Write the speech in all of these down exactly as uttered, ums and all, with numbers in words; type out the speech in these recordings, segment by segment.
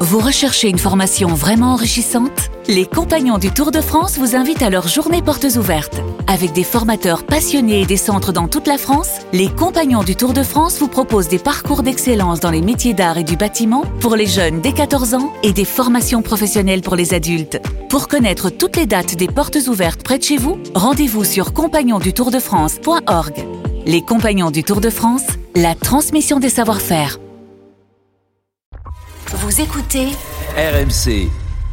Vous recherchez une formation vraiment enrichissante ? Les Compagnons du Tour de France vous invitent à leur journée portes ouvertes. Avec des formateurs passionnés et des centres dans toute la France, les Compagnons du Tour de France vous proposent des parcours d'excellence dans les métiers d'art et du bâtiment pour les jeunes dès quatorze ans et des formations professionnelles pour les adultes. Pour connaître toutes les dates des portes ouvertes près de chez vous, rendez-vous sur compagnons du tour de france point org. Les Compagnons du Tour de France, la transmission des savoir-faire. Vous écoutez R M C.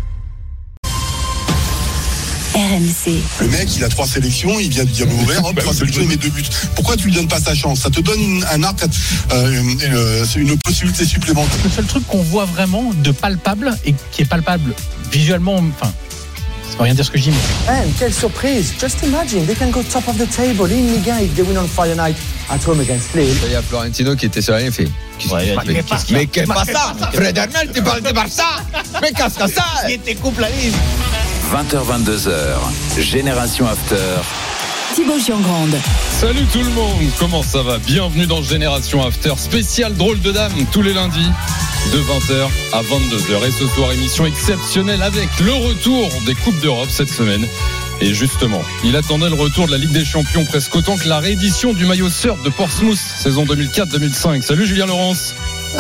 R M C. Le mec, il a trois sélections, il vient du diable ouvert, hop, trois sélections, il met deux buts. Pourquoi tu lui donnes pas sa chance ? Ça te donne une, un arc, euh, euh, une possibilité supplémentaire. Le seul truc qu'on voit vraiment de palpable et qui est palpable visuellement, enfin, ça veut rien dire ce que je dis, mais. And quelle surprise! Just imagine, they can go top of the table in Liga if they win on Friday night at home against Lille. Il y a Florentino qui était sur rien fait. Ouais, mais mais qu'est-ce mais qu'est-ce pas ça? Fred Hermel, tu parles de Barça? Mais qu'est-ce que ça? Il était couple la liste. vingt heures vingt-deux heures, Génération After. Thibaut Giangrande. Salut tout le monde, comment ça va ? Bienvenue dans Génération After, spécial drôle de dame tous les lundis de vingt heures à vingt-deux heures. Et ce soir, émission exceptionnelle avec le retour des Coupes d'Europe cette semaine. Et justement, il attendait le retour de la Ligue des Champions presque autant que la réédition du maillot surf de Portsmouth, saison deux mille quatre deux mille cinq. Salut Julien Laurence.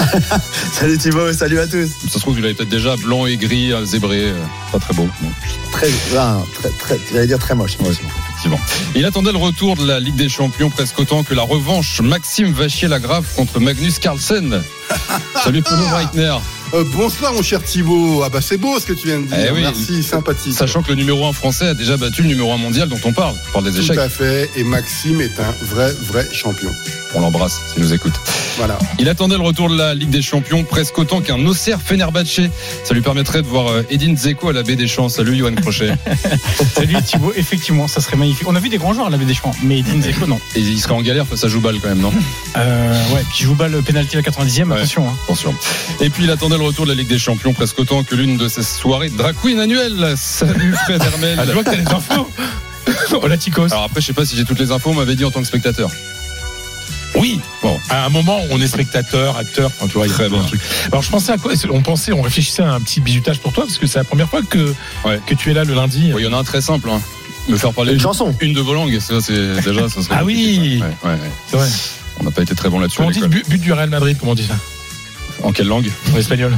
Salut Thibaut, salut à tous. Ça se trouve qu'il avait peut-être déjà blanc et gris, zébré, pas très beau. Non. Très, non, très, très, j'allais dire très moche. Ouais, effectivement. Il attendait le retour de la Ligue des Champions presque autant que la revanche Maxime Vachier-Lagrave contre Magnus Carlsen. Salut Paulo Breitner. Euh, bonsoir mon cher Thibaut. Ah bah c'est beau ce que tu viens de dire. Eh oui, merci, sympathique. Sachant que le numéro un français a déjà battu le numéro un mondial dont on parle. On parle des échecs. Tout à fait. Et Maxime est un vrai, vrai champion. On l'embrasse s'il nous écoute. Voilà. Il attendait le retour de la Ligue des Champions presque autant qu'un Auxerre Fenerbahçe. Ça lui permettrait de voir Edin Dzeko à la Baie des Champs. Salut Johan Crochet. Salut Thibaut, effectivement, ça serait magnifique. On a vu des grands joueurs à la Baie des Champs, mais Edin Dzeko non. Et il serait en galère face à Joubal quand même, non ? euh, Ouais, puis Joubal penalty à la quatre-vingt-dixième, ouais. Attention. Hein. Attention. Et puis il attendait le retour de la Ligue des Champions presque autant que l'une de ses soirées drag queen annuelles. Salut Fred Hermel. Ah, je vois que t'as les infos. Hola Ticos. Alors après, je sais pas si j'ai toutes les infos, on m'avait dit en tant que spectateur. Oui, bon, à un moment, on est spectateur, acteur, enfin, tu vois, il y a très un truc. Alors, je pensais à quoi? On pensait, on réfléchissait à un petit bisutage pour toi, parce que c'est la première fois que, ouais. que tu es là le lundi. Il oui, y en a un très simple, hein. Me faire parler une, une chanson, une de vos langues, ça, c'est déjà, ça serait. Ah oui, ouais, ouais, ouais. C'est vrai. On n'a pas été très bon là-dessus. Comment on dit but, but du Real Madrid, comment on dit ça? En quelle langue? En espagnol.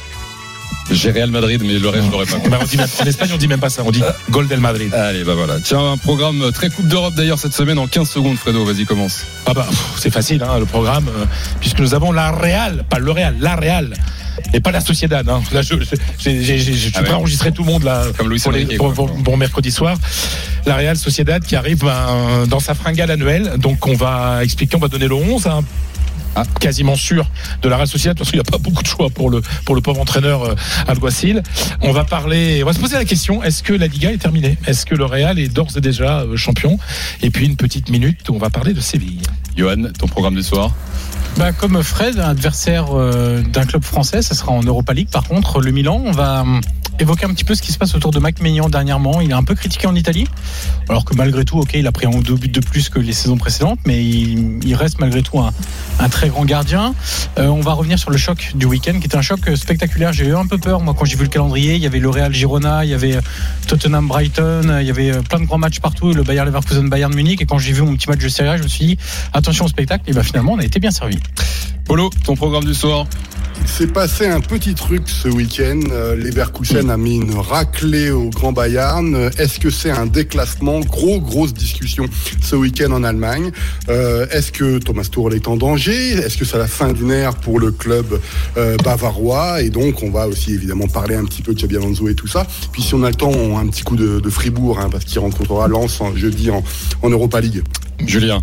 J'ai Real Madrid, mais le reste, je l'aurais pas. Bah, on dit même, en Espagne, on dit même pas ça. On dit Gol del Madrid. Allez, bah voilà. Tiens, un programme très Coupe d'Europe d'ailleurs cette semaine en quinze secondes, Fredo. Vas-y, commence. Ah bah, pff, c'est facile, hein, le programme, euh, puisque nous avons la Real, pas le Real, la Real. Et pas la Sociedad. Hein. Là, je, je, j'ai, j'ai, j'ai, je suis ah prêt ouais. à enregistrer tout le monde là comme Louis pour, les, pour, pour, pour mercredi soir. La Real Sociedad qui arrive ben, dans sa fringale annuelle. Donc, on va expliquer, on va donner le onze. Hein. Ah. Quasiment sûr de la Real Sociedad parce qu'il n'y a pas beaucoup de choix pour le pour le pauvre entraîneur euh, Alguacil. On va parler, on va se poser la question, est-ce que la Liga est terminée ? Est-ce que le Real est d'ores et déjà euh, champion ? Et puis une petite minute où on va parler de Séville. Johan, ton programme du soir ? Bah, comme Fred, adversaire euh, d'un club français, ça sera en Europa League. Par contre, le Milan, on va euh, évoquer un petit peu ce qui se passe autour de Mike Maignan dernièrement. Il est un peu critiqué en Italie, alors que malgré tout, ok, il a pris un ou deux buts de plus que les saisons précédentes, mais il, il reste malgré tout un, un très grand gardien. Euh, on va revenir sur le choc du week-end, qui est un choc spectaculaire. J'ai eu un peu peur, moi, quand j'ai vu le calendrier. Il y avait le Real Girona, il y avait Tottenham Brighton, il y avait plein de grands matchs partout, le Bayer Leverkusen Bayern Munich. Et quand j'ai vu mon petit match de Serie A, je me suis dit attention au spectacle. Et ben finalement, on a été bien servi. Polo, ton programme du soir ? Il s'est passé un petit truc ce week-end. Euh, Leverkusen a mis une raclée au Grand Bayern. Est-ce que c'est un déclassement ? Gros, grosse discussion ce week-end en Allemagne. Euh, est-ce que Thomas Tuchel est en danger ? Est-ce que c'est la fin d'une ère pour le club euh, bavarois ? Et donc, on va aussi évidemment parler un petit peu de Xabi Alonso et tout ça. Puis si on a le temps, on a un petit coup de, de Fribourg, hein, parce qu'il rencontrera Lens en, jeudi en, en Europa League. Julien.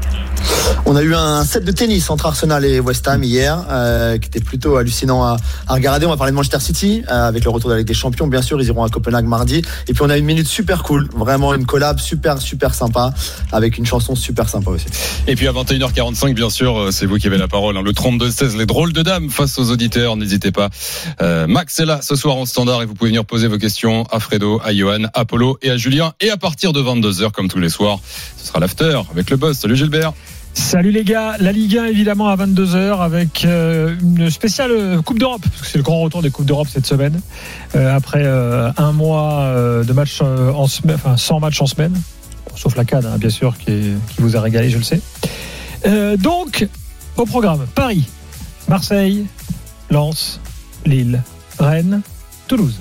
On a eu un set de tennis entre Arsenal et West Ham hier, euh, qui était plutôt hallucinant à, à regarder. On va parler de Manchester City, euh, avec le retour de la Ligue des Champions. Bien sûr, ils iront à Copenhague mardi. Et puis on a une minute super cool, vraiment une collab super, super sympa, avec une chanson super sympa aussi. Et puis à vingt et une heures quarante-cinq, bien sûr, c'est vous qui avez la parole. Hein, le trente-deux seize, les drôles de dames face aux auditeurs. N'hésitez pas. Euh, Max est là ce soir en standard et vous pouvez venir poser vos questions à Fredo, à Johan, à Polo et à Julien. Et à partir de vingt-deux heures, comme tous les soirs, ce sera l'after avec le boss. Salut Gilbert. Salut les gars, la Ligue un évidemment à vingt-deux heures avec euh, une spéciale euh, Coupe d'Europe, parce que c'est le grand retour des Coupes d'Europe cette semaine, euh, après euh, un mois euh, de matchs euh, en semaine, enfin cent matchs en semaine, bon, sauf la C A N hein, bien sûr qui, est, qui vous a régalé, je le sais. Euh, donc, au programme, Paris, Marseille, Lens, Lille, Rennes, Toulouse.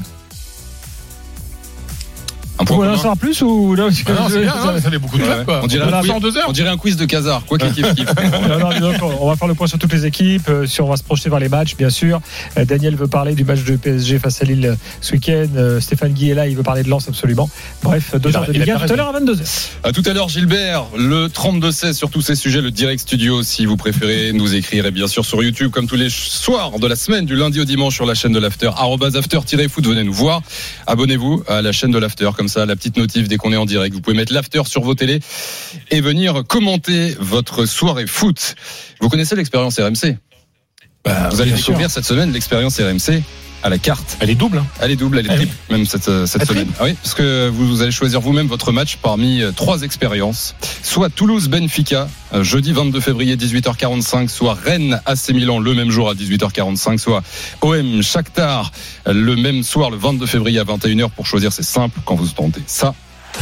Un point Vous voulez en savoir plus ou non, ah non, c'est bien, non, ça fait beaucoup de clubs, quoi. On dirait, un quiz, on dirait un quiz de Casar, quoi qu'il kiffe. non, non, donc, on va faire le point sur toutes les équipes, euh, si on va se projeter vers les matchs, bien sûr. Euh, Daniel veut parler du match de P S G face à Lille ce week-end. Euh, Stéphane Guy est là, il veut parler de Lens absolument. Bref, deux heures de Ligue un tout à l'heure à vingt-deux heures. À tout à l'heure, Gilbert, le trente-deux seize sur tous ces sujets, le direct studio, si vous préférez nous écrire, et bien sûr sur YouTube, comme tous les soirs de la semaine, du lundi au dimanche sur la chaîne de l'After, arobase after-foot, venez nous voir. Abonnez-vous à la chaîne de l'After, comme ça, la petite notif dès qu'on est en direct. Vous pouvez mettre l'After sur vos télés et venir commenter votre soirée foot. Vous connaissez l'expérience R M C? bah, Vous allez découvrir sûr. cette semaine l'expérience R M C à la carte. Elle est double. Hein. Elle est double, elle est triple, oui. même cette, cette semaine. Triple. Ah oui, parce que vous, vous allez choisir vous-même votre match parmi trois expériences. Soit Toulouse-Benfica, jeudi vingt-deux février, dix-huit heures quarante-cinq, soit Rennes-A C Milan le même jour à dix-huit heures quarante-cinq, soit O M-Shakhtar le même soir, le vingt-deux février à vingt et une heures. Pour choisir, c'est simple, quand vous tentez ça.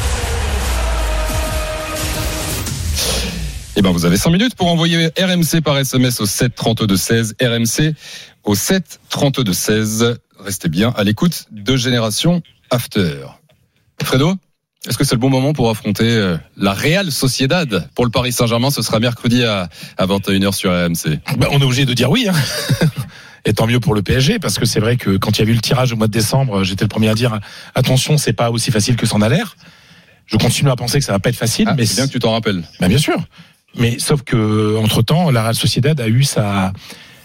Eh ben, vous avez cinq minutes pour envoyer R M C par S M S au sept trente-deux seize. R M C au sept trente-deux seize. Restez bien à l'écoute de Génération After. Fredo, est-ce que c'est le bon moment pour affronter la Real Sociedad pour le Paris Saint-Germain? Ce sera mercredi à, à vingt et une heures sur R M C. Ben, on est obligé de dire oui, hein. Et tant mieux pour le P S G, parce que c'est vrai que quand il y a eu le tirage au mois de décembre, j'étais le premier à dire attention, c'est pas aussi facile que ça en a l'air. Je continue à penser que ça va pas être facile. Ah, mais c'est bien que tu t'en rappelles. Ben, bien sûr. Mais sauf que entre temps, la Real Sociedad a eu sa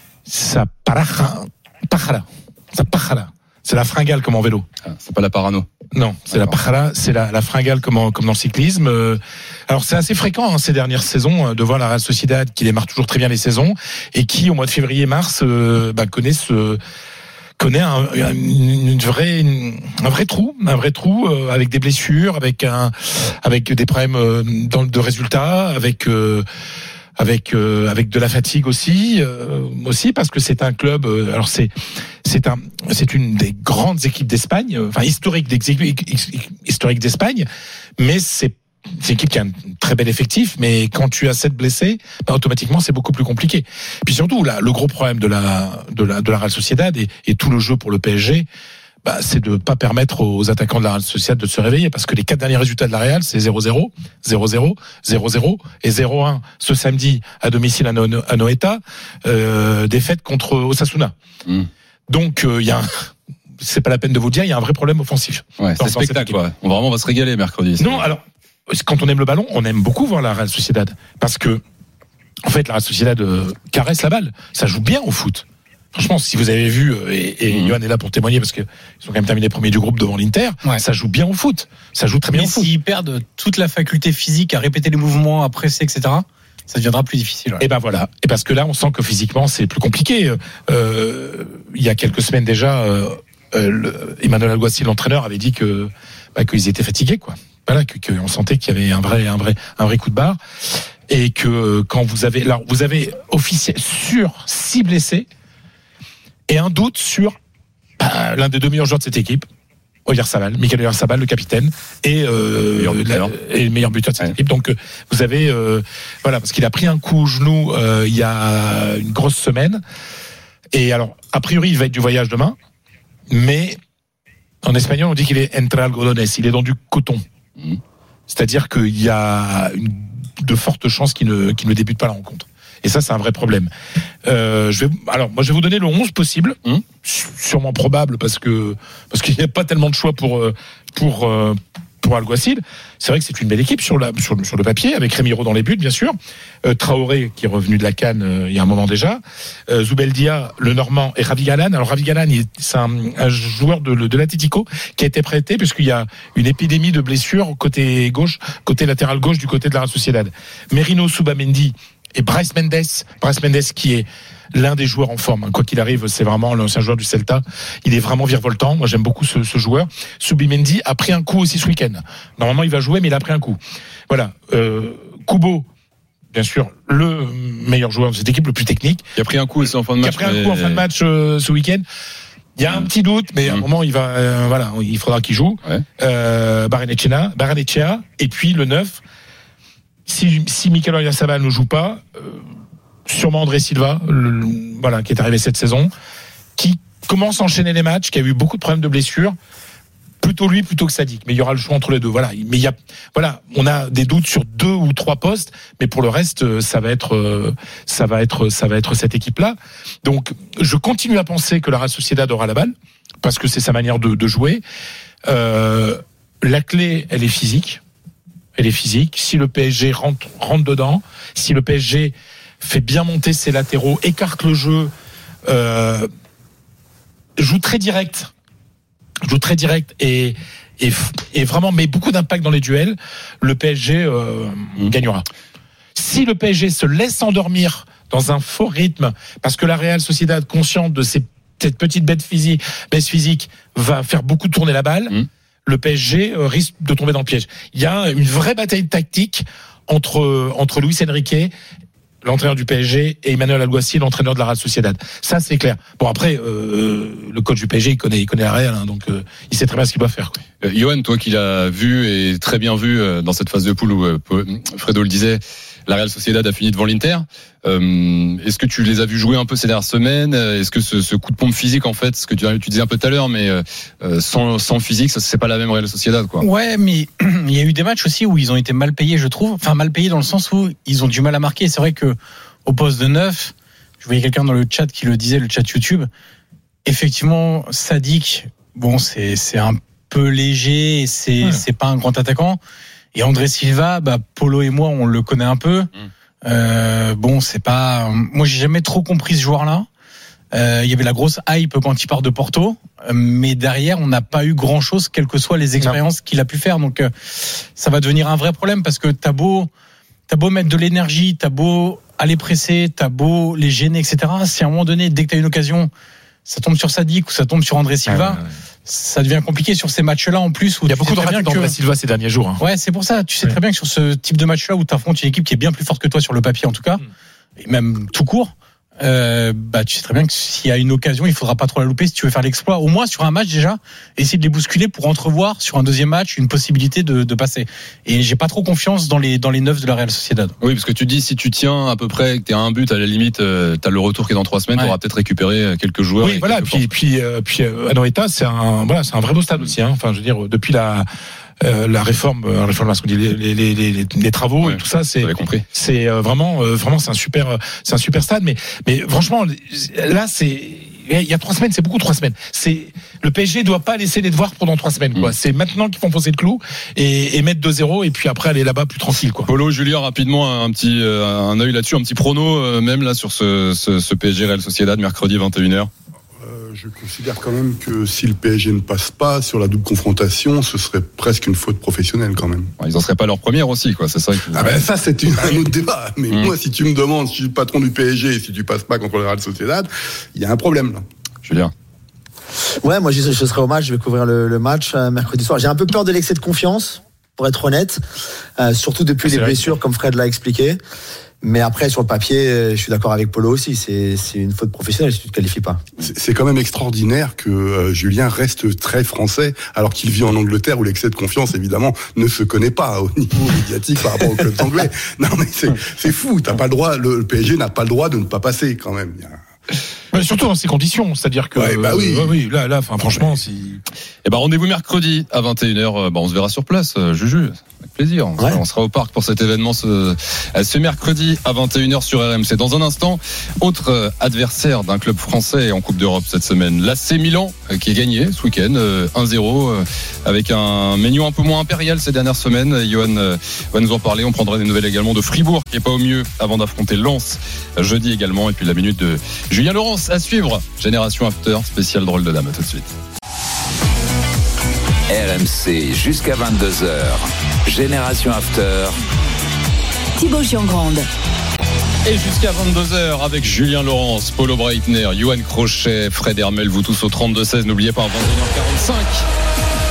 sa paraja, pajara, sa pajara. C'est la fringale comme en vélo. Ah, c'est pas la parano. Non, c'est D'accord. la pajara, c'est la, la fringale comme, en, comme dans le cyclisme. Alors c'est assez fréquent hein, ces dernières saisons de voir la Real Sociedad qui démarre toujours très bien les saisons et qui au mois de février-mars euh, bah, connaît ce connaît un, une, une vraie, une, un vrai trou, un vrai trou euh, avec des blessures, avec un, avec des problèmes euh, dans, de résultats, avec euh, avec euh, avec de la fatigue aussi, euh, aussi parce que c'est un club. Euh, alors c'est c'est un c'est une des grandes équipes d'Espagne, euh, enfin historique historique d'Espagne, mais c'est C'est une équipe qui a un très bel effectif, mais quand tu as sept blessés, bah, automatiquement c'est beaucoup plus compliqué. Puis surtout, là, le gros problème de la de la de la Real Sociedad et, et tout le jeu pour le P S G, bah, c'est de pas permettre aux attaquants de la Real Sociedad de se réveiller, parce que les quatre derniers résultats de la Real, c'est zéro zéro, zéro zéro, zéro zéro et zéro un ce samedi à domicile à, no- à Noeta, euh, défaite contre Osasuna. Mmh. Donc il euh, y a un c'est pas la peine de vous dire, il y a un vrai problème offensif. Ouais, c'est spectacle, quoi. On vraiment on va se régaler mercredi. Non, alors quand on aime le ballon, on aime beaucoup voir la Real Sociedad, parce que en fait la Real Sociedad euh, caresse la balle, ça joue bien au foot. Franchement, si vous avez vu, et, et mmh. Johan est là pour témoigner, parce qu'ils ont quand même terminé premier du groupe devant l'Inter, ouais. Ça joue bien au foot, ça joue très bien Mais au foot. Mais s'ils perdent toute la faculté physique à répéter les mouvements, à presser, et cetera, ça deviendra plus difficile. Ouais. Et ben voilà, et parce que là on sent que physiquement c'est plus compliqué. Euh, il y a quelques semaines déjà, euh, euh, le, Emmanuel Alguacil, l'entraîneur, avait dit que bah, qu'ils étaient fatigués, quoi. Voilà, qu'on sentait qu'il y avait un vrai, un vrai, un vrai coup de barre, et que quand vous avez, alors vous avez officiel sur six blessés et un doute sur bah, l'un des deux meilleurs joueurs de cette équipe, Oyarzabal, Michael Oyarzabal, le capitaine, et, euh, le la, et le meilleur buteur de cette ouais. équipe. Donc vous avez, euh, voilà, parce qu'il a pris un coup au genou euh, il y a une grosse semaine, et alors a priori il va être du voyage demain, mais en espagnol on dit qu'il est entre algodones, il est dans du coton. Mmh. C'est-à-dire qu'il y a une, de fortes chances qu'il ne, qu'il ne débute pas la rencontre. Et ça, c'est un vrai problème. Euh, je vais, alors, moi, je vais vous donner le onze possible, mmh. sûrement probable, parce que parce qu'il n'y a pas tellement de choix pour pour pour Alguacil. C'est vrai que c'est une belle équipe sur la sur le, sur le papier, avec Remiro dans les buts, bien sûr. Euh, Traoré, qui est revenu de la CAN euh, il y a un moment déjà. Euh, Zubeldia, le Normand, et Ravi Galan. Alors Ravi Galan, c'est un, un joueur de, de l'Atlético qui a été prêté puisqu'il y a une épidémie de blessures côté gauche, côté latéral gauche du côté de la Real Sociedad. Merino Subamendi et Bryce Mendes. Bryce Mendes qui est l'un des joueurs en forme. Quoi qu'il arrive, c'est vraiment l'ancien joueur du Celta. Il est vraiment virevoltant. Moi, j'aime beaucoup ce, ce joueur. Subimendi a pris un coup aussi ce week-end. Normalement, il va jouer, mais il a pris un coup. Voilà. Euh, Kubo, bien sûr, le meilleur joueur de cette équipe, le plus technique. Qui a pris un coup aussi en fin de match. Qui a pris un coup en fin de match euh, ce week-end. Il y a un petit doute, mais à un moment, il va, euh, voilà, il faudra qu'il joue. Ouais. Euh, Barrenechea, Barrenechea, et puis le neuf. Si, si Mikel Oyarzabal ne joue pas, euh, sûrement André Silva, le, le, voilà, qui est arrivé cette saison, qui commence à enchaîner les matchs, qui a eu beaucoup de problèmes de blessures. Plutôt lui, plutôt que Sadik. Mais il y aura le choix entre les deux. Voilà. Mais il y a, voilà, on a des doutes sur deux ou trois postes, mais pour le reste, ça va être, ça va être, ça va être cette équipe-là. Donc, je continue à penser que la Real Sociedad aura la balle, parce que c'est sa manière de, de jouer. Euh, la clé, elle est physique. Elle est physique. Si le P S G rentre, rentre dedans, si le P S G fait bien monter ses latéraux, écarte le jeu, euh, joue très direct, joue très direct et, et, et vraiment met beaucoup d'impact dans les duels, le P S G euh, mmh. gagnera. Si le P S G se laisse endormir dans un faux rythme, parce que la Real Sociedad, consciente de ses, cette petite bête physique, baisse physique, va faire beaucoup tourner la balle, mmh. le P S G euh, risque de tomber dans le piège. Il y a une vraie bataille tactique entre, entre Luis Enrique, l'entraîneur du P S G, et Emmanuel Alguacil, l'entraîneur de la Real Sociedad. Ça, c'est clair. Bon, après, euh, le coach du P S G, il connaît, il connaît la Real, hein, donc euh, il sait très bien ce qu'il doit faire. Quoi. Euh, Johan, toi qui l'as vu et très bien vu euh, dans cette phase de poule où euh, Fredo le disait, la Real Sociedad a fini devant l'Inter. Euh, est-ce que tu les as vus jouer un peu ces dernières semaines ? Est-ce que ce, ce coup de pompe physique, en fait, ce que tu, tu disais un peu tout à l'heure, mais euh, sans, sans physique, ça, c'est pas la même Real Sociedad, quoi. Ouais, mais il y a eu des matchs aussi où ils ont été mal payés, je trouve. Enfin, mal payés dans le sens où ils ont du mal à marquer. C'est vrai que au poste de neuf, je voyais quelqu'un dans le chat qui le disait, le chat YouTube. Effectivement, Sadik, bon, c'est c'est un peu léger, c'est ouais. c'est pas un grand attaquant. Et André Silva, bah Polo et moi, on le connaît un peu. Mm. Euh, bon, c'est pas. Moi, j'ai jamais trop compris ce joueur-là. Euh, il y avait la grosse hype quand il part de Porto, mais derrière, on n'a pas eu grand-chose, quelles que soient les expériences qu'il a pu faire. Donc, euh, ça va devenir un vrai problème parce que t'as beau, t'as beau mettre de l'énergie, t'as beau aller presser, t'as beau les gêner, et cetera. Si à un moment donné, dès que t'as une occasion, ça tombe sur Sadik ou ça tombe sur André Silva, ah ouais, ouais. ça devient compliqué sur ces matchs-là en plus. Où il y a beaucoup de ratés d'André Silva ces derniers jours. Hein. Ouais, c'est pour ça. Tu sais ouais. très bien que sur ce type de match-là où t'affrontes une équipe qui est bien plus forte que toi sur le papier en tout cas, mmh. et même tout court, euh, bah tu sais très bien que s'il y a une occasion, il faudra pas trop la louper si tu veux faire l'exploit. Au moins sur un match déjà, essayer de les bousculer pour entrevoir sur un deuxième match une possibilité de, de passer. Et j'ai pas trop confiance dans les dans les neufs de la Real Sociedad. Oui, parce que tu dis si tu tiens à peu près, que t'es à un but, à la limite, euh, t'as le retour qui est dans trois semaines, ouais. t'auras peut-être récupéré quelques joueurs. Oui, voilà. Puis puis euh, puis euh, Anoeta, c'est un voilà, c'est un vrai beau stade aussi. Hein. Enfin, je veux dire, depuis la Euh, la réforme, la réforme, les, les, les, les, les travaux ouais, et tout ça, c'est, c'est euh, vraiment, euh, vraiment, c'est un super, c'est un super stade. Mais, mais franchement, là, c'est, il y a trois semaines, c'est beaucoup trois semaines. C'est, le P S G doit pas laisser les devoirs pendant trois semaines, quoi. Mmh. C'est maintenant qu'ils font foncer le clou et, et mettre deux zéro et puis après aller là-bas plus tranquille, quoi. Polo, Julien, rapidement, un petit, euh, un œil là-dessus, un petit prono, euh, même là, sur ce, ce, ce P S G Real Sociedad, mercredi vingt et une heures. Je considère quand même que si le P S G ne passe pas sur la double confrontation, ce serait presque une faute professionnelle quand même. Ils en seraient pas leur première aussi, quoi. C'est ça. Qui... Ah ben ça, c'est une, un autre débat. Mais mmh. moi, si tu me demandes, si je suis le patron du P S G et si tu passes pas contre le Real Sociedad, il y a un problème là. Julien. Ouais, moi je, je serai au match, je vais couvrir le, le match euh, mercredi soir. J'ai un peu peur de l'excès de confiance, pour être honnête, euh, surtout depuis c'est les blessures, vrai. Comme Fred l'a expliqué. Mais après, sur le papier, je suis d'accord avec Polo aussi. C'est, c'est une faute professionnelle si tu ne te qualifies pas. C'est, c'est quand même extraordinaire que euh, Julien reste très français, alors qu'il vit en Angleterre où l'excès de confiance, évidemment, ne se connaît pas au niveau médiatique par rapport aux clubs anglais. Non, mais c'est, c'est fou. T'as pas le droit. Le, le P S G n'a pas le droit de ne pas passer quand même. Il y a... Mais surtout dans ces conditions, c'est-à-dire que ouais, bah oui. Euh, oui, là, là, enfin, franchement, si. Eh ben, rendez-vous mercredi à vingt et une heures. Bah, on se verra sur place, Juju. Avec plaisir. On, ouais. on sera au parc pour cet événement ce, ce mercredi à vingt et une heures sur R M C. Dans un instant, autre adversaire d'un club français en Coupe d'Europe cette semaine, l'A C Milan, qui est gagné ce week-end, un zéro, avec un menu un peu moins impérial ces dernières semaines. Johan va nous en parler. On prendra des nouvelles également de Fribourg, qui est pas au mieux avant d'affronter Lens jeudi également. Et puis la minute de Julien Laurence à suivre. Génération After, spécial drôle de dame. À tout de suite. R M C jusqu'à vingt-deux heures. Génération After. Thibaut Giangrande. Et jusqu'à vingt-deux heures avec Julien Laurence, Polo Breitner, Johan Crochet, Fred Hermel, vous tous au trente-deux seize. N'oubliez pas, à vingt et une heures quarante-cinq.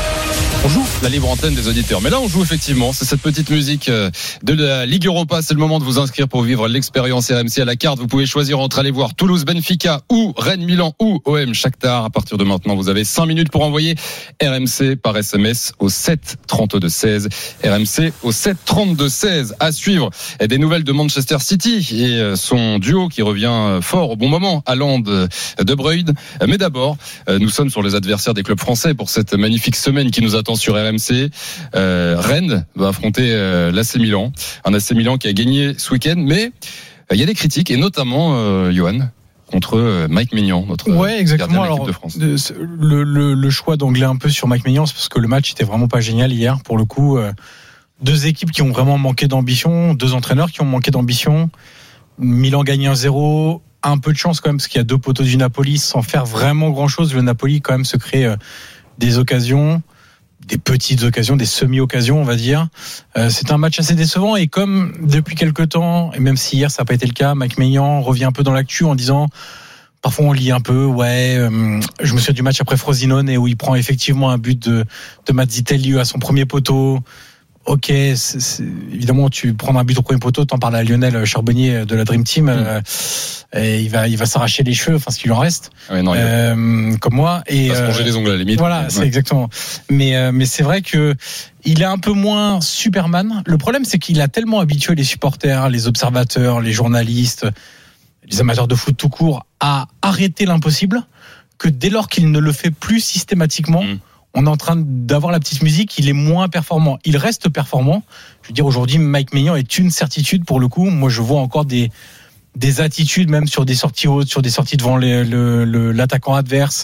On joue la libre antenne des auditeurs. Mais là, on joue effectivement. C'est cette petite musique de la Ligue Europa. C'est le moment de vous inscrire pour vivre l'expérience R M C à la carte. Vous pouvez choisir entre aller voir Toulouse, Benfica ou Rennes, Milan ou O M Shakhtar. À partir de maintenant, vous avez cinq minutes pour envoyer R M C par S M S au sept trente-deux seize. R M C au sept trente-deux seize. À suivre des nouvelles de Manchester City et son duo qui revient fort au bon moment, Haaland De Bruyne. Mais d'abord, nous sommes sur les adversaires des clubs français pour cette magnifique semaine qui nous attend sur R M C. Euh, Rennes va affronter euh, l'A C Milan, un A C Milan qui a gagné ce week-end, mais il euh, y a des critiques et notamment euh, Johan contre euh, Mike Maignan, notre ouais, exactement. gardien de l'équipe Alors, de France. Le, le, le choix d'angler un peu sur Mike Maignan, c'est parce que le match était vraiment pas génial hier. Pour le coup, euh, deux équipes qui ont vraiment manqué d'ambition, deux entraîneurs qui ont manqué d'ambition. Milan gagne un zéro. Un peu de chance quand même parce qu'il y a deux poteaux du Napoli sans faire vraiment grand-chose. Le Napoli quand même se crée euh, des occasions, des petites occasions, des semi-occasions, on va dire. Euh, c'est un match assez décevant et comme depuis quelques temps, et même si hier ça n'a pas été le cas, Mike Maignan revient un peu dans l'actu en disant, parfois on lit un peu, ouais, euh, je me souviens du match après Frosinone et où il prend effectivement un but de, de Mazzitelli à son premier poteau. Ok, c'est, c'est, évidemment, tu prends un but au premier poteau, t'en parles à Lionel Charbonnier de la Dream Team, mmh. euh, et il va, il va s'arracher les cheveux, enfin ce qu'il en reste, ouais, non, euh, comme moi. Et il va se manger euh, les ongles à la limite. Voilà, ouais. c'est exactement. Mais, euh, mais c'est vrai que il est un peu moins Superman. Le problème, c'est qu'il a tellement habitué les supporters, les observateurs, les journalistes, les amateurs de foot tout court à arrêter l'impossible, que dès lors qu'il ne le fait plus systématiquement. Mmh. On est en train d'avoir la petite musique, il est moins performant. Il reste performant. Je veux dire, aujourd'hui, Mike Maignan est une certitude pour le coup. Moi, je vois encore des, des attitudes, même sur des sorties hautes, sur des sorties devant les, le, le, l'attaquant adverse.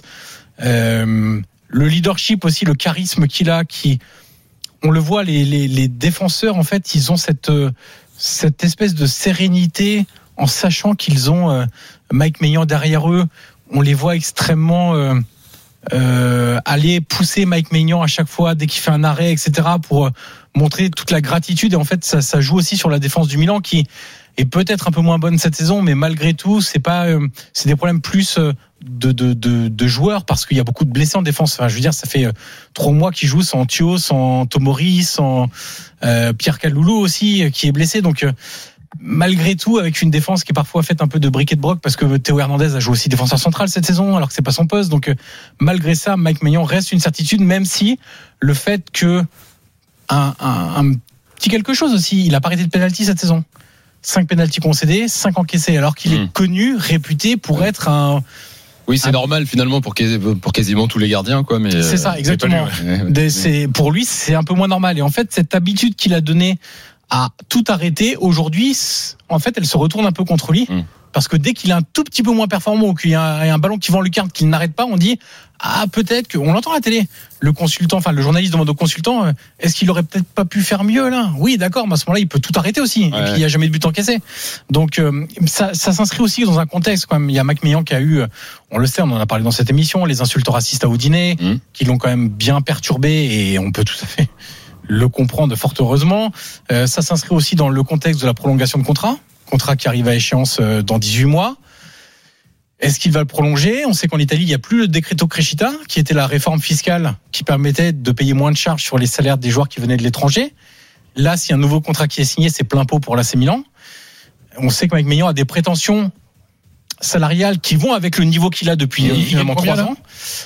Euh, le leadership aussi, le charisme qu'il a, qui, on le voit, les, les, les défenseurs, en fait, ils ont cette, cette espèce de sérénité en sachant qu'ils ont euh, Mike Maignan derrière eux. On les voit extrêmement... Euh, Euh, aller pousser Mike Maignan à chaque fois dès qu'il fait un arrêt, et cetera, pour montrer toute la gratitude. Et en fait, ça, ça joue aussi sur la défense du Milan qui est peut-être un peu moins bonne cette saison, mais malgré tout, c'est pas, euh, c'est des problèmes plus de, de, de, de joueurs parce qu'il y a beaucoup de blessés en défense. Enfin, je veux dire, ça fait trois mois qu'ils jouent sans Thio, sans Tomori, sans euh, Pierre Kaloulou aussi qui est blessé. Donc euh, malgré tout, avec une défense qui est parfois faite un peu de briquet de broc, parce que Théo Hernandez a joué aussi défenseur central cette saison, alors que c'est pas son poste. Donc, malgré ça, Mike Maignan reste une certitude, même si le fait que un, un, un petit quelque chose aussi, il a pas arrêté de pénalty cette saison. Cinq pénaltys concédés, cinq encaissés, alors qu'il mmh. est connu, réputé pour mmh. être un. Oui, c'est un... normal finalement pour, pour quasiment tous les gardiens, quoi. Mais c'est ça, exactement. C'est lui, ouais. c'est, pour lui, c'est un peu moins normal. Et en fait, cette habitude qu'il a donnée à tout arrêter, aujourd'hui, en fait, elle se retourne un peu contre lui. Mmh. Parce que dès qu'il est un tout petit peu moins performant ou qu'il y a un, un ballon qui vend lucarne, qu'il n'arrête pas, on dit ah peut-être que, on l'entend à la télé, le consultant, enfin le journaliste demande au consultant, est-ce qu'il aurait peut-être pas pu faire mieux là ? Oui, d'accord, mais à ce moment-là, il peut tout arrêter aussi. Ouais. Et puis il n'y a jamais de but encaissé. Donc euh, ça, ça s'inscrit aussi dans un contexte quand même. Il y a Mike Maignan qui a eu, on le sait, on en a parlé dans cette émission, les insultes racistes à Oudiné, mmh. qui l'ont quand même bien perturbé et on peut tout à fait le comprendre fort heureusement. Euh, ça s'inscrit aussi dans le contexte de la prolongation de contrat. Contrat qui arrive à échéance dans dix-huit mois. Est-ce qu'il va le prolonger ? On sait qu'en Italie, il n'y a plus le decreto crescita, qui était la réforme fiscale qui permettait de payer moins de charges sur les salaires des joueurs qui venaient de l'étranger. Là, s'il y a un nouveau contrat qui est signé, c'est plein pot pour l'A C Milan. On sait que Mike Maignan a des prétentions salariales qui vont avec le niveau qu'il a depuis il finalement trois ans.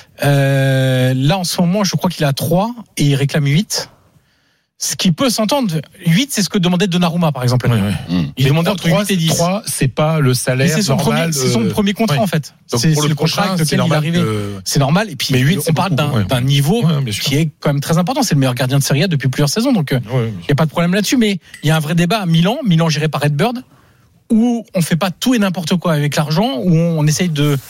Euh, là, en ce moment, je crois qu'il a trois et il réclame huit. Ce qui peut s'entendre, huit, c'est ce que demandait Donnarumma, par exemple. Oui, oui. Il demandait entre huit et dix. trois, c'est pas le salaire c'est son normal. Premier, c'est son premier contrat, oui. en fait. Donc c'est, pour c'est le, le contrat avec lequel il est arrivé. Que... C'est normal. Et puis, mais huit, on parle beaucoup, d'un, ouais. d'un niveau ouais, qui est quand même très important. C'est le meilleur gardien de Serie A depuis plusieurs saisons. Donc, il ouais, n'y a pas de problème là-dessus. Mais il y a un vrai débat à Milan, Milan géré par Redbird, où on fait pas tout et n'importe quoi avec l'argent, où on essaye de,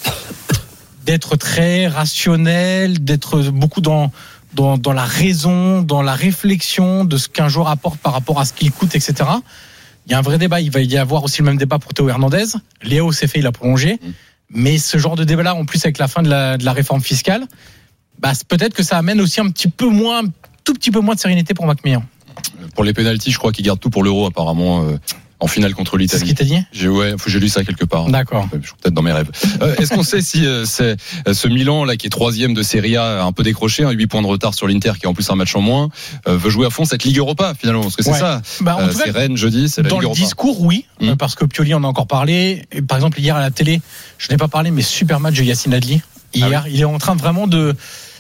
d'être très rationnel, d'être beaucoup dans, Dans, dans la raison, dans la réflexion de ce qu'un joueur apporte par rapport à ce qu'il coûte, et cetera. Il y a un vrai débat. Il va y avoir aussi le même débat pour Théo Hernandez. Léo s'est fait, il a prolongé. Mmh. Mais ce genre de débat-là, en plus avec la fin de la, de la réforme fiscale, bah, peut-être que ça amène aussi un petit peu moins, tout petit peu moins de sérénité pour Mike Maignan. Pour les pénaltys, je crois qu'il garde tout pour l'Euro apparemment. Euh, en finale contre l'Italie. C'est ce qu'il t'a dit ? J'ai, ouais, j'ai lu ça quelque part. D'accord. Je suis peut-être dans mes rêves. Euh, est-ce qu'on sait si euh, c'est euh, ce Milan là qui est troisième de Serie A, un peu décroché, hein, huit points de retard sur l'Inter qui a en plus un match en moins, euh, veut jouer à fond cette Ligue Europa finalement, parce que c'est Ouais. ça. Bah, en euh, tout c'est cas, Rennes jeudi, c'est la dans Ligue le Europa. discours, oui, Mmh. euh, parce que Pioli en a encore parlé. Et par exemple, hier à la télé, je n'ai pas parlé, mais super match de Yacine Adli. Hier, Ah oui. il est en train de vraiment de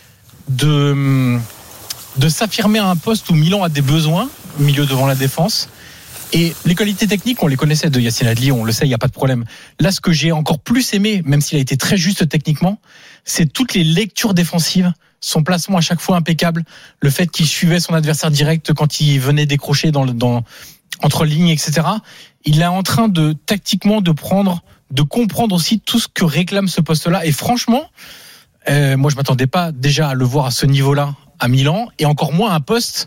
de de s'affirmer à un poste où Milan a des besoins, milieu devant la défense. Et les qualités techniques, on les connaissait de Yacine Adli, on le sait, il n'y a pas de problème. Là, ce que j'ai encore plus aimé, même s'il a été très juste techniquement, c'est toutes les lectures défensives, son placement à chaque fois impeccable, le fait qu'il suivait son adversaire direct quand il venait décrocher dans, le, dans entre lignes, et cetera. Il est en train de tactiquement de prendre, de comprendre aussi tout ce que réclame ce poste-là. Et franchement, euh, moi, je m'attendais pas déjà à le voir à ce niveau-là à Milan, et encore moins à un poste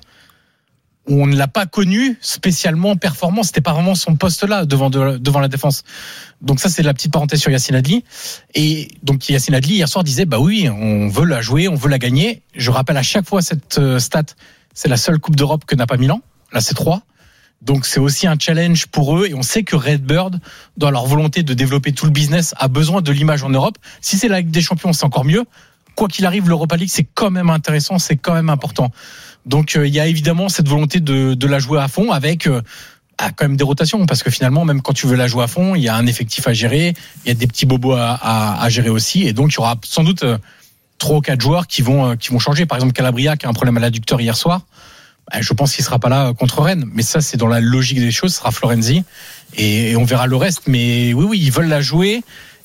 où on ne l'a pas connu spécialement performant. C'était pas vraiment son poste là devant de, devant la défense. Donc ça, c'est la petite parenthèse sur Yacine Adli. Et donc Yacine Adli hier soir disait bah oui, on veut la jouer, on veut la gagner. Je rappelle à chaque fois cette stat, c'est la seule Coupe d'Europe que n'a pas Milan. Là, c'est trois. Donc c'est aussi un challenge pour eux, et on sait que Redbird, dans leur volonté de développer tout le business, a besoin de l'image en Europe. Si c'est la Ligue des Champions, c'est encore mieux. Quoi qu'il arrive, l'Europa League, c'est quand même intéressant, c'est quand même important. Donc il euh, y a évidemment cette volonté de, de la jouer à fond, avec euh, ah, quand même des rotations, parce que finalement, même quand tu veux la jouer à fond, il y a un effectif à gérer, il y a des petits bobos à, à, à gérer aussi, et donc il y aura sans doute euh, trois ou quatre joueurs qui vont, euh, qui vont changer. Par exemple, Calabria qui a un problème à l'adducteur hier soir, bah, je pense qu'il sera pas là contre Rennes, mais ça c'est dans la logique des choses, ce sera Florenzi, et, et on verra le reste. Mais oui, oui, ils veulent la jouer.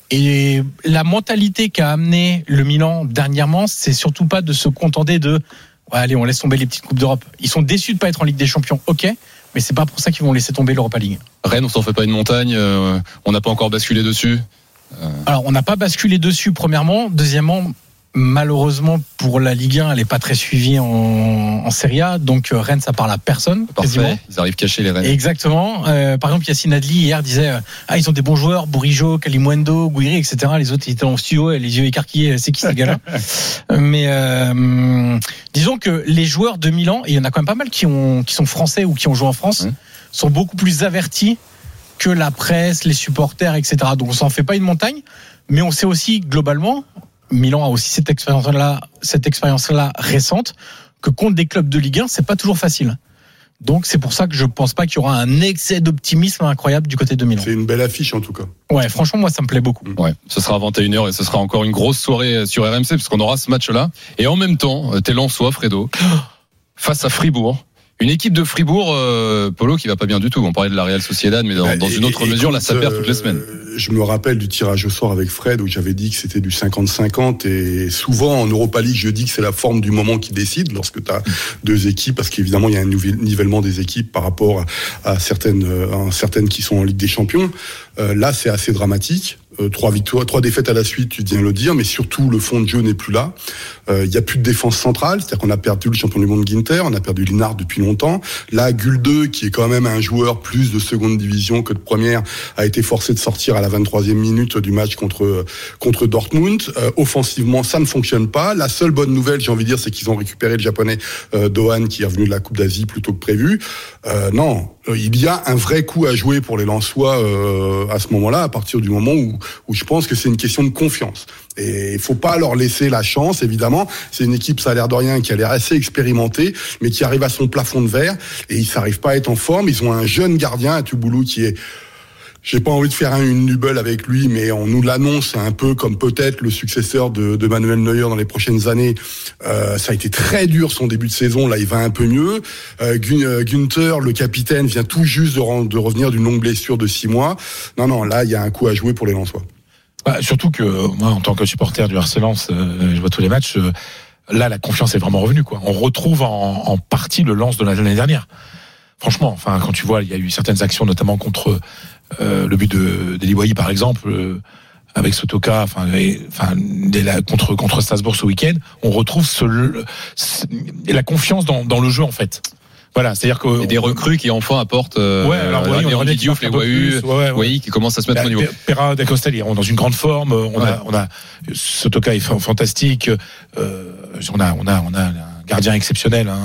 Et la mentalité qu'a amené le Milan dernièrement, c'est surtout pas de se contenter de ouais, allez, on laisse tomber les petites coupes d'Europe. Ils sont déçus de pas être en Ligue des Champions, ok, mais c'est pas pour ça qu'ils vont laisser tomber l'Europa League. Rennes, on s'en fait pas une montagne, euh, on n'a pas encore basculé dessus. Euh... Alors, on n'a pas basculé dessus, premièrement. Deuxièmement, malheureusement pour la Ligue un, elle n'est pas très suivie en, en Serie A, donc Rennes, ça parle à personne. Parfait, quasiment. Ils arrivent cachés les Rennes. Exactement. Euh, par exemple, Yacine Adli hier disait euh, ah ils ont des bons joueurs, Bourigeaud, Kalimundo, Guiri, et cetera. Les autres ils étaient en studio, les yeux écarquillés, c'est qui ces gars-là? Mais euh, disons que les joueurs de Milan, et il y en a quand même pas mal qui ont qui sont français ou qui ont joué en France, mmh. sont beaucoup plus avertis que la presse, les supporters, et cetera. Donc on s'en fait pas une montagne, mais on sait aussi globalement. Milan a aussi cette expérience-là, cette expérience-là récente, que contre des clubs de Ligue un, c'est pas toujours facile. Donc c'est pour ça que je pense pas qu'il y aura un excès d'optimisme incroyable du côté de Milan. C'est une belle affiche en tout cas. Ouais, franchement moi ça me plaît beaucoup. Ouais, ce sera à vingt et une heures et ce sera encore une grosse soirée sur R M C parce qu'on aura ce match-là. Et en même temps, t'es Lensois, Fredo, face à Fribourg. Une équipe de Fribourg, euh, Polo, qui va pas bien du tout. On parlait de la Real Sociedad, mais dans, bah, dans une autre et, mesure, écoute, là, ça perd toutes les semaines. Euh, je me rappelle du tirage au sort avec Fred, où j'avais dit que c'était du cinquante cinquante. Et souvent, en Europa League, je dis que c'est la forme du moment qui décide, lorsque tu as deux équipes, parce qu'évidemment, il y a un nivellement des équipes par rapport à certaines, à certaines qui sont en Ligue des Champions. Euh, là, c'est assez dramatique. Euh, trois victoires, trois défaites à la suite, tu viens le dire, mais surtout le fond de jeu n'est plus là. Il euh, y a plus de défense centrale, c'est-à-dire qu'on a perdu le champion du monde Ginter, on a perdu Linard depuis longtemps. Là, Gulde, qui est quand même un joueur plus de seconde division que de première, a été forcé de sortir à la vingt-troisième minute du match contre contre Dortmund. Euh, offensivement, ça ne fonctionne pas. La seule bonne nouvelle, j'ai envie de dire, c'est qu'ils ont récupéré le japonais euh, Dohan, qui est revenu de la Coupe d'Asie plus tôt que prévu. Euh, non, il y a un vrai coup à jouer pour les Lensois euh, à ce moment-là, à partir du moment où où je pense que c'est une question de confiance. Et il faut pas leur laisser la chance, évidemment. C'est une équipe, ça a l'air de rien, qui a l'air assez expérimentée, mais qui arrive à son plafond de verre, et ils n'arrivent pas à être en forme. Ils ont un jeune gardien, Atuboulou, qui est... J'ai pas envie de faire une nubble avec lui, mais on nous l'annonce un peu comme peut-être le successeur de, de Manuel Neuer dans les prochaines années. Euh, ça a été très dur son début de saison, là il va un peu mieux. Euh, Günther, le capitaine, vient tout juste de, re- de revenir d'une longue blessure de six mois. Non, non, là il y a un coup à jouer pour les Lensois. Bah, surtout que moi, en tant que supporter du R C Lens, euh, je vois tous les matchs. Euh, là, la confiance est vraiment revenue, quoi. On retrouve en, en partie le Lens de l'année dernière. Franchement, enfin, quand tu vois, il y a eu certaines actions, notamment contre euh, le but de d'Eliwayi, par exemple, euh, avec Sotoka, enfin, et, enfin, la, contre contre Strasbourg ce week-end, on retrouve ce, ce, la confiance dans, dans le jeu, en fait. Voilà, c'est-à-dire que et des recrues qui enfin apportent. Euh, ouais, alors oui, on les Diouf, les Wahu, ouais, ouais. qui commencent à se mettre bah, au niveau. Perra d'Acosta, ils sont dans une grande forme. On ouais. a, on a Sotoka est fantastique. Euh, on a, on a, on a un gardien exceptionnel. Hein.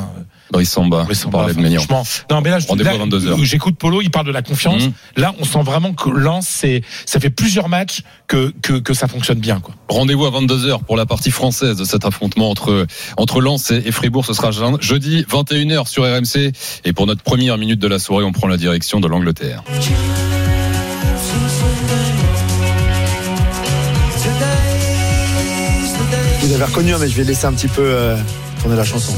Brice Samba, Brice on Samba, parlait de Maignan. franchement. Non, mais là, je, Rendez-vous là, à vingt-deux heures. J'écoute Polo, il parle de la confiance. Mmh. Là, on sent vraiment que Lens, c'est, ça fait plusieurs matchs que, que, que ça fonctionne bien, quoi. Rendez-vous à vingt-deux heures pour la partie française de cet affrontement entre, entre Lens et, et Fribourg. Ce sera jeudi vingt et une heures sur R M C. Et pour notre première minute de la soirée, on prend la direction de l'Angleterre. Vous avez reconnu, mais je vais laisser un petit peu euh, tourner la chanson.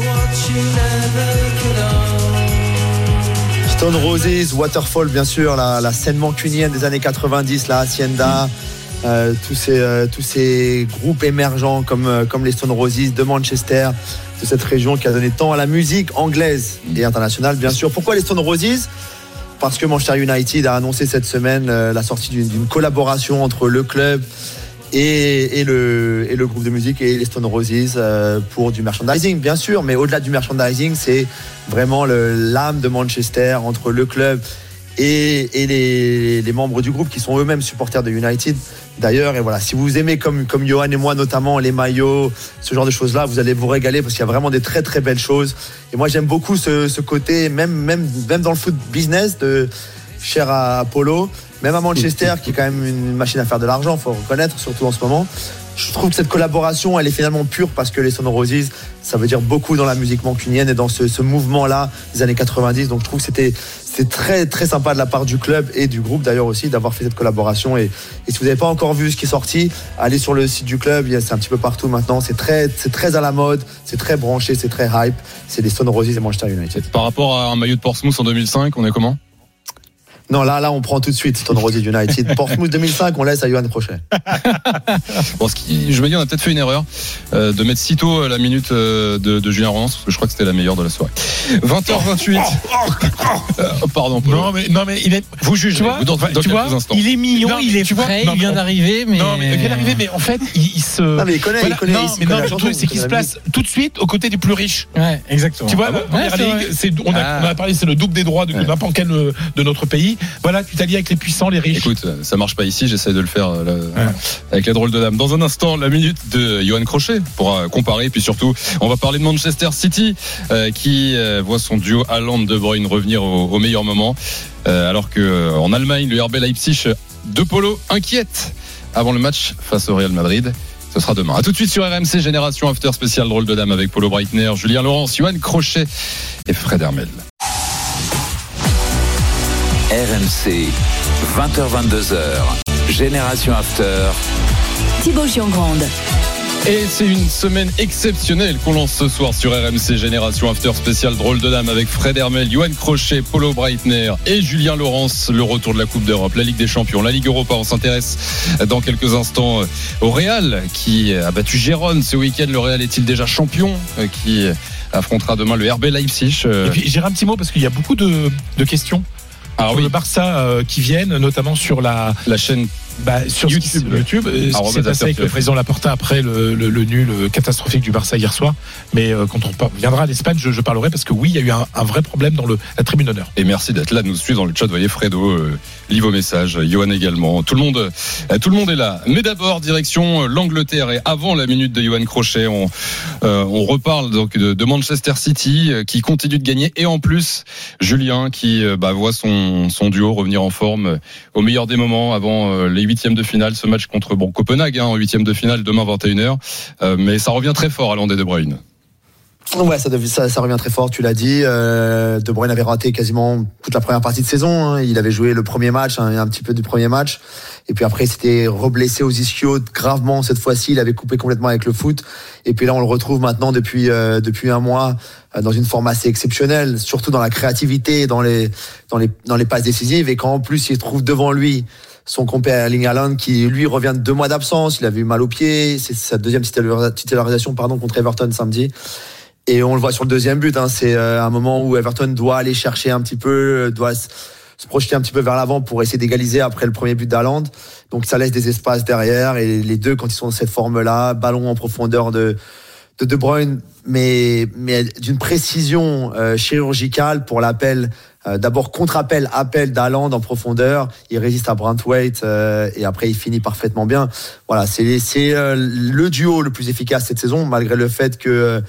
Stone Roses, Waterfall, bien sûr, la, la scène mancunienne des années quatre-vingt-dix, la Hacienda, euh, tous, ces, euh, tous ces groupes émergents comme, euh, comme les Stone Roses de Manchester, de cette région qui a donné tant à la musique anglaise et internationale, bien sûr. Pourquoi les Stone Roses ? Parce que Manchester United a annoncé cette semaine euh, la sortie d'une, d'une collaboration entre le club Et, et, le, et le groupe de musique et les Stone Roses euh, pour du merchandising, bien sûr, mais au-delà du merchandising, c'est vraiment le, l'âme de Manchester entre le club et, et les, les membres du groupe qui sont eux-mêmes supporters de United d'ailleurs. Et voilà, si vous aimez comme, comme Johan et moi notamment les maillots, ce genre de choses-là, vous allez vous régaler parce qu'il y a vraiment des très très belles choses. Et moi j'aime beaucoup ce, ce côté, même, même, même dans le foot business, de, cher à Polo. Même à Manchester, qui est quand même une machine à faire de l'argent, faut reconnaître, surtout en ce moment. Je trouve que cette collaboration, elle est finalement pure parce que les Stone Roses, ça veut dire beaucoup dans la musique mancunienne et dans ce, ce mouvement-là des années quatre-vingt-dix. Donc je trouve que c'était, c'était très très sympa de la part du club et du groupe d'ailleurs aussi d'avoir fait cette collaboration. Et, et si vous n'avez pas encore vu ce qui est sorti, allez sur le site du club, c'est un petit peu partout maintenant. C'est très, c'est très à la mode, c'est très branché, c'est très hype. C'est les Stone Roses et Manchester United. Par rapport à un maillot de Portsmouth en deux mille cinq, on est comment ? Non, là, là, on prend tout de suite Stone Roses United. Portsmouth deux mille cinq, on laisse à Johan Crochet. Bon, ce qui, je me dis, on a peut-être fait une erreur euh, de mettre si tôt la minute euh, de, de Julien Roland, parce que je crois que c'était la meilleure de la soirée. vingt heures vingt-huit. euh, pardon. Polo. Non, mais, non, mais il est. Vous jugez. Tu vois, vous dans, dans tu vois il est mignon, non, il est tu vois, frais, non, il vient on, d'arriver, mais. Non, mais il vient d'arriver, mais en fait, il, il se. Non, mais il connaît, voilà, il connaît. Non, il mais connaît non, la le chanson, truc, c'est qu'il se place tout de suite aux côtés des plus riches. Ouais, exactement. Tu vois, ah la bon première ouais, ligue, c'est, on, a, ah. on a parlé, c'est le double des droits de ouais. n'importe quel de notre pays. Voilà, tu t'allies avec les puissants, les riches. Écoute, ça marche pas ici, j'essaie de le faire là, ouais. avec les drôles de dames. Dans un instant, la minute de Johan Crochet pour euh, comparer, puis surtout, on va parler de Manchester City euh, qui euh, voit son duo Haaland-De Bruyne revenir au, au meilleur moment, euh, alors que euh, en Allemagne, le R B Leipzig de Polo inquiète avant le match face au Real Madrid. Ce sera demain. A tout de suite sur R M C, Génération After spécial drôle de dame avec Polo Breitner, Julien Laurence, Johan Crochet et Fred Hermel. R M C, vingt heures vingt-deux heures, Génération After. Thibaut Giangrande. Et c'est une semaine exceptionnelle qu'on lance ce soir sur R M C, Génération After spécial drôle de dame avec Fred Hermel, Johan Crochet, Polo Breitner et Julien Laurence. Le retour de la Coupe d'Europe, la Ligue des Champions, la Ligue Europa. On s'intéresse dans quelques instants au Real qui a battu Gérone ce week-end. Le Real est-il déjà champion, qui affrontera demain le R B Leipzig? Et puis j'irai un petit mot parce qu'il y a beaucoup de, de questions. Alors, sur oui. le Barça euh, qui viennent, notamment sur la, la chaîne bah, sur YouTube. YouTube. Ce qui s'est passé avec le président Laporta après le, le, le nul catastrophique du Barça hier soir. Mais euh, quand on viendra à l'Espagne, je, je parlerai parce que oui, il y a eu un, un vrai problème dans le, la tribune d'honneur. Et merci d'être là, de nous suivre dans le chat. Vous voyez, Fredo euh, lit vos messages, Johan également. Tout le monde, euh, tout le monde est là. Mais d'abord, direction l'Angleterre. Et avant la minute de Johan Crochet, on, euh, on reparle donc de, de Manchester City euh, qui continue de gagner. Et en plus, Julien qui euh, bah, voit son, son duo revenir en forme euh, au meilleur des moments avant euh, les huitièmes de finale. Ce match contre bon, Copenhague hein, en huitième de finale demain vingt et une heures. Euh, mais ça revient très fort à Haaland et De Bruyne. Ouais, ça, ça, ça revient très fort, tu l'as dit. Euh, De Bruyne avait raté quasiment toute la première partie de saison. Hein. Il avait joué le premier match, hein, un petit peu du premier match. Et puis après, il s'était reblessé aux ischios gravement cette fois-ci. Il avait coupé complètement avec le foot. Et puis là, on le retrouve maintenant depuis euh, depuis un mois euh, dans une forme assez exceptionnelle, surtout dans la créativité, dans les dans les dans les passes décisives. Et quand en plus il se trouve devant lui son compère Erling Haaland qui lui revient de deux mois d'absence, il avait eu mal au pied. C'est sa deuxième titularisation pardon contre Everton samedi. Et on le voit sur le deuxième but, hein, c'est un moment où Everton doit aller chercher un petit peu, doit se projeter un petit peu vers l'avant pour essayer d'égaliser après le premier but d'Haaland. Donc ça laisse des espaces derrière et les deux, quand ils sont dans cette forme-là, ballon en profondeur de de, de Bruyne, mais mais d'une précision euh, chirurgicale pour l'appel. Euh, d'abord contre-appel, appel d'Haaland en profondeur, il résiste à Branthwaite euh, et après il finit parfaitement bien. Voilà, c'est c'est euh, le duo le plus efficace cette saison, malgré le fait que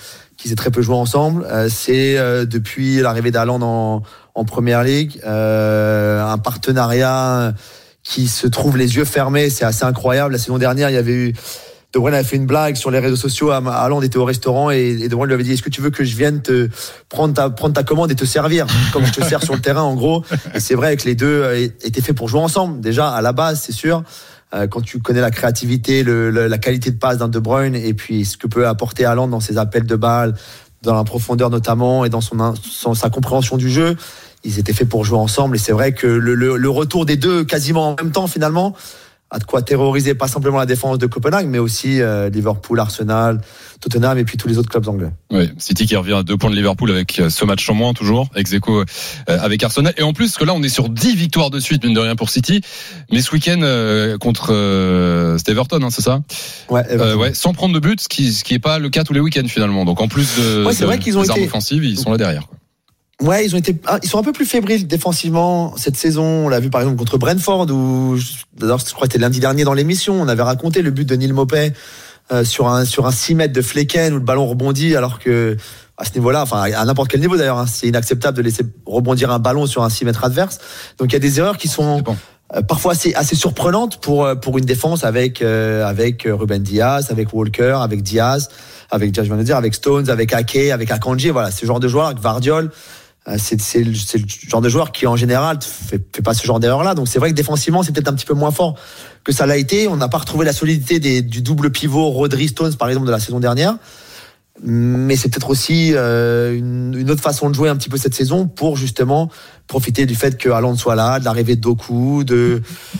qu'ils aient très peu joué ensemble. Euh, c'est euh, depuis l'arrivée d'Haaland en, en Premier League, euh, un partenariat qui se trouve les yeux fermés, c'est assez incroyable. La saison dernière, il y avait eu De Bruyne avait fait une blague sur les réseaux sociaux. Haaland était au restaurant et, et De Bruyne lui avait dit: est-ce que tu veux que je vienne te prendre ta, prendre ta commande et te servir comme je te sers sur le terrain, en gros. Et c'est vrai que les deux étaient faits pour jouer ensemble. Déjà, à la base, c'est sûr. Euh, quand tu connais la créativité, le, le, la qualité de passe d'un De Bruyne et puis ce que peut apporter Haaland dans ses appels de balle, dans la profondeur notamment et dans son, son, sa compréhension du jeu, ils étaient faits pour jouer ensemble. Et c'est vrai que le, le, le retour des deux quasiment en même temps, finalement, a de quoi terroriser pas simplement la défense de Copenhague, mais aussi euh, Liverpool, Arsenal, Tottenham et puis tous les autres clubs anglais. Oui, City qui revient à deux points de Liverpool avec ce match en moins toujours, ex-aequo euh, avec Arsenal. Et en plus, que là, on est sur dix victoires de suite, mine de rien pour City. Mais ce week-end euh, contre euh, c'était Everton, hein, c'est ça? Ouais, euh, ouais, sans prendre de but, ce qui ce qui est pas le cas tous les week-ends finalement. Donc en plus de, ouais, c'est de vrai qu'ils ont des été... armes offensives, ils sont là derrière, quoi. Ouais, ils ont été, ils sont un peu plus fébriles défensivement cette saison. On l'a vu par exemple contre Brentford, où d'ailleurs je crois que c'était lundi dernier dans l'émission, on avait raconté le but de Neil Maupay euh, sur un sur un six mètres de Flecken où le ballon rebondit, alors que à ce niveau-là, enfin à n'importe quel niveau d'ailleurs, hein, c'est inacceptable de laisser rebondir un ballon sur un six mètres adverse. Donc il y a des erreurs qui sont bon. euh, parfois assez assez surprenantes pour pour une défense avec euh, avec Ruben Dias, avec Walker, avec Diaz, avec Diaz, je viens de dire, avec Stones, avec Ake, avec Akanji. Voilà, ce genre de joueurs, avec Vardiol. C'est, c'est, c'est le genre de joueur qui en général fait, fait pas ce genre d'erreur là. Donc c'est vrai que défensivement c'est peut-être un petit peu moins fort que ça l'a été. On n'a pas retrouvé la solidité des, du double pivot Rodri Stones par exemple de la saison dernière. Mais c'est peut-être aussi euh, une, une autre façon de jouer un petit peu cette saison pour justement profiter du fait que Haaland soit là, de l'arrivée de Doku, de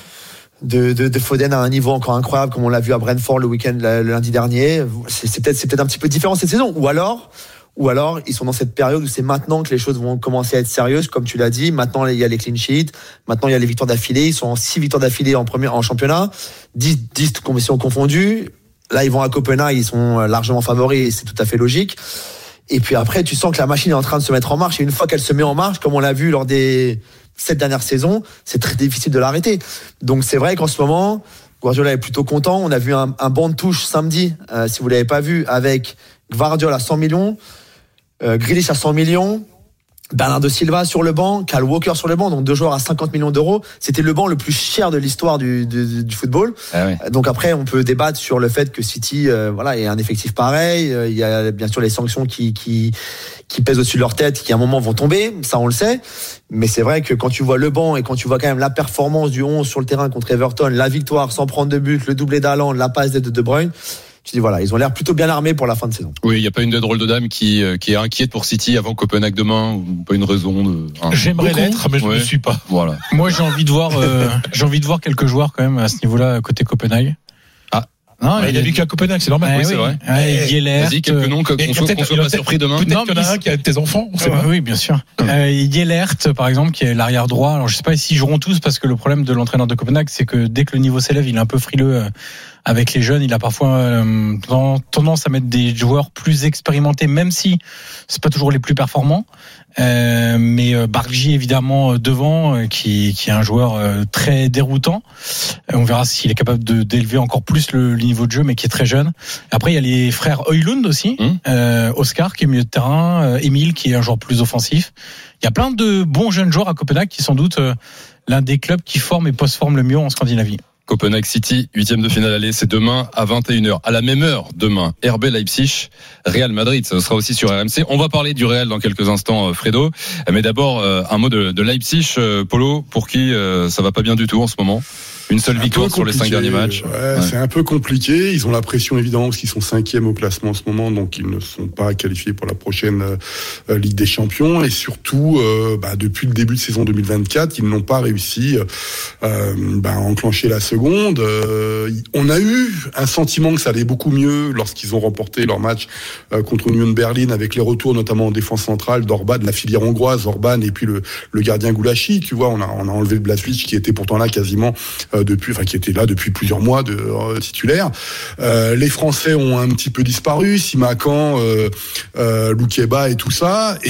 de, de, de Foden à un niveau encore incroyable comme on l'a vu à Brentford le week-end le, le lundi dernier. C'est, c'est peut-être c'est peut-être un petit peu différent cette saison. Ou alors Ou alors, ils sont dans cette période où c'est maintenant que les choses vont commencer à être sérieuses, comme tu l'as dit. Maintenant, il y a les clean sheets. Maintenant, il y a les victoires d'affilée. Ils sont en six victoires d'affilée en premier, en championnat. dix, dix compétitions confondues. Là, ils vont à Copenhague. Ils sont largement favoris et c'est tout à fait logique. Et puis après, tu sens que la machine est en train de se mettre en marche. Et une fois qu'elle se met en marche, comme on l'a vu lors des sept dernières saisons, c'est très difficile de l'arrêter. Donc, c'est vrai qu'en ce moment, Guardiola est plutôt content. On a vu un, un banc de touche samedi, euh, si vous l'avez pas vu, avec Gvardiol à cent millions. Euh, Grealish à cent millions, Bernardo Silva sur le banc, Kyle Walker sur le banc, donc deux joueurs à cinquante millions d'euros. C'était le banc le plus cher de l'histoire du, du, du football. Ah oui. Donc après, on peut débattre sur le fait que City, euh, voilà, ait un effectif pareil. Euh, il y a bien sûr les sanctions qui qui qui pèsent au-dessus de leur tête, qui à un moment vont tomber. Ça, on le sait. Mais c'est vrai que quand tu vois le banc et quand tu vois quand même la performance du onze sur le terrain contre Everton, la victoire sans prendre de but, le doublé d'Haaland, la passe de De Bruyne. Tu dis voilà, ils ont l'air plutôt bien armés pour la fin de saison. Oui, il n'y a pas une drôle de dame qui qui est inquiète pour City avant Copenhague demain, ou pas une raison de. Hein. J'aimerais Beaucoup. l'être, mais je ne ouais. le suis pas. Voilà. Moi, j'ai envie de voir, euh, j'ai envie de voir quelques joueurs quand même à ce niveau-là côté Copenhague. Ah. Non, il, il a vécu à Copenhague, c'est normal. Ah, oui, oui, c'est vrai. Ah, et Yelert. Vas-y, quelques noms qu'on soit, qu'on soit pas surpris demain. Peut-être qu'il y en a un qui a tes enfants. On sait euh, pas. Oui, bien sûr. Euh, Yelert, par exemple, qui est l'arrière droit. Alors, je sais pas s'ils joueront tous parce que le problème de l'entraîneur de Copenhague, c'est que dès que le niveau s'élève, il est un peu frileux. Euh, Avec les jeunes, il a parfois euh, tendance à mettre des joueurs plus expérimentés, même si c'est pas toujours les plus performants. Euh, mais euh, Bargy évidemment devant, euh, qui, qui est un joueur euh, très déroutant. Euh, on verra s'il est capable de d'élever encore plus le, le niveau de jeu, mais qui est très jeune. Après, il y a les frères Højlund aussi, mmh. euh, Oscar qui est milieu de terrain, euh, Emile qui est un joueur plus offensif. Il y a plein de bons jeunes joueurs à Copenhague qui est sans doute euh, l'un des clubs qui forme et post-forme le mieux en Scandinavie. Copenhague City, huitième de finale aller, c'est demain à vingt et une heures. À la même heure, demain, R B Leipzig, Real Madrid, ça sera aussi sur R M C. On va parler du Real dans quelques instants, Fredo. Mais d'abord, un mot de, de Leipzig, Polo, pour qui ça va pas bien du tout en ce moment. Une seule victoire sur les cinq derniers matchs. Ouais, ouais. C'est un peu compliqué. Ils ont la pression évidemment parce qu'ils sont cinquième au classement en ce moment, donc ils ne sont pas qualifiés pour la prochaine euh, Ligue des Champions. Et surtout, euh, bah, depuis le début de saison deux mille vingt-quatre, ils n'ont pas réussi euh, bah, à enclencher la seconde. Euh, on a eu un sentiment que ça allait beaucoup mieux lorsqu'ils ont remporté leur match euh, contre Union Berlin, avec les retours notamment en défense centrale d'Orban, de la filière hongroise, Orban, et puis le, le gardien Goulashi. Tu vois, on a, on a enlevé le Blažević qui était pourtant là quasiment euh, depuis, enfin qui était là depuis plusieurs mois de euh, titulaire. Euh, les Français ont un petit peu disparu, Simakan, euh, euh, Loukeba et tout ça. Et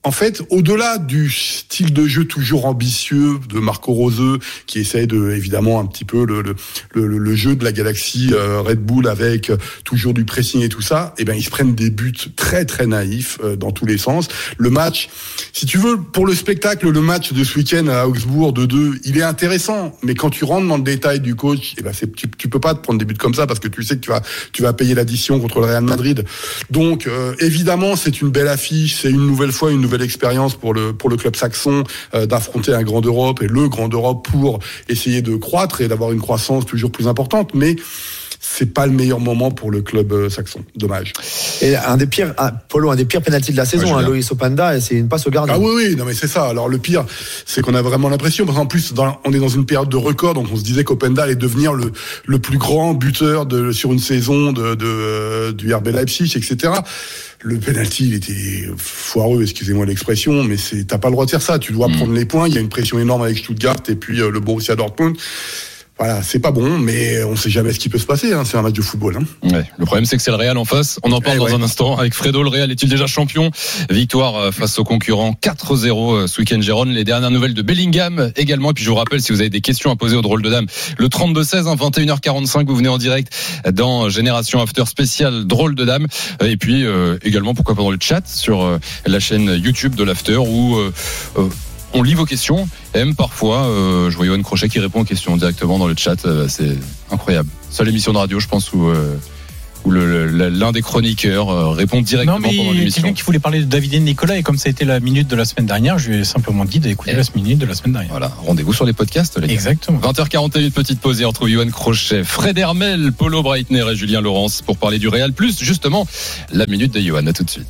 En fait, au-delà du style de jeu toujours ambitieux de Marco Rose, qui essaie de, évidemment, un petit peu le, le, le, le jeu de la galaxie euh, Red Bull avec euh, toujours du pressing et tout ça, eh ben, ils se prennent des buts très, très naïfs euh, dans tous les sens. Le match, si tu veux, pour le spectacle, le match de ce week-end à Augsbourg de deux, il est intéressant, mais quand tu rentres dans le détail du coach, eh ben, c'est, tu, tu peux pas te prendre des buts comme ça parce que tu sais que tu vas, tu vas payer l'addition contre le Real Madrid. Donc, euh, évidemment, c'est une belle affiche, c'est une nouvelle fois une nouvelle nouvelle expérience pour le pour le club saxon euh, d'affronter un grand d'Europe et le grand d'Europe pour essayer de croître et d'avoir une croissance toujours plus importante, mais c'est pas le meilleur moment pour le club euh, saxon. Dommage. Et un des pires, un, Polo, un des pires pénaltys de la saison, ouais, hein, Loïs Openda, et c'est une passe au gardien. Ah oui, oui, non mais c'est ça. Alors le pire, c'est qu'on a vraiment l'impression, parce qu'en plus, dans, on est dans une période de record, donc on se disait qu'Openda allait devenir le le plus grand buteur de sur une saison de, de euh, du R B Leipzig, et cetera. Le penalty, il était foireux, excusez-moi l'expression, mais c'est, t'as pas le droit de faire ça. Tu dois mmh. prendre les points. Il y a une pression énorme avec Stuttgart et puis euh, le Borussia Dortmund. Voilà, c'est pas bon, mais on sait jamais ce qui peut se passer. Hein. C'est un match de football. Hein. Ouais, le problème, c'est que c'est le Real en face. On en parle eh dans ouais. un instant avec Fredo. Le Real est-il déjà champion? Victoire face aux concurrents quatre zéro ce week-end, Jérôme. Les dernières nouvelles de Bellingham également. Et puis je vous rappelle, si vous avez des questions à poser aux drôles de dames, le trente-deux seize, hein, vingt et une heures quarante-cinq, vous venez en direct dans Génération After spécial drôle de dames. Et puis euh, également, pourquoi pas dans le chat sur euh, la chaîne YouTube de l'After où euh, euh, on lit vos questions, et même parfois, euh, je vois Yoann Crochet qui répond aux questions directement dans le chat. Euh, c'est incroyable. Seule émission de radio, je pense, où, euh, où le, le, l'un des chroniqueurs euh, répond directement non, mais pendant l'émission. Quelqu'un qui voulait parler de David et Nicolas, et comme ça a été la minute de la semaine dernière, je lui ai simplement dit d'écouter la minute de la semaine dernière. Voilà, rendez-vous sur les podcasts, les gars. Exactement. vingt heures quarante et une, petite pause, et on retrouve Yoann Crochet, Fred Hermel, Polo Breitner et Julien Laurence pour parler du Real, plus justement la minute de Yoann. À tout de suite.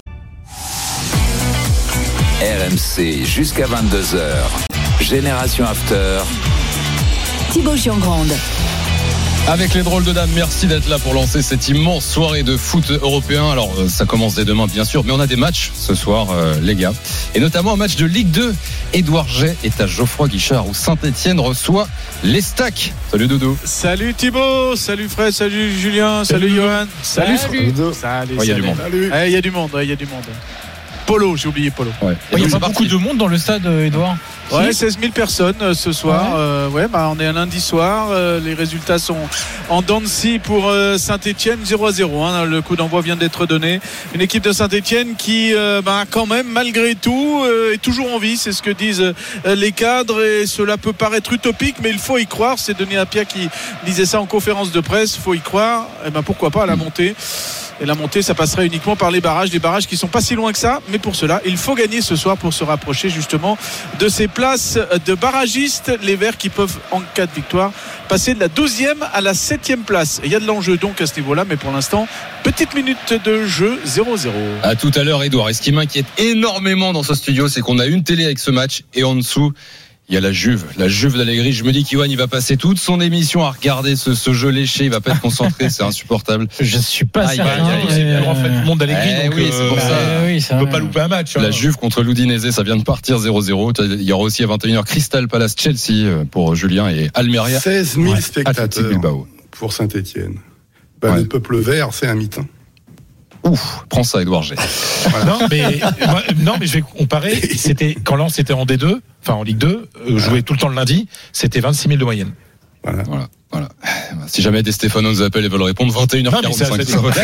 R M C jusqu'à vingt-deux heures. Génération After. Thibaut Giangrande. Avec les drôles de dames, merci d'être là pour lancer cette immense soirée de foot européen. Alors, ça commence dès demain, bien sûr, mais on a des matchs ce soir, euh, les gars. Et notamment un match de Ligue deux. Édouard Jay est à Geoffroy Guichard, où Saint-Etienne reçoit l'Estac. Salut Doudou. Salut Thibaut, salut Fred, salut Julien, salut, salut Johan. Salut. Salut. Salut. Salut. Il y a du monde. Il hey, y a du monde, il ouais, y a du monde. Polo, j'ai oublié Polo. Ouais. Il ouais, y a pas beaucoup de monde dans le stade, Edouard. Ouais, seize mille personnes euh, ce soir. Ouais, euh, ouais bah, on est un lundi soir. Euh, les résultats sont en dents de scie pour euh, Saint-Etienne, zéro à zéro. Hein, le coup d'envoi vient d'être donné. Une équipe de Saint-Etienne qui, euh, bah, quand même, malgré tout, euh, est toujours en vie. C'est ce que disent euh, les cadres. Et cela peut paraître utopique, mais il faut y croire. C'est Denis Appia qui disait ça en conférence de presse. Il faut y croire. Et ben, pourquoi pas à la montée. Et la montée, ça passerait uniquement par les barrages, des barrages qui sont pas si loin que ça, mais pour cela, il faut gagner ce soir pour se rapprocher justement de ces places de barragistes, les Verts qui peuvent, en cas de victoire, passer de la douzième à la septième place. Et il y a de l'enjeu donc à ce niveau-là, mais pour l'instant, petite minute de jeu, zéro zéro. À tout à l'heure, Edouard. Et ce qui m'inquiète énormément dans ce studio, c'est qu'on a une télé avec ce match, et en dessous, il y a la Juve, la Juve d'Allegri. Je me dis qu'Yoann, il va passer toute son émission à regarder ce, ce jeu léché. Il va pas être concentré, c'est insupportable. Je suis pas certain. C'est le grand fait du monde d'Allegri, eh donc oui, c'est pour euh, ça. Eh oui, ça on peut pas louper un match. La hein. Juve contre l'Udinese, ça vient de partir zéro zéro. Il y aura aussi à vingt et une heures Crystal Palace Chelsea pour Julien et Almeria. seize mille ouais, spectateurs pour Saint-Etienne. Ben, ouais. Le peuple vert, c'est un mythe. Ouf, prends ça, Edouard G. Voilà. Non, mais, moi, non, mais je vais comparer. C'était, quand Lens était en D deux, enfin en Ligue deux, euh, jouait tout le temps le lundi, c'était vingt-six mille de moyenne. Voilà. voilà. Voilà. Si jamais des Stéphano nous appellent et veulent répondre, vingt et une heures quarante-cinq.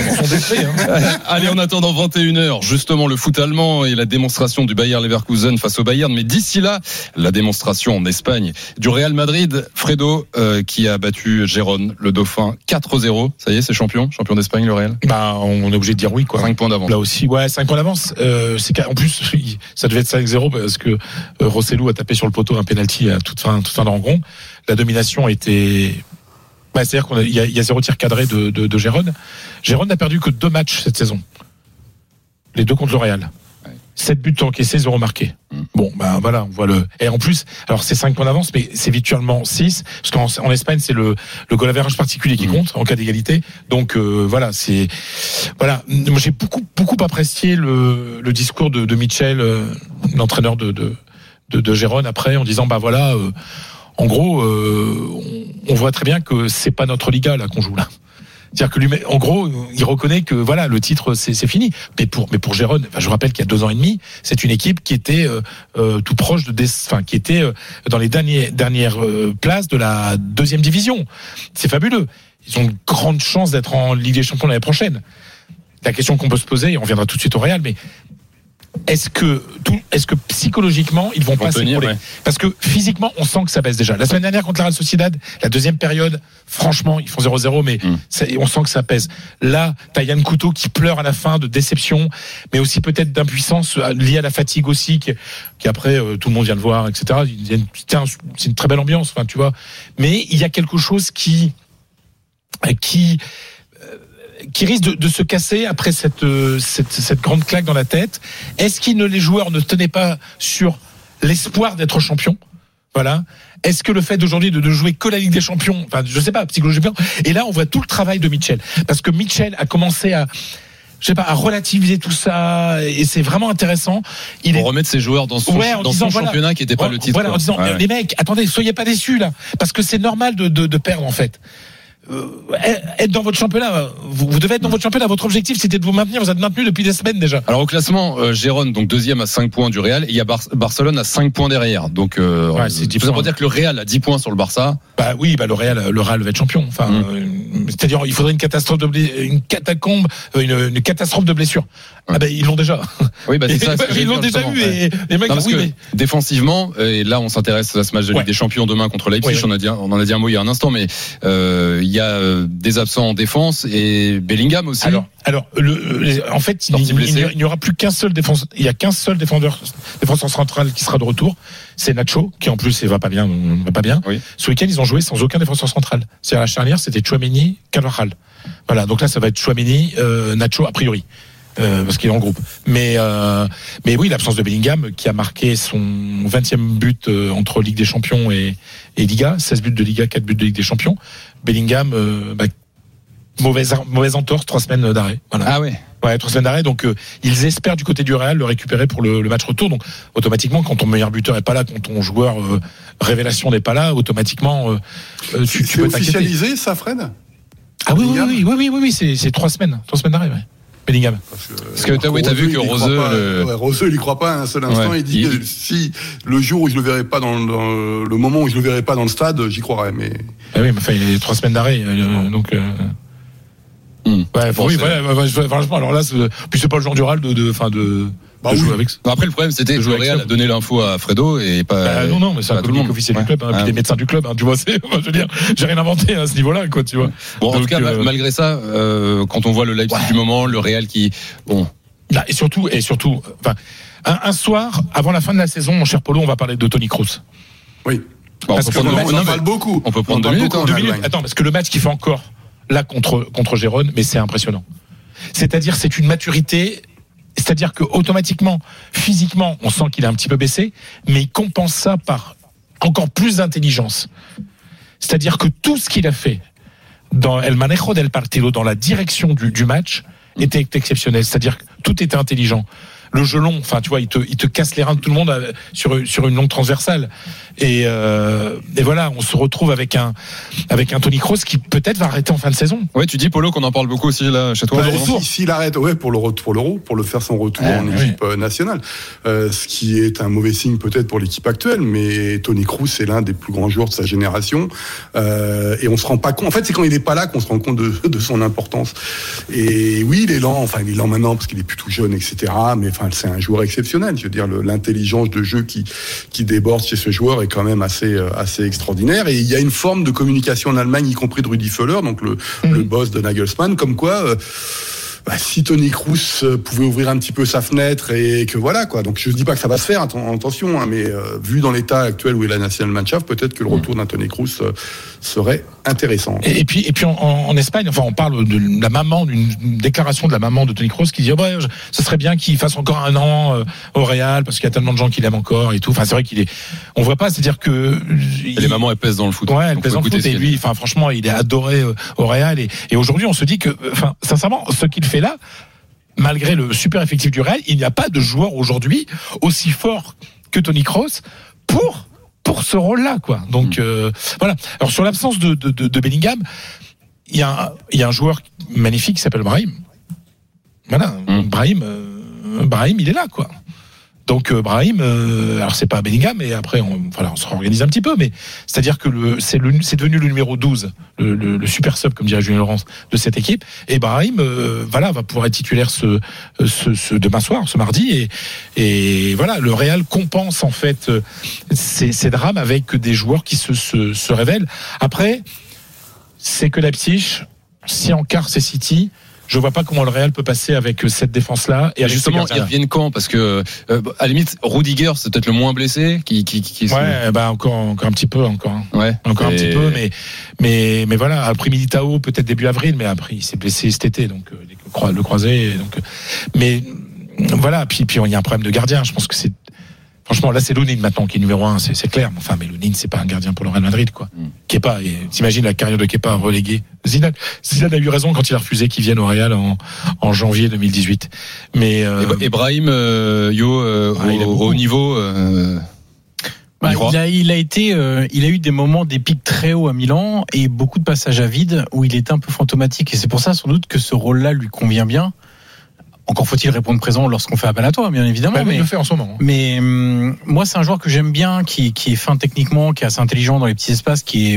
Allez, en attendant vingt et une heures, justement le foot allemand et la démonstration du Bayer Leverkusen face au Bayern. Mais d'ici là, la démonstration en Espagne du Real Madrid. Fredo euh, qui a battu Gérone, le Dauphin, quatre zéro. Ça y est, c'est champion, champion d'Espagne le Real. Bah, on est obligé de dire oui, quoi. cinq points d'avance. Là aussi, ouais, cinq points d'avance. Euh, c'est qu'en plus, ça devait être cinq zéro parce que euh, Rossellou a tapé sur le poteau un penalty à toute fin, toute fin de rencontre. La domination était Bah, c'est-à-dire qu'il y a, y a zéro tir cadré de, de, de Gérone. Gérone n'a perdu que deux matchs cette saison. Les deux contre le Real. Ouais. Sept buts encaissés, zéro marqué. Mmh. Bon, ben bah, voilà, on voit le. Et en plus, alors c'est cinq points d'avance, mais c'est virtuellement six, parce qu'en en Espagne, c'est le, le goal average particulier qui mmh. compte en cas d'égalité. Donc euh, voilà, c'est. Voilà. Moi, j'ai beaucoup, beaucoup apprécié le, le discours de, de Michel, euh, l'entraîneur de, de, de, de Gérone, après, en disant bah voilà. Euh, En gros, euh, on voit très bien que c'est pas notre Liga là qu'on joue là. C'est-à-dire que lui, en gros, il reconnaît que voilà, le titre c'est, c'est fini. Mais pour mais pour Gérone, enfin, je rappelle qu'il y a deux ans et demi, c'est une équipe qui était euh, euh, tout proche de, des, enfin qui était euh, dans les derniers, dernières euh, places de la deuxième division. C'est fabuleux. Ils ont une grande chance d'être en Ligue des Champions l'année prochaine. La question qu'on peut se poser, et on reviendra tout de suite au Real, mais est-ce que tout, est-ce que psychologiquement ils vont, ils vont pas s'écrouler ? Ouais. Parce que physiquement on sent que ça baisse déjà. La semaine dernière contre la Real Sociedad, la deuxième période, franchement ils font zéro zéro, mais mm. ça, on sent que ça pèse. Là, t'as Yann Couteau qui pleure à la fin de déception, mais aussi peut-être d'impuissance liée à la fatigue aussi, qui, qui après euh, tout le monde vient le voir, et cetera. Il y a une, c'est une très belle ambiance, enfin tu vois. Mais il y a quelque chose qui qui qui risque de, de se casser après cette, cette, cette grande claque dans la tête. Est-ce que les joueurs ne tenaient pas sur l'espoir d'être champion ? Voilà. Est-ce que le fait d'aujourd'hui de ne jouer que la Ligue des Champions, enfin, je sais pas, psychologiquement. Et là, on voit tout le travail de Mitchell. Parce que Mitchell a commencé à, je sais pas, à relativiser tout ça, et c'est vraiment intéressant. Il Pour est... remettre ses joueurs dans son, ouais, dans disant, son voilà, championnat qui n'était pas voilà, le titre. Voilà, en disant, ouais, les ouais. mecs, attendez, soyez pas déçus, là. Parce que c'est normal de, de, de perdre, en fait. Euh, être dans votre championnat, vous, vous devez être dans votre championnat. Votre objectif, c'était de vous maintenir. Vous êtes maintenu depuis des semaines déjà. Alors au classement, euh, Gérone donc deuxième à cinq points du Real, et il y a Bar- Barcelone à cinq points derrière. Donc euh, ouais, c'est tout ça pour dire que le Real a dix points sur le Barça. Bah oui, bah le Real, le Real va être champion. Enfin, mmh. euh, c'est-à-dire il faudrait une catastrophe de blé- une catacombe, une, une catastrophe de blessures. Ah bah ils l'ont déjà. Oui, bah c'est ça. C'est ils l'ont déjà eu. Ouais. Et les mecs, non, parce oui, que mais... défensivement, et là on s'intéresse à ce match de Ligue ouais. des Champions demain contre Leipzig. Ouais, ouais. On a dit, on en a dit un mot il y a un instant, mais euh, il y a des absents en défense et Bellingham aussi. Alors, alors, le, en fait, il, il, il n'y aura plus qu'un seul défenseur. Il y a qu'un seul défenseur, défenseur central qui sera de retour. C'est Nacho, qui en plus, il va pas bien, va pas bien. Oui. Ce week-end, ils ont joué sans aucun défenseur central. C'est à la charnière, c'était Tchouaméni, Carvajal. Voilà. Donc là, ça va être Tchouaméni, euh, Nacho a priori. Euh, parce qu'il est en groupe. Mais euh, mais oui, l'absence de Bellingham qui a marqué son vingtième but euh, entre Ligue des Champions et, et Liga, seize buts de Liga, quatre buts de Ligue des Champions. Bellingham, euh, bah, mauvaise mauvaise entorse, trois semaines d'arrêt. Voilà. Ah ouais. Ouais, trois semaines d'arrêt. Donc euh, ils espèrent du côté du Real le récupérer pour le, le match retour. Donc automatiquement, quand ton meilleur buteur est pas là, quand ton joueur euh, révélation n'est pas là, automatiquement euh, tu, c'est, tu peux c'est officialisé ça, Fred ? Ah oui oui, oui oui oui oui oui oui, c'est c'est trois semaines, trois semaines d'arrêt. Ouais. Bellingham. Parce que, Parce que t'as, oui, t'as vu que Roseux, le... ouais, Roseux, il y croit pas un seul instant. Ouais, il dit il... que si le jour où je le verrai pas dans, dans le moment où je le verrai pas dans le stade, j'y croirais. Mais ah oui, mais enfin, il y a trois semaines d'arrêt, euh, donc. Euh... Mmh. Ouais, bon, oui, ouais, ouais, ouais, franchement, alors là, c'est... puis c'est pas le genre du Real de, de, enfin de. Bah de oui. jouer avec. Après, le problème, c'était que le Real a donné l'info à Fredo et pas. Bah, non, non, mais c'est un communiqué officiel du club, hein, ah. puis des médecins du club, hein, tu vois, c'est, je veux dire, j'ai rien inventé à ce niveau-là, quoi, tu vois. Bon, donc, en tout cas, euh... malgré ça, euh, quand on voit le Leipzig ouais. du moment, le Real qui, bon. Là, et surtout, et surtout, enfin, un, un soir, avant la fin de la saison, mon cher Polo, on va parler de Toni Kroos. Oui. Bon, parce qu'on en, en parle beaucoup. On peut prendre deux minutes, deux minutes. Attends, parce que le match qu'il fait encore, là, contre, contre Gérone, mais c'est impressionnant. C'est-à-dire, c'est une maturité. C'est-à-dire que automatiquement, physiquement, on sent qu'il a un petit peu baissé, mais il compense ça par encore plus d'intelligence. C'est-à-dire que tout ce qu'il a fait dans El Manejo del Partido, dans la direction du, du match, était exceptionnel. C'est-à-dire que tout était intelligent. Le jeu long, enfin, tu vois, il te, il te casse les reins de tout le monde sur, sur une longue transversale. Et, euh, et voilà, on se retrouve avec un, avec un Toni Kroos qui peut-être va arrêter en fin de saison. Ouais, tu dis, Polo, qu'on en parle beaucoup aussi, là, chez toi. Bah, si, s'il arrête, ouais, pour le, pour l'Euro, pour le faire son retour ah, en oui. équipe nationale. Euh, ce qui est un mauvais signe peut-être pour l'équipe actuelle, mais Toni Kroos, c'est l'un des plus grands joueurs de sa génération. Euh, et on se rend pas compte. En fait, c'est quand il est pas là qu'on se rend compte de, de son importance. Et oui, il est lent, enfin, il est lent maintenant parce qu'il est plus tout jeune, et cetera. Mais enfin, c'est un joueur exceptionnel. Je veux dire, le, l'intelligence de jeu qui, qui déborde chez ce joueur est quand même assez, assez extraordinaire. Et il y a une forme de communication en Allemagne, y compris de Rudi Völler, donc le, mmh. le boss de Nagelsmann, comme quoi, euh, bah, si Toni Kroos pouvait ouvrir un petit peu sa fenêtre et que voilà, quoi. Donc je ne dis pas que ça va se faire, attention, hein, mais euh, vu dans l'état actuel où est la Nationalmannschaft, peut-être que le retour d'un Toni Kroos euh, serait intéressant. Et, et puis, et puis en, en Espagne, enfin, on parle de la maman, d'une déclaration de la maman de Toni Kroos qui dit oh, bah, ce serait bien qu'il fasse encore un an euh, au Real parce qu'il y a tellement de gens qui l'aiment encore et tout. Enfin, c'est vrai qu'il est. On voit pas, c'est-à-dire que il... les mamans elles pèsent dans le foot. Ouais, elles pèsent dans le foot et lui, enfin, franchement, il est adoré euh, au Real et, et aujourd'hui, on se dit que, enfin, sincèrement, ce qu'il fait là, malgré le super effectif du Real, il n'y a pas de joueur aujourd'hui aussi fort que Toni Kroos pour pour ce rôle-là, quoi. Donc mmh. euh, voilà. Alors sur l'absence de, de, de, de Bellingham, il y a un, il y a un joueur magnifique qui s'appelle Brahim. Voilà, mmh. Brahim, euh, Brahim, il est là, quoi. Donc euh, Brahim, euh, alors c'est pas Bellingham, mais après on, voilà, on se réorganise un petit peu, mais c'est-à-dire que le, c'est, le, c'est devenu le numéro douze, le, le, le super sub, comme dirait Julien Laurence, de cette équipe. Et Brahim, euh, voilà, va pouvoir être titulaire ce, ce, ce demain soir, ce mardi, et, et voilà, le Real compense en fait ces, ces drames avec des joueurs qui se, se, se révèlent. Après, c'est que Leipzig, si en quart c'est City. Je vois pas comment le Real peut passer avec cette défense-là. Et justement, ils reviennent quand ? Parce que, euh, à la limite, Rudiger, c'est peut-être le moins blessé. Qui, qui, qui ouais, bah encore, encore un petit peu, encore. Ouais. Encore et... un petit peu, mais, mais, mais voilà. Après Militao, peut-être début avril, mais après il s'est blessé cet été, donc le, le croisé. Donc, mais voilà. Puis, puis il y a un problème de gardien. Je pense que c'est. Franchement, là, c'est Lunin maintenant qui est numéro un, c'est, c'est clair. Enfin, mais Lunin, c'est pas un gardien pour le Real Madrid, quoi. Mm. Kepa, et, t'imagines la carrière de Kepa reléguée. Zidane, Zidane a eu raison quand il a refusé qu'il vienne au Real en, en janvier deux mille dix-huit. Mais euh... et Brahim, euh, Yo, euh, ah, au, au niveau. Euh... Bah, il a, il a été, euh, il a eu des moments des pics très hauts à Milan et beaucoup de passages à vide où il était un peu fantomatique. Et c'est pour ça, sans doute, que ce rôle-là lui convient bien. Encore faut-il répondre présent lorsqu'on fait appel à toi, bien évidemment. Bah, mais il le fait en ce moment. Mais hum, moi, c'est un joueur que j'aime bien, qui, qui est fin techniquement, qui est assez intelligent dans les petits espaces, qui est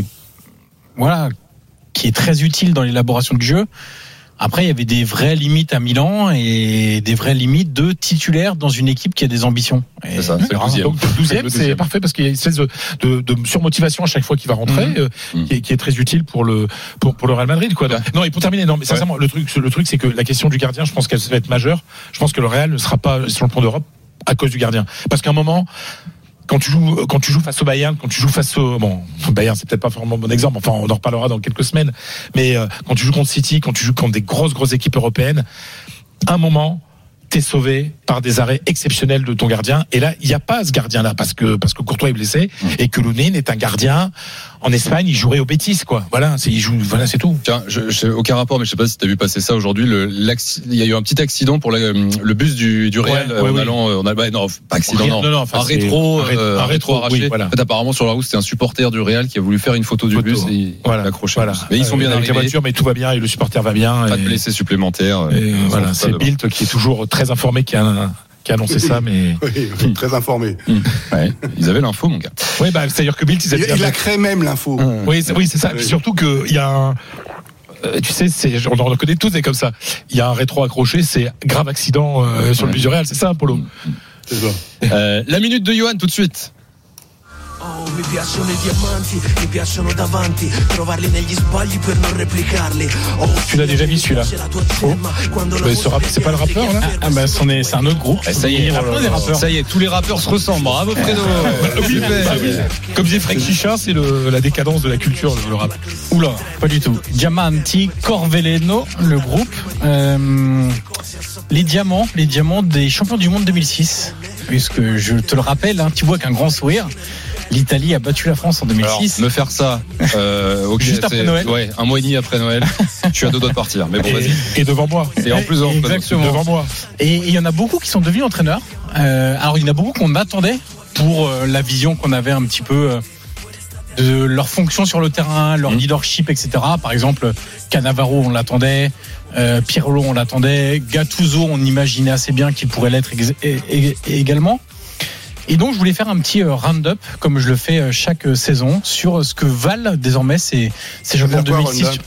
voilà, qui est très utile dans l'élaboration du jeu. Après, il y avait des vraies limites à Milan et des vraies limites de titulaire dans une équipe qui a des ambitions. Et c'est ça, c'est le douzième. Donc, le douzième, c'est, c'est parfait parce qu'il y a une espèce de, de, de surmotivation à chaque fois qu'il va rentrer, mmh. euh, mmh. qui, est, qui est très utile pour le, pour, pour le Real Madrid, quoi. Ouais. Non, et pour terminer, non, mais sincèrement, ouais. le truc, le truc, c'est que la question du gardien, je pense qu'elle va être majeure. Je pense que le Real ne sera pas sur le plan d'Europe à cause du gardien. Parce qu'à un moment, quand tu joues, quand tu joues face au Bayern, quand tu joues face au, bon, Bayern, c'est peut-être pas vraiment un bon exemple, enfin, on en reparlera dans quelques semaines, mais euh, quand tu joues contre City, quand tu joues contre des grosses, grosses équipes européennes, à un moment, t'es sauvé par des arrêts exceptionnels de ton gardien. Et là, il n'y a pas ce gardien-là parce que, parce que Courtois est blessé mmh. et que Lunin est un gardien. En Espagne, il jouerait au Betis, quoi. Voilà, c'est, il joue, voilà, c'est tout. Tiens, je, je, aucun rapport, mais je sais pas si t'as vu passer ça aujourd'hui. Le, il y a eu un petit accident pour la, le bus du, du Real ouais, ouais, en oui. allant, on a, bah, non, pas accident, Rien, non, non, non enfin, un rétro, un, euh, un rétro arraché. Oui, voilà. En fait, apparemment, sur la route, c'était un supporter du Real qui a voulu faire une photo du photo. bus et voilà. il a accroché. Voilà. Mais ils sont bien euh, arrivés. Avec la voiture, mais tout va bien et le supporter va bien. Pas de blessés supplémentaires. Et voilà, c'est Bild qui est toujours très informé, qui a un, qui a annoncé ça, mais oui, très informé. Ouais, ils avaient l'info, mon gars. Oui, bah, c'est-à-dire que Bild, ils il, il a créé même l'info. Oui, c'est, oui, c'est ça. Oui. Puis surtout que il y a un, euh, tu sais, c'est, on en reconnaît tous, et comme ça, il y a un rétro accroché, c'est grave accident euh, sur ouais. le bus du Real, c'est ça, Polo. C'est ça. Euh, la minute de Johan, tout de suite. Oh, mi piacciono i diamanti, mi piacciono davanti, trovarli negli sbagli per non replicarli. Oh, tu l'as déjà mis celui-là. Oh. Mais ce rap, c'est pas le rappeur là. Ah bah c'en est, c'est un autre groupe. Ah, ça y est, oh là là. ça y est, tous les rappeurs se ressemblent. Bravo Fredo. Oui, bah, oui. Comme disait Frank Chicha, c'est le, la décadence de la culture, le, le rap. Oula, pas du tout. Diamanti, Corveleno, le groupe. Euh, les diamants, les diamants des champions du monde deux mille six. Puisque je te le rappelle, hein, tu vois qu'un grand sourire. L'Italie a battu la France en deux mille six. Alors, me faire ça euh, okay, juste après Noël. Ouais, un mois et demi après Noël. Je suis à deux doigts de partir. Mais bon, et, vas-y. Et devant moi. Et en plus, exactement. Devant moi. Et il y en a beaucoup qui sont devenus entraîneurs. Euh, alors, il y en a beaucoup qu'on attendait pour euh, la vision qu'on avait un petit peu euh, de leur fonction sur le terrain, leur mmh. leadership, et cetera. Par exemple, Cannavaro, on l'attendait. Euh, Pirlo, on l'attendait. Gattuso, on imaginait assez bien qu'il pourrait l'être ex- et, et, et également. Et donc, je voulais faire un petit euh, round-up, comme je le fais euh, chaque euh, saison, sur euh, ce que valent désormais ces, ces champions de deux mille six.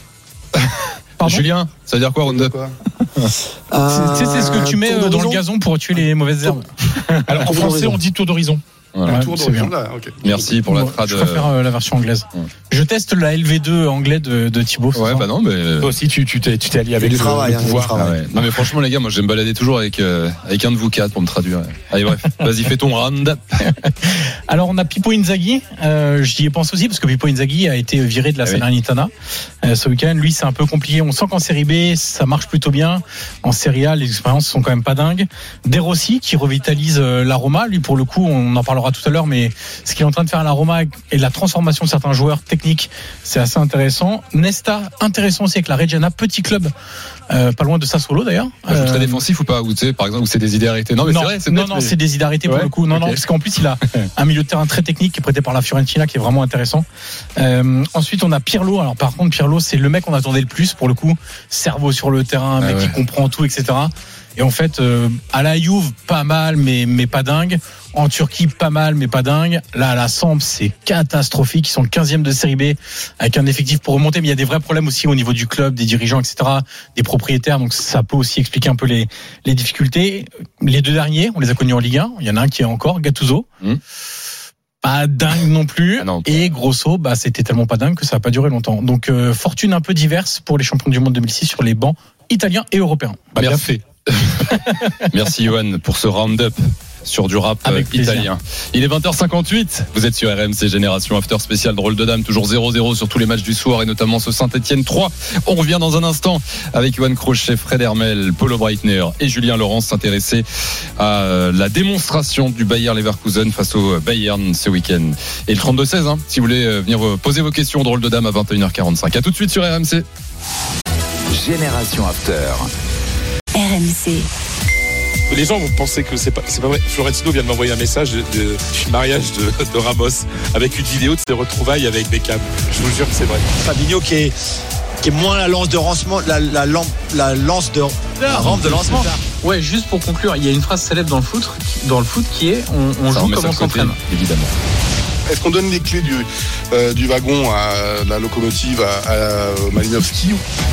Julien, ça veut dire quoi, round-up? C'est, c'est, c'est ce que tu mets euh, dans le gazon pour tuer les mauvaises herbes. Alors, en français, on dit tour d'horizon. Voilà. Ouais, tour d'horizon, là, okay. Merci pour la bon, trad. Je préfère euh, la version anglaise. Ouais. Je teste la L V deux anglais de, de Thibaut. Ouais, bah non, mais. Toi aussi, tu, tu, t'es, tu t'es allié avec du le, travail, le hein, pouvoir. Ah ouais. Non, mais franchement, les gars, moi, j'aime balader toujours avec, euh, avec un de vous quatre pour me traduire. Allez, bref. Vas-y, fais ton round. Alors, on a Pippo Inzaghi. Euh, j'y ai pensé aussi parce que Pippo Inzaghi a été viré de la ah, Salernitana oui. euh, ce week-end. Lui, c'est un peu compliqué. On sent qu'en Série B, ça marche plutôt bien. En Série A, les expériences sont quand même pas dingues. De Rossi, qui revitalise euh, la Roma. Lui, pour le coup, on en parlera tout à l'heure, mais ce qu'il est en train de faire à la Roma et la transformation de certains joueurs techniques, c'est assez intéressant. Nesta, intéressant aussi avec la Reggiana, petit club euh, pas loin de Sassuolo d'ailleurs. Euh, très défensif ou pas, ou tu sais, par exemple, où c'est des idées arrêtées. Non, mais non, c'est vrai, c'est non, net, non, mais... c'est des idées arrêtées pour ouais, le coup. Non, okay. non, parce qu'en plus il a un milieu de terrain très technique qui est prêté par la Fiorentina, qui est vraiment intéressant. Euh, ensuite, on a Pirlo. Alors par contre, Pirlo, c'est le mec qu'on attendait le plus pour le coup. Cerveau sur le terrain, mec ah ouais. qui comprend tout, et cetera. Et en fait, euh, à la Juve, pas mal, mais mais pas dingue. En Turquie, pas mal, mais pas dingue. Là, à la Samp, c'est catastrophique. Ils sont le quinzième de Série B avec un effectif pour remonter. Mais il y a des vrais problèmes aussi au niveau du club, des dirigeants, et cetera, des propriétaires. Donc, ça peut aussi expliquer un peu les, les difficultés. Les deux derniers, on les a connus en Ligue un. Il y en a un qui est encore, Gattuso. Mmh. Pas dingue non plus. Ah non. Et Grosso, bah, c'était tellement pas dingue que ça n'a pas duré longtemps. Donc, euh, fortune un peu diverse pour les champions du monde deux mille six sur les bancs italiens et européens. Bah, bien fait. Merci, Johan, pour ce round-up sur du rap euh, italien. Il est vingt heures cinquante-huit. Vous êtes sur R M C Génération After spécial drôle de dame, toujours zéro zéro sur tous les matchs du soir et notamment ce Saint-Etienne trois. On revient dans un instant avec Johan Crochet, Fred Hermel, Polo Breitner et Julien Laurence s'intéresser à la démonstration du Bayer Leverkusen face au Bayern ce week-end. Et le trente-deux seize, hein, si vous voulez venir poser vos questions drôle de dame à vingt et une heures quarante-cinq. À tout de suite sur R M C. Génération After. R M C. Les gens vont penser que c'est pas, c'est pas vrai. Florentino vient de m'envoyer un message de, de, du mariage de, de Ramos avec une vidéo de ses retrouvailles avec Beckham. Je vous jure que c'est vrai. Fabinho qui est, qui est moins la lance de lancement, la, la, lampe, la lance de la rampe de lancement. Ouais, juste pour conclure, il y a une phrase célèbre dans le foot, dans le foot qui est on, on joue comme on s'entraîne. Évidemment. Est-ce qu'on donne les clés du, euh, du wagon à la locomotive à, à Malinowski?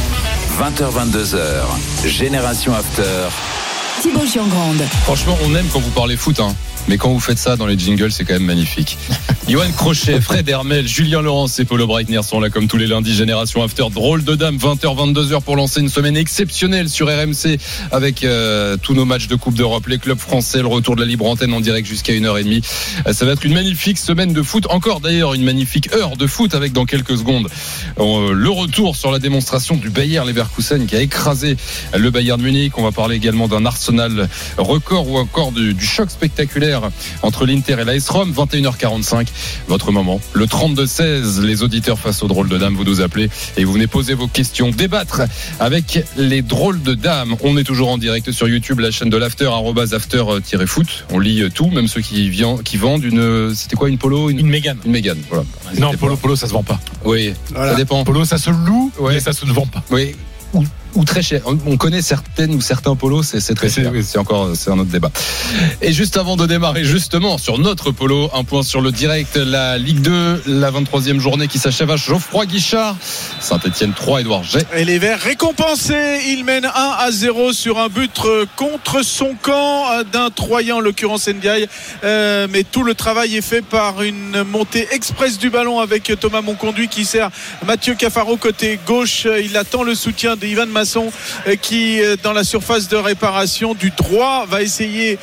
vingt heures vingt-deux heures, Génération After. Thibaut Giangrande. Franchement, on aime quand vous parlez foot, hein. Mais quand vous faites ça dans les jingles, c'est quand même magnifique. Johan Crochet, Fred Hermel, Julien Laurence et Polo Breitner sont là comme tous les lundis. Génération After, drôle de dame, vingt heures vingt-deux heures pour lancer une semaine exceptionnelle sur R M C avec euh, tous nos matchs de Coupe d'Europe, les clubs français, le retour de la libre antenne en direct jusqu'à une heure trente. Euh, ça va être une magnifique semaine de foot. Encore d'ailleurs une magnifique heure de foot avec dans quelques secondes euh, le retour sur la démonstration du Bayer Leverkusen qui a écrasé le Bayern Munich. On va parler également d'un Arsenal record ou encore du, du choc spectaculaire entre l'Inter et l'A S Rome. Vingt et une heures quarante-cinq, votre moment, le trente-deux seize, les auditeurs face aux drôles de dames, vous nous appelez et vous venez poser vos questions, débattre avec les drôles de dames. On est toujours en direct sur YouTube, la chaîne de l'After, arrobase after-foot. On lit tout, même ceux qui, vient, qui vendent une, c'était quoi, une polo, une, une Mégane, une Mégane, voilà. Non, polo, polo, ça se vend pas. Oui, voilà. Ça dépend. Polo, ça se loue, ouais. Mais ça se ne vend pas. Oui. Ou, ou très cher. On connaît certaines ou certains polos, c'est, c'est très cher. C'est, c'est encore, c'est un autre débat. Et juste avant de démarrer, justement, sur notre polo, un point sur le direct, la Ligue deux, la vingt-troisième journée qui s'achève à Geoffroy Guichard. Saint-Etienne trois, Édouard Jay. Et les Verts récompensés. Ils mènent un à zéro sur un but contre son camp d'un Troyen, en l'occurrence Ndiaye. Euh, mais tout le travail est fait par une montée express du ballon avec Thomas Monconduit qui sert Mathieu Cafaro côté gauche. Il attend le soutien d'Ivan Masson qui, dans la surface de réparation du droit, va essayer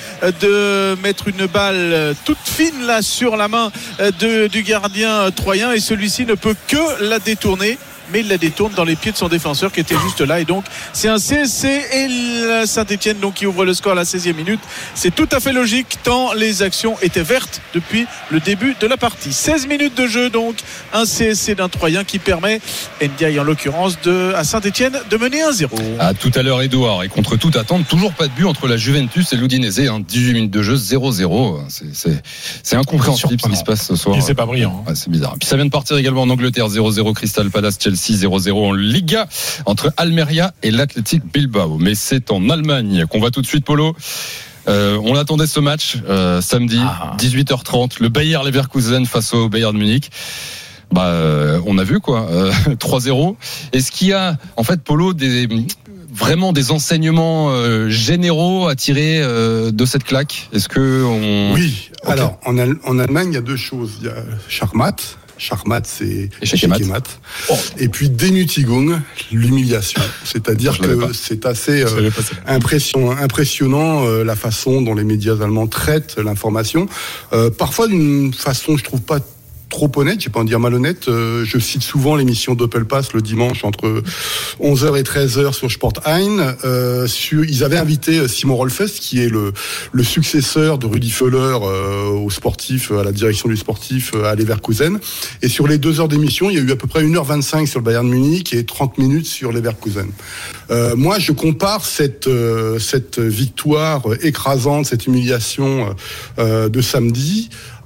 de mettre une balle toute fine là sur la main de, du gardien troyen et celui-ci ne peut que la détourner. Mais il la détourne dans les pieds de son défenseur qui était juste là et donc c'est un C S C et Saint-Etienne donc qui ouvre le score à la seizième minute. C'est tout à fait logique tant les actions étaient vertes depuis le début de la partie. seize minutes de jeu donc, un C S C d'un Troyen qui permet Ndiaye en l'occurrence de, à Saint-Etienne de mener un zéro. À tout à l'heure Édouard, et contre toute attente toujours pas de but entre la Juventus et l'Udinese, hein, dix-huit minutes de jeu, zéro zéro. C'est, c'est, c'est incompréhensible ce qui se passe ce soir. Et c'est pas brillant. Ouais, c'est bizarre. Puis ça vient de partir également en Angleterre, zéro zéro Crystal Palace Chelsea, zéro zéro en Liga entre Almeria et l'Athletic Bilbao. Mais c'est en Allemagne qu'on va tout de suite, Polo. Euh, on attendait ce match euh, samedi, ah. dix-huit heures trente, le Bayer Leverkusen face au Bayern Munich. Bah, euh, on a vu quoi, euh, trois zéro. Est-ce qu'il y a, en fait, Polo, des vraiment des enseignements euh, généraux à tirer euh, de cette claque? Est-ce que on... Oui. Okay. Alors, en, Al- en Allemagne, il y a deux choses. Il y a Schachmat. Schachmat, c'est échec et mat. mat. Oh. Et puis Demütigung, l'humiliation. C'est-à-dire que c'est assez euh, impression, impressionnant euh, la façon dont les médias allemands traitent l'information. Euh, parfois d'une façon, je trouve pas trop honnête, j'ai pas en dire malhonnête. Euh, je cite souvent l'émission Doppelpass le dimanche entre onze heures et treize heures sur Sport eins. Euh, sur, ils avaient invité Simon Rolfes, qui est le, le successeur de Rudi Völler euh, au sportif, à la direction du sportif à Leverkusen. Et sur les deux heures d'émission, il y a eu à peu près une heure vingt-cinq sur le Bayern Munich et trente minutes sur Leverkusen. Euh, moi, je compare cette, euh, cette victoire écrasante, cette humiliation euh, de samedi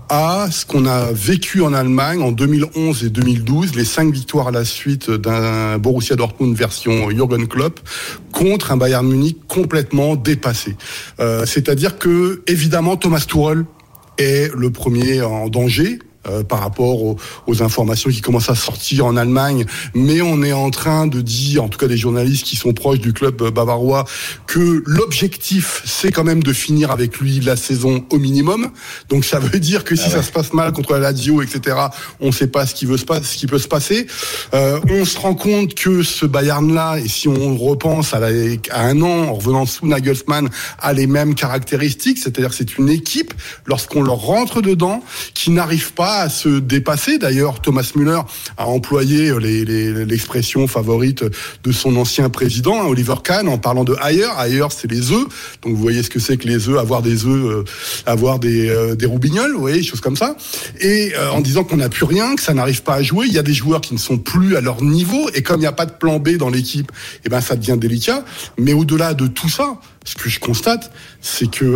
à ce qu'on a vécu en Allemagne en deux mille onze et deux mille douze, les cinq victoires à la suite d'un Borussia Dortmund version Jürgen Klopp contre un Bayern Munich complètement dépassé. Euh, c'est-à-dire que, évidemment, Thomas Tuchel est le premier en danger. Euh, par rapport aux, aux informations qui commencent à sortir en Allemagne, mais on est en train de dire, en tout cas des journalistes qui sont proches du club bavarois, que l'objectif c'est quand même de finir avec lui la saison au minimum. Donc ça veut dire que si ah ouais. ça se passe mal contre la Lazio, et cetera, on ne sait pas ce qui veut se pas, ce qui peut se passer. Euh, on se rend compte que ce Bayern-là, et si on repense à, la, à un an en revenant sous Nagelsmann, a les mêmes caractéristiques, c'est-à-dire que c'est une équipe, lorsqu'on leur rentre dedans, qui n'arrive pas à se dépasser. D'ailleurs, Thomas Müller a employé les, les, l'expression favorite de son ancien président, hein, Oliver Kahn, en parlant de Ayer. Ayer, c'est les œufs. Donc, vous voyez ce que c'est que les œufs, avoir des œufs, euh, avoir des, euh, des roubignoles, vous voyez, choses comme ça. Et euh, en disant qu'on n'a plus rien, que ça n'arrive pas à jouer, il y a des joueurs qui ne sont plus à leur niveau. Et comme il n'y a pas de plan B dans l'équipe, eh ben, ça devient délicat. Mais au-delà de tout ça, ce que je constate, c'est que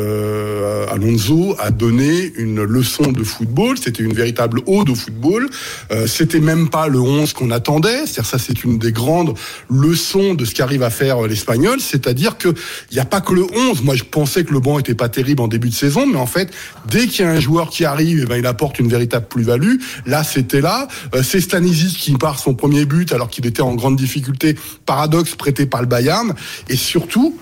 euh, Alonso a donné une leçon de football. C'était une véritable ode au football. Euh, c'était même pas le onze qu'on attendait. C'est-à-dire ça, c'est une des grandes leçons de ce qu'arrive à faire l'Espagnol. C'est-à-dire que il y a pas que le onze. Moi, je pensais que le banc était pas terrible en début de saison, mais en fait, dès qu'il y a un joueur qui arrive, eh ben, il apporte une véritable plus-value. Là, c'était là. Euh, c'est Stanisic qui part son premier but alors qu'il était en grande difficulté. Paradoxe prêté par le Bayern. Et surtout,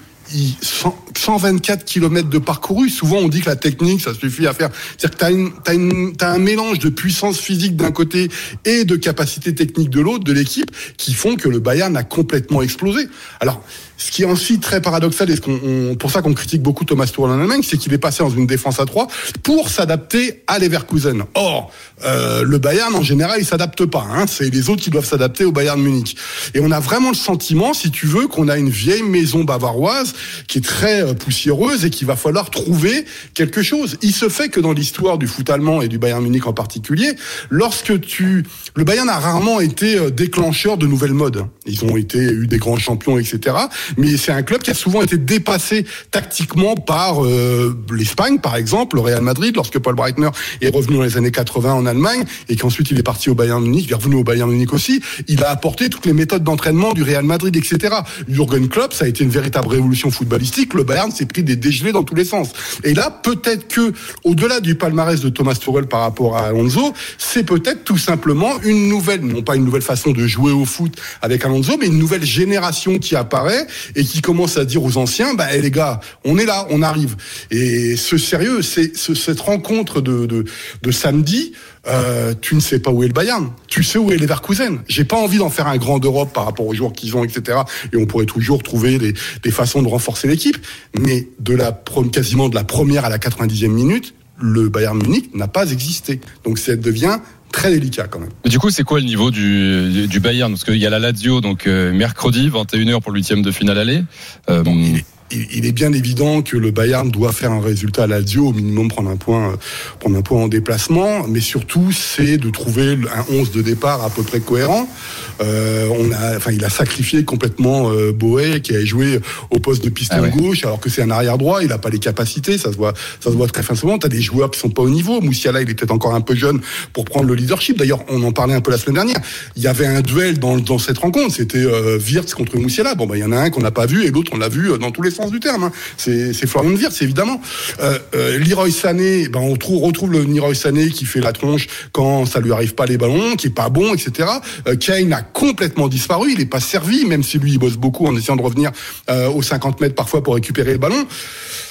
cent vingt-quatre kilomètres de parcouru. Souvent, on dit que la technique, ça suffit à faire. C'est-à-dire que t'as une, t'as une, t'as un mélange de puissance physique d'un côté et de capacité technique de l'autre, de l'équipe, qui font que le Bayern a complètement explosé. Alors, ce qui est aussi très paradoxal, et ce qu'on, on, pour ça qu'on critique beaucoup Thomas Tuchel en Allemagne, c'est qu'il est passé dans une défense à trois pour s'adapter à Leverkusen. Or, euh, le Bayern, en général, il s'adapte pas. Hein, c'est les autres qui doivent s'adapter au Bayern Munich. Et on a vraiment le sentiment, si tu veux, qu'on a une vieille maison bavaroise qui est très euh, poussiéreuse et qu'il va falloir trouver quelque chose. Il se fait que dans l'histoire du foot allemand et du Bayern Munich en particulier, lorsque tu... Le Bayern a rarement été euh, déclencheur de nouvelles modes. Ils ont été eu des grands champions, et cetera. Mais c'est un club qui a souvent été dépassé tactiquement par euh, l'Espagne, par exemple, le Real Madrid, lorsque Paul Breitner est revenu dans les années quatre-vingts en Allemagne et qu'ensuite il est parti au Bayern Munich, il est revenu au Bayern Munich aussi, il a apporté toutes les méthodes d'entraînement du Real Madrid, et cetera. Jürgen Klopp, ça a été une véritable révolution footballistique. Le Bayern s'est pris des dégelés dans tous les sens. Et là, peut-être que, au-delà du palmarès de Thomas Tuchel par rapport à Alonso, c'est peut-être tout simplement une nouvelle, non pas une nouvelle façon de jouer au foot avec Alonso, mais une nouvelle génération qui apparaît et qui commence à dire aux anciens, bah, hey, les gars, on est là, on arrive. Et ce sérieux, c'est ce, cette rencontre de, de, de samedi, euh, tu ne sais pas où est le Bayern. Tu sais où est Leverkusen. J'ai pas envie d'en faire un grand d'Europe par rapport aux joueurs qu'ils ont, et cetera. Et on pourrait toujours trouver des, des façons de renforcer l'équipe. Mais de la, quasiment de la première à la quatre-vingt-dixième minute, le Bayern Munich n'a pas existé. Donc ça devient très délicat quand même. Du coup, c'est quoi le niveau du, du Bayern? Parce qu'il y a la Lazio, donc euh, mercredi, vingt et une heures pour le huitième de finale aller. Euh, bon, il est... Il est bien évident que le Bayern doit faire un résultat à la Lazio, au minimum prendre un point, prendre un point en déplacement, mais surtout c'est de trouver un onze de départ à peu près cohérent. Euh, on a, enfin, il a sacrifié complètement euh, Boé qui a joué au poste de piston ah ouais. gauche, alors que c'est un arrière droit, il n'a pas les capacités, ça se voit, ça se voit très facilement. T'as des joueurs qui sont pas au niveau. Moussiala, il est peut-être encore un peu jeune pour prendre le leadership. D'ailleurs, on en parlait un peu la semaine dernière. Il y avait un duel dans, dans cette rencontre, c'était euh, Wirtz contre Moussiala. Bon, bah, il y en a un qu'on n'a pas vu et l'autre on l'a vu dans tous les sens du terme. Hein. C'est, c'est Florian Wirtz, évidemment. Euh, euh, Leroy Sané, ben on trouve, retrouve le Leroy Sané qui fait la tronche quand ça lui arrive pas les ballons, qui est pas bon, et cetera. Euh, Kane a complètement disparu, il est pas servi, même si lui il bosse beaucoup en essayant de revenir euh, aux cinquante mètres parfois pour récupérer le ballon.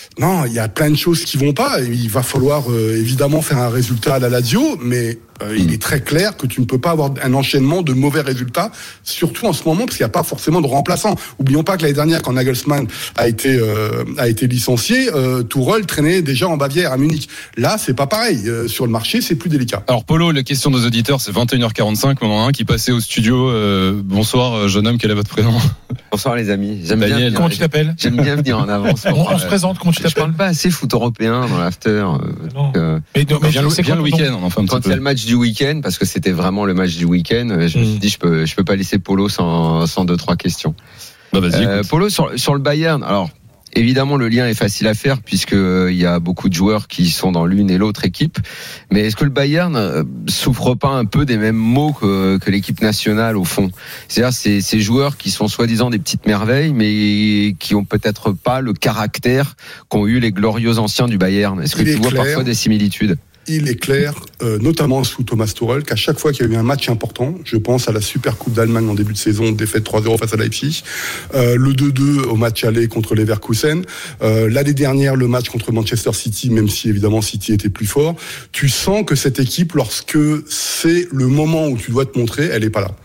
Non, il y a plein de choses qui vont pas. Il va falloir euh, évidemment faire un résultat à la Lazio, mais euh, il est très clair que tu ne peux pas avoir un enchaînement de mauvais résultats, surtout en ce moment, parce qu'il n'y a pas forcément de remplaçants. Oublions pas que l'année dernière, quand Nagelsmann a été euh, a été licencié, euh, Tourelle traînait déjà en Bavière à Munich. Là, c'est pas pareil. Euh, sur le marché, c'est plus délicat. Alors Polo, la question des auditeurs, c'est vingt et une heures quarante-cinq. On en a un qui passait au studio. Euh, bonsoir, jeune homme, quel est votre prénom? Bonsoir les amis. J'aime Daniel. bien. Comment tu t'appelles? J'aime bien venir en avance. On, on se présente. Comment tu Je t'appelles? parle pas assez foot européen dans l'after. Euh, donc, euh, mais non, mais viens, c'est viens quoi le ton week-end, enfin un quand petit il y a peu. le match du week-end, parce que c'était vraiment le match du week-end, je me suis Mm. dit je peux je peux pas laisser Polo sans sans deux trois questions. Bah vas-y. Euh, Polo sur sur le Bayern. Alors évidemment le lien est facile à faire puisque il y a beaucoup de joueurs qui sont dans l'une et l'autre équipe. Mais est-ce que le Bayern euh, souffre pas un peu des mêmes maux que que l'équipe nationale au fond? C'est-à-dire ces ces joueurs qui sont soi-disant des petites merveilles, mais qui ont peut-être pas le caractère qu'ont eu les glorieux anciens du Bayern. Est-ce que Il tu est vois clair. parfois des similitudes? Il est clair, euh, notamment sous Thomas Tuchel, qu'à chaque fois qu'il y a eu un match important, je pense à la Super Coupe d'Allemagne en début de saison, défaite trois zéro face à Leipzig, euh, le deux deux au match aller contre Leverkusen, euh, l'année dernière le match contre Manchester City, même si évidemment City était plus fort, tu sens que cette équipe, lorsque c'est le moment où tu dois te montrer, elle est pas là.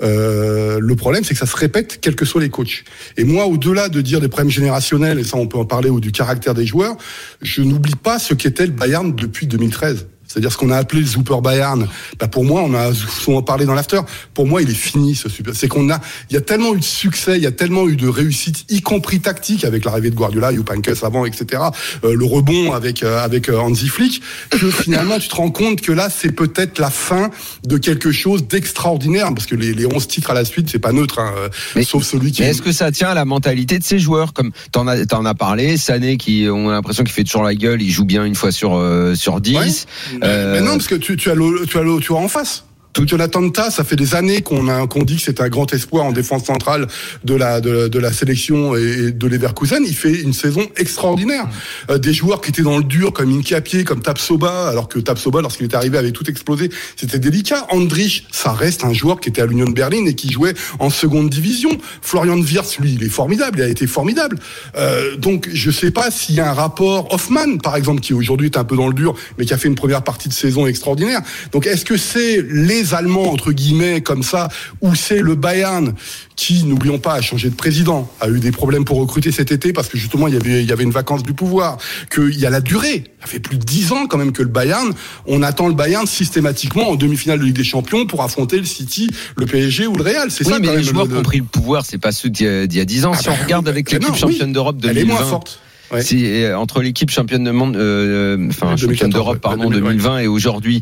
Euh, le problème, c'est que ça se répète, quels que soient les coachs. Et moi, au-delà de dire des problèmes générationnels, et ça on peut en parler, ou du caractère des joueurs, je n'oublie pas ce qu'était le Bayern depuis deux mille treize. C'est-à-dire ce qu'on a appelé le Super Bayern. Bah pour moi, on a souvent parlé dans l'after. Pour moi, il est fini ce super. C'est qu'on a, il y a tellement eu de succès, il y a tellement eu de réussite, y compris tactique avec l'arrivée de Guardiola, Jupp Heynckes avant, et cetera. Euh, le rebond avec euh, avec euh, Hansi Flick, que finalement tu te rends compte que là, c'est peut-être la fin de quelque chose d'extraordinaire, parce que les, les onze titres à la suite, c'est pas neutre, hein, mais, sauf celui qui. Mais est-ce que ça tient à la mentalité de ces joueurs, comme t'en as t'en as parlé, Sané qui on a l'impression qu'il fait toujours la gueule, il joue bien une fois sur euh, sur dix. Ouais. Euh, Mais non, parce que tu, tu as le, tu as le, tu as en face. Jonathan Tah, ça fait des années qu'on a qu'on dit que c'est un grand espoir en défense centrale de la de, de la sélection et de Leverkusen. Il fait une saison extraordinaire. Euh, des joueurs qui étaient dans le dur comme Incapié, comme Tapsoba, alors que Tapsoba, lorsqu'il est arrivé, avait tout explosé. C'était délicat. Andrich, ça reste un joueur qui était à l'Union Berlin et qui jouait en seconde division. Florian Wirtz, lui, il est formidable. Il a été formidable. Euh, donc, je sais pas s'il y a un rapport Hoffmann, par exemple, qui aujourd'hui est un peu dans le dur, mais qui a fait une première partie de saison extraordinaire. Donc, est-ce que c'est les Allemands, entre guillemets, comme ça, ou c'est le Bayern qui, n'oublions pas, a changé de président, a eu des problèmes pour recruter cet été parce que justement il y avait il y avait une vacance du pouvoir, qu'il y a la durée. Ça fait plus de dix ans quand même que le Bayern, on attend le Bayern systématiquement en demi-finale de Ligue des Champions pour affronter le City, le P S G ou le Real. C'est oui, ça. Mais quand les même, joueurs le, qui ont pris le pouvoir, c'est pas ceux d'il y a, d'il y a dix ans. Ah si bah, on regarde avec bah, l'équipe non, championne oui. d'Europe deux Elle mille vingt, est moins forte. Ouais. Si, entre l'équipe championne de monde, euh, enfin deux mille quatorze, championne d'Europe, ouais. pardon, deux mille vingt et aujourd'hui.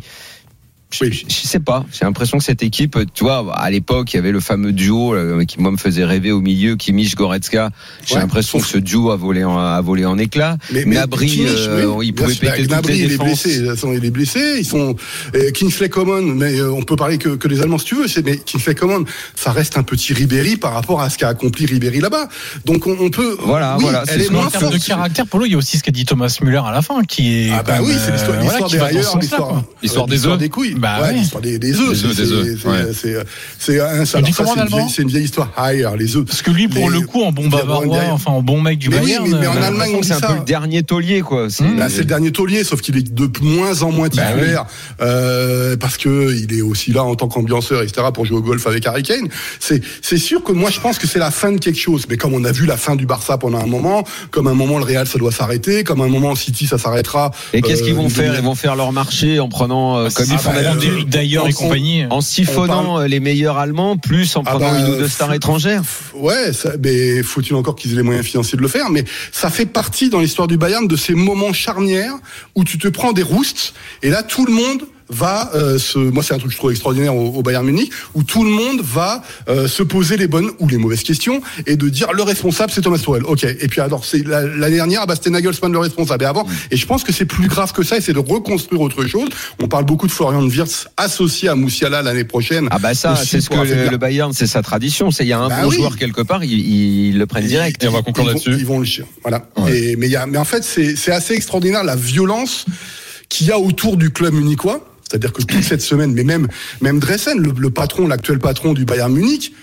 Je, je, je sais pas. J'ai l'impression que cette équipe, tu vois, à l'époque, il y avait le fameux duo euh, qui moi me faisait rêver au milieu, Kimmich Goretzka. J'ai Ouais, l'impression sauf... que ce duo a volé en, a volé en éclats. Mais, mais Gnabry, Kimmich, euh, oui, il pouvait sûr, péter toutes Gnabry, les il est défenses. blessé. Il est blessé. Ils sont euh, Kingsley Coman, mais euh, on peut parler que, que des Allemands si tu veux. C'est, mais Kingsley Coman, ça reste un petit Ribéry par rapport à ce qu'a accompli Ribéry là-bas. Donc on, on peut. Voilà, oui, voilà. Elle est moins en termes forte. de caractère, pour lui, il y a aussi ce qu'a dit Thomas Müller à la fin, qui est. Ah bah comme, oui, c'est l'histoire, euh, l'histoire voilà, des qui va dans ce ailleurs, sens-là, l'histoire, quoi. L'histoire des l'histoire œufs. des couilles. Bah ouais, ouais. l'histoire des, des œufs. Des C'est, œufs, des œufs, c'est, ouais. c'est, c'est, un, ça, Tu alors dis ça, comment c'est, en une vieille, allemand c'est une vieille histoire. Higher, les œufs. Parce que lui, pour Les- le coup, en bon les bavarois, Bavarois, enfin en bon mec du Mais oui, Bayern. mais- mais en euh, Allemagne, on dit C'est un ça. peu le dernier taulier, quoi. C'est, Bah, c'est le dernier taulier, sauf qu'il est de moins en moins Bah titulaire euh, parce que il est aussi là en tant qu'ambianceur, et cetera, pour jouer au golf avec Harry Kane. C'est c'est sûr que moi je pense que c'est la fin de quelque chose. Mais comme on a vu la fin du Barça pendant un moment, comme un moment le Real ça doit s'arrêter, comme un moment City ça s'arrêtera. Et qu'est-ce qu'ils vont euh, faire? Ils vont faire leur marché en prenant, euh, comme ah ils font bah, d'habitude, euh, d'ailleurs en- et compagnie. en siphonnant parle- les meilleurs Allemands, plus en Ah prenant bah, une ou deux stars f- étrangères. Ouais, ça, mais faut-il encore qu'ils aient les moyens financiers de le faire? Mais ça fait partie dans l'histoire du Bayern de ces moments charnières où tu te prends des roustes et là tout le monde va euh, se, moi c'est un truc que je trouve extraordinaire au, au Bayern Munich, où tout le monde va euh, se poser les bonnes ou les mauvaises questions et de dire le responsable c'est Thomas Tuchel. Ok. Et puis alors c'est la- l'année dernière, ah bah, c'était Nagelsmann le responsable. Et avant, et je pense que c'est plus grave que ça, et c'est de reconstruire autre chose. On parle beaucoup de Florian Wirtz associé à Moussiala l'année prochaine. Ah bah ça, aussi c'est ce pour que affaiblir. le, le Bayern, c'est sa tradition. C'est il y a un Bah bon oui. joueur quelque part, ils, ils le prennent direct. Et on va conclure ils vont, là-dessus. Ils vont le chier. Voilà. Ouais. Et, mais, il y a, mais en fait, c'est, c'est assez extraordinaire la violence qu'il y a autour du club munichois. C'est-à-dire que toute cette semaine, mais même, même Dressen, le, le patron, l'actuel patron du Bayern Munich,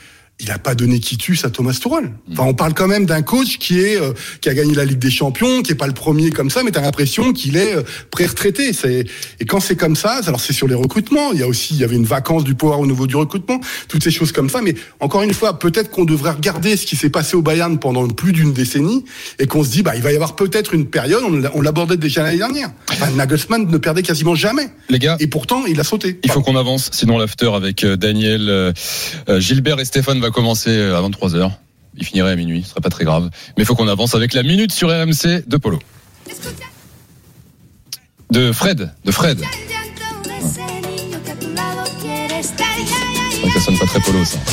il a pas donné quitus à Thomas Tuchel. Enfin, on parle quand même d'un coach qui est euh, qui a gagné la Ligue des Champions, qui est pas le premier comme ça, mais t'as l'impression qu'il est euh, pré-retraité. C'est et quand c'est comme ça, alors c'est sur les recrutements. Il y a aussi, il y avait une vacance du pouvoir au niveau du recrutement, toutes ces choses comme ça. Mais encore une fois, peut-être qu'on devrait regarder ce qui s'est passé au Bayern pendant plus d'une décennie et qu'on se dit, bah, il va y avoir peut-être une période. On, on l'abordait déjà l'année dernière. Enfin, Nagelsmann ne perdait quasiment jamais. Les gars, et pourtant, il a sauté. Il faut qu'on avance, sinon l'after avec Daniel, euh, Gilbert et Stéphane va commencer à vingt-trois heures. Il finirait à minuit, ce serait pas très grave. Mais il faut qu'on avance avec la minute sur R M C de Polo. De Fred, de Fred. Ouais. Ça sonne pas très Polo, ça.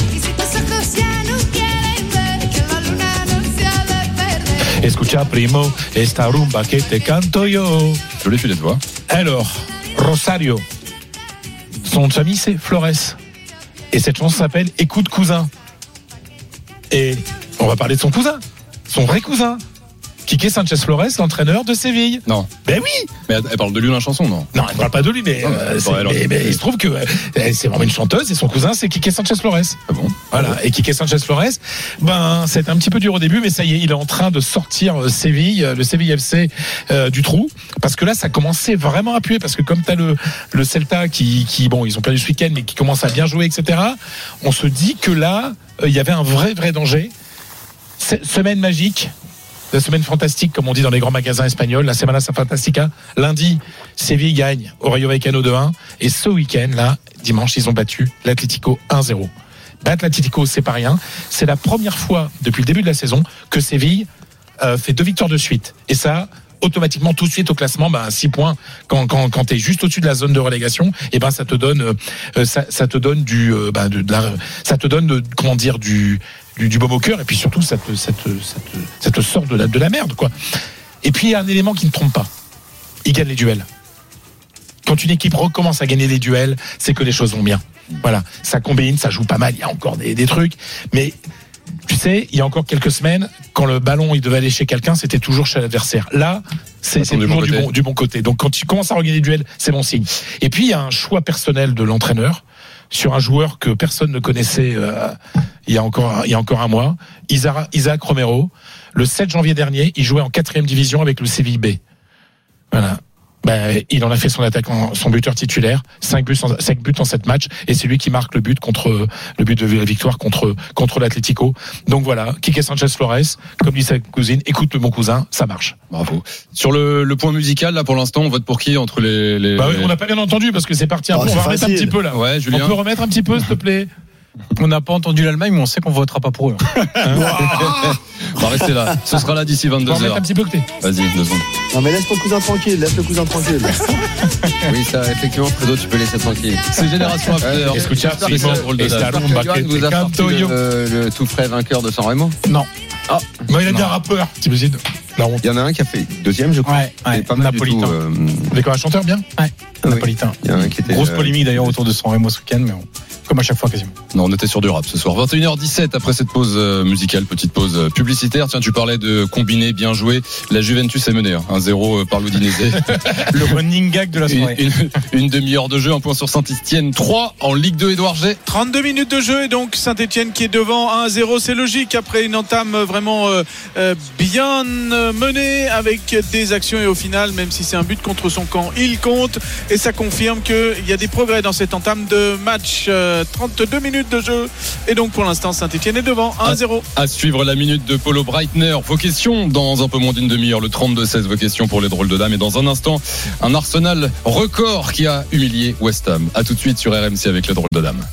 Escucha primo esta rumba que te canto yo. Je l'ai filé de voix. Alors, Rosario. Son nom de famille, c'est Flores. Et cette chanson s'appelle Écoute cousin. Et on va parler de son cousin, son vrai cousin. Quique Sanchez Flores, l'entraîneur de Séville. Non. Ben oui. Mais elle parle de lui dans la chanson, non? Non, elle parle pas de lui, mais, euh, bon, alors, mais, mais il se trouve que euh, c'est vraiment une chanteuse et son cousin c'est Quique Sanchez Flores. Ah bon? Voilà. Et Quique Sanchez Flores, ben c'est un petit peu dur au début, mais ça y est, il est en train de sortir euh, Séville, le Séville F C euh, du trou, parce que là ça commençait vraiment à puer, parce que comme t'as le le Celta qui qui bon ils ont perdu ce week-end, mais qui commence à bien jouer, et cetera. On se dit que là il euh, y avait un vrai vrai danger. C'est, semaine magique. La semaine fantastique, comme on dit dans les grands magasins espagnols, la Semana Fantastica. Lundi, Séville gagne au Rayo Vallecano deux un. Et ce week-end, là, dimanche, ils ont battu l'Atlético un zéro. Battre l'Atlético, c'est pas rien. C'est la première fois depuis le début de la saison que Séville euh, fait deux victoires de suite. Et ça, automatiquement, tout de suite au classement, bah, six points. Quand, quand, quand t'es juste au-dessus de la zone de relégation, et ben, ça te donne, euh, ça, ça te donne du, euh, bah, de, de la, ça te donne, de, comment dire, du, Du, du baume au cœur, et puis surtout ça te, ça te, ça te, ça te sort de la, de la merde, quoi. Et puis il y a un élément qui ne trompe pas, il gagne les duels. Quand une équipe recommence à gagner des duels, c'est que les choses vont bien. Voilà, ça combine, ça joue pas mal, il y a encore des, des trucs, mais tu sais, il y a encore quelques semaines, quand le ballon il devait aller chez quelqu'un, c'était toujours chez l'adversaire. Là, c'est, c'est toujours du bon, du, bon, du bon côté. Donc quand tu commences à regagner des duels, c'est bon signe. Et puis il y a un choix personnel de l'entraîneur sur un joueur que personne ne connaissait euh, il y a encore il y a encore un mois, Isaac, Isaac Romero. Le sept janvier dernier, il jouait en quatrième division avec le Séville B. Voilà. Ben, il en a fait son attaquant, son buteur titulaire, cinq buts en, cinq buts en sept matchs, et c'est lui qui marque le but contre le but de la victoire contre contre l'Atlético. Donc voilà, Quique Sanchez Flores, comme dit sa cousine, écoute mon cousin, ça marche. Bravo. Sur le, le point musical, là pour l'instant, on vote pour qui entre les, les... Bah oui, on n'a pas bien entendu parce que c'est parti un oh, peu. On va remettre facile. un petit peu là. Ouais, Julien. On peut remettre un petit peu, s'il te plaît. On n'a pas entendu l'Allemagne, mais on sait qu'on votera pas pour eux. On va rester là. Ce sera là d'ici vingt-deux On va remettre un heures. petit peu que t'es. Vas-y, deux secondes. Non mais laisse le cousin tranquille, laisse le cousin tranquille. Oui, ça, effectivement, Fredo, tu peux laisser tranquille. C'est Génération After. Escucha, Spécial drôle de dame. Esta rumba que Johan vous te a sorti canto yo. le, le tout frais vainqueur de San Remo. Non. Ah, Moi, il a dit Non. un rappeur, t'imagines. La honte. il y en a un qui a fait deuxième, je crois. Ouais, ouais. Et pas mal du Napolitain. tout. euh, Avec un chanteur bien. Ouais, oui. Napolitain. Il y en a un qui était. Grosse euh, polémique d'ailleurs autour de son Remo ce week-end, mais on- comme à chaque fois quasiment. Non, on était sur du rap ce soir. vingt et une heures dix-sept après cette pause euh, musicale, petite pause euh, publicitaire. Tiens, tu parlais de combiner, bien joué. La Juventus est menée, hein. un zéro euh, par l'Udinese. Le running gag de la Une, soirée. une, une demi-heure de jeu, un point sur Saint-Etienne, trois en Ligue deux, Édouard G. trente-deux minutes de jeu et donc Saint-Etienne qui est devant un zéro, c'est logique après une entame vraiment euh, euh, bien menée avec des actions et au final, même si c'est un but contre son camp, il compte et ça confirme qu'il y a des progrès dans cette entame de match. Euh, trente-deux minutes de jeu et donc pour l'instant Saint-Etienne est devant un zéro. À suivre la minute de Polo Breitner. Vos questions dans un peu moins d'une demi-heure, le trente-deux seize, vos questions pour les drôles de dames. Et dans un instant, un Arsenal record qui a humilié West Ham. A tout de suite sur R M C avec les drôles de dames.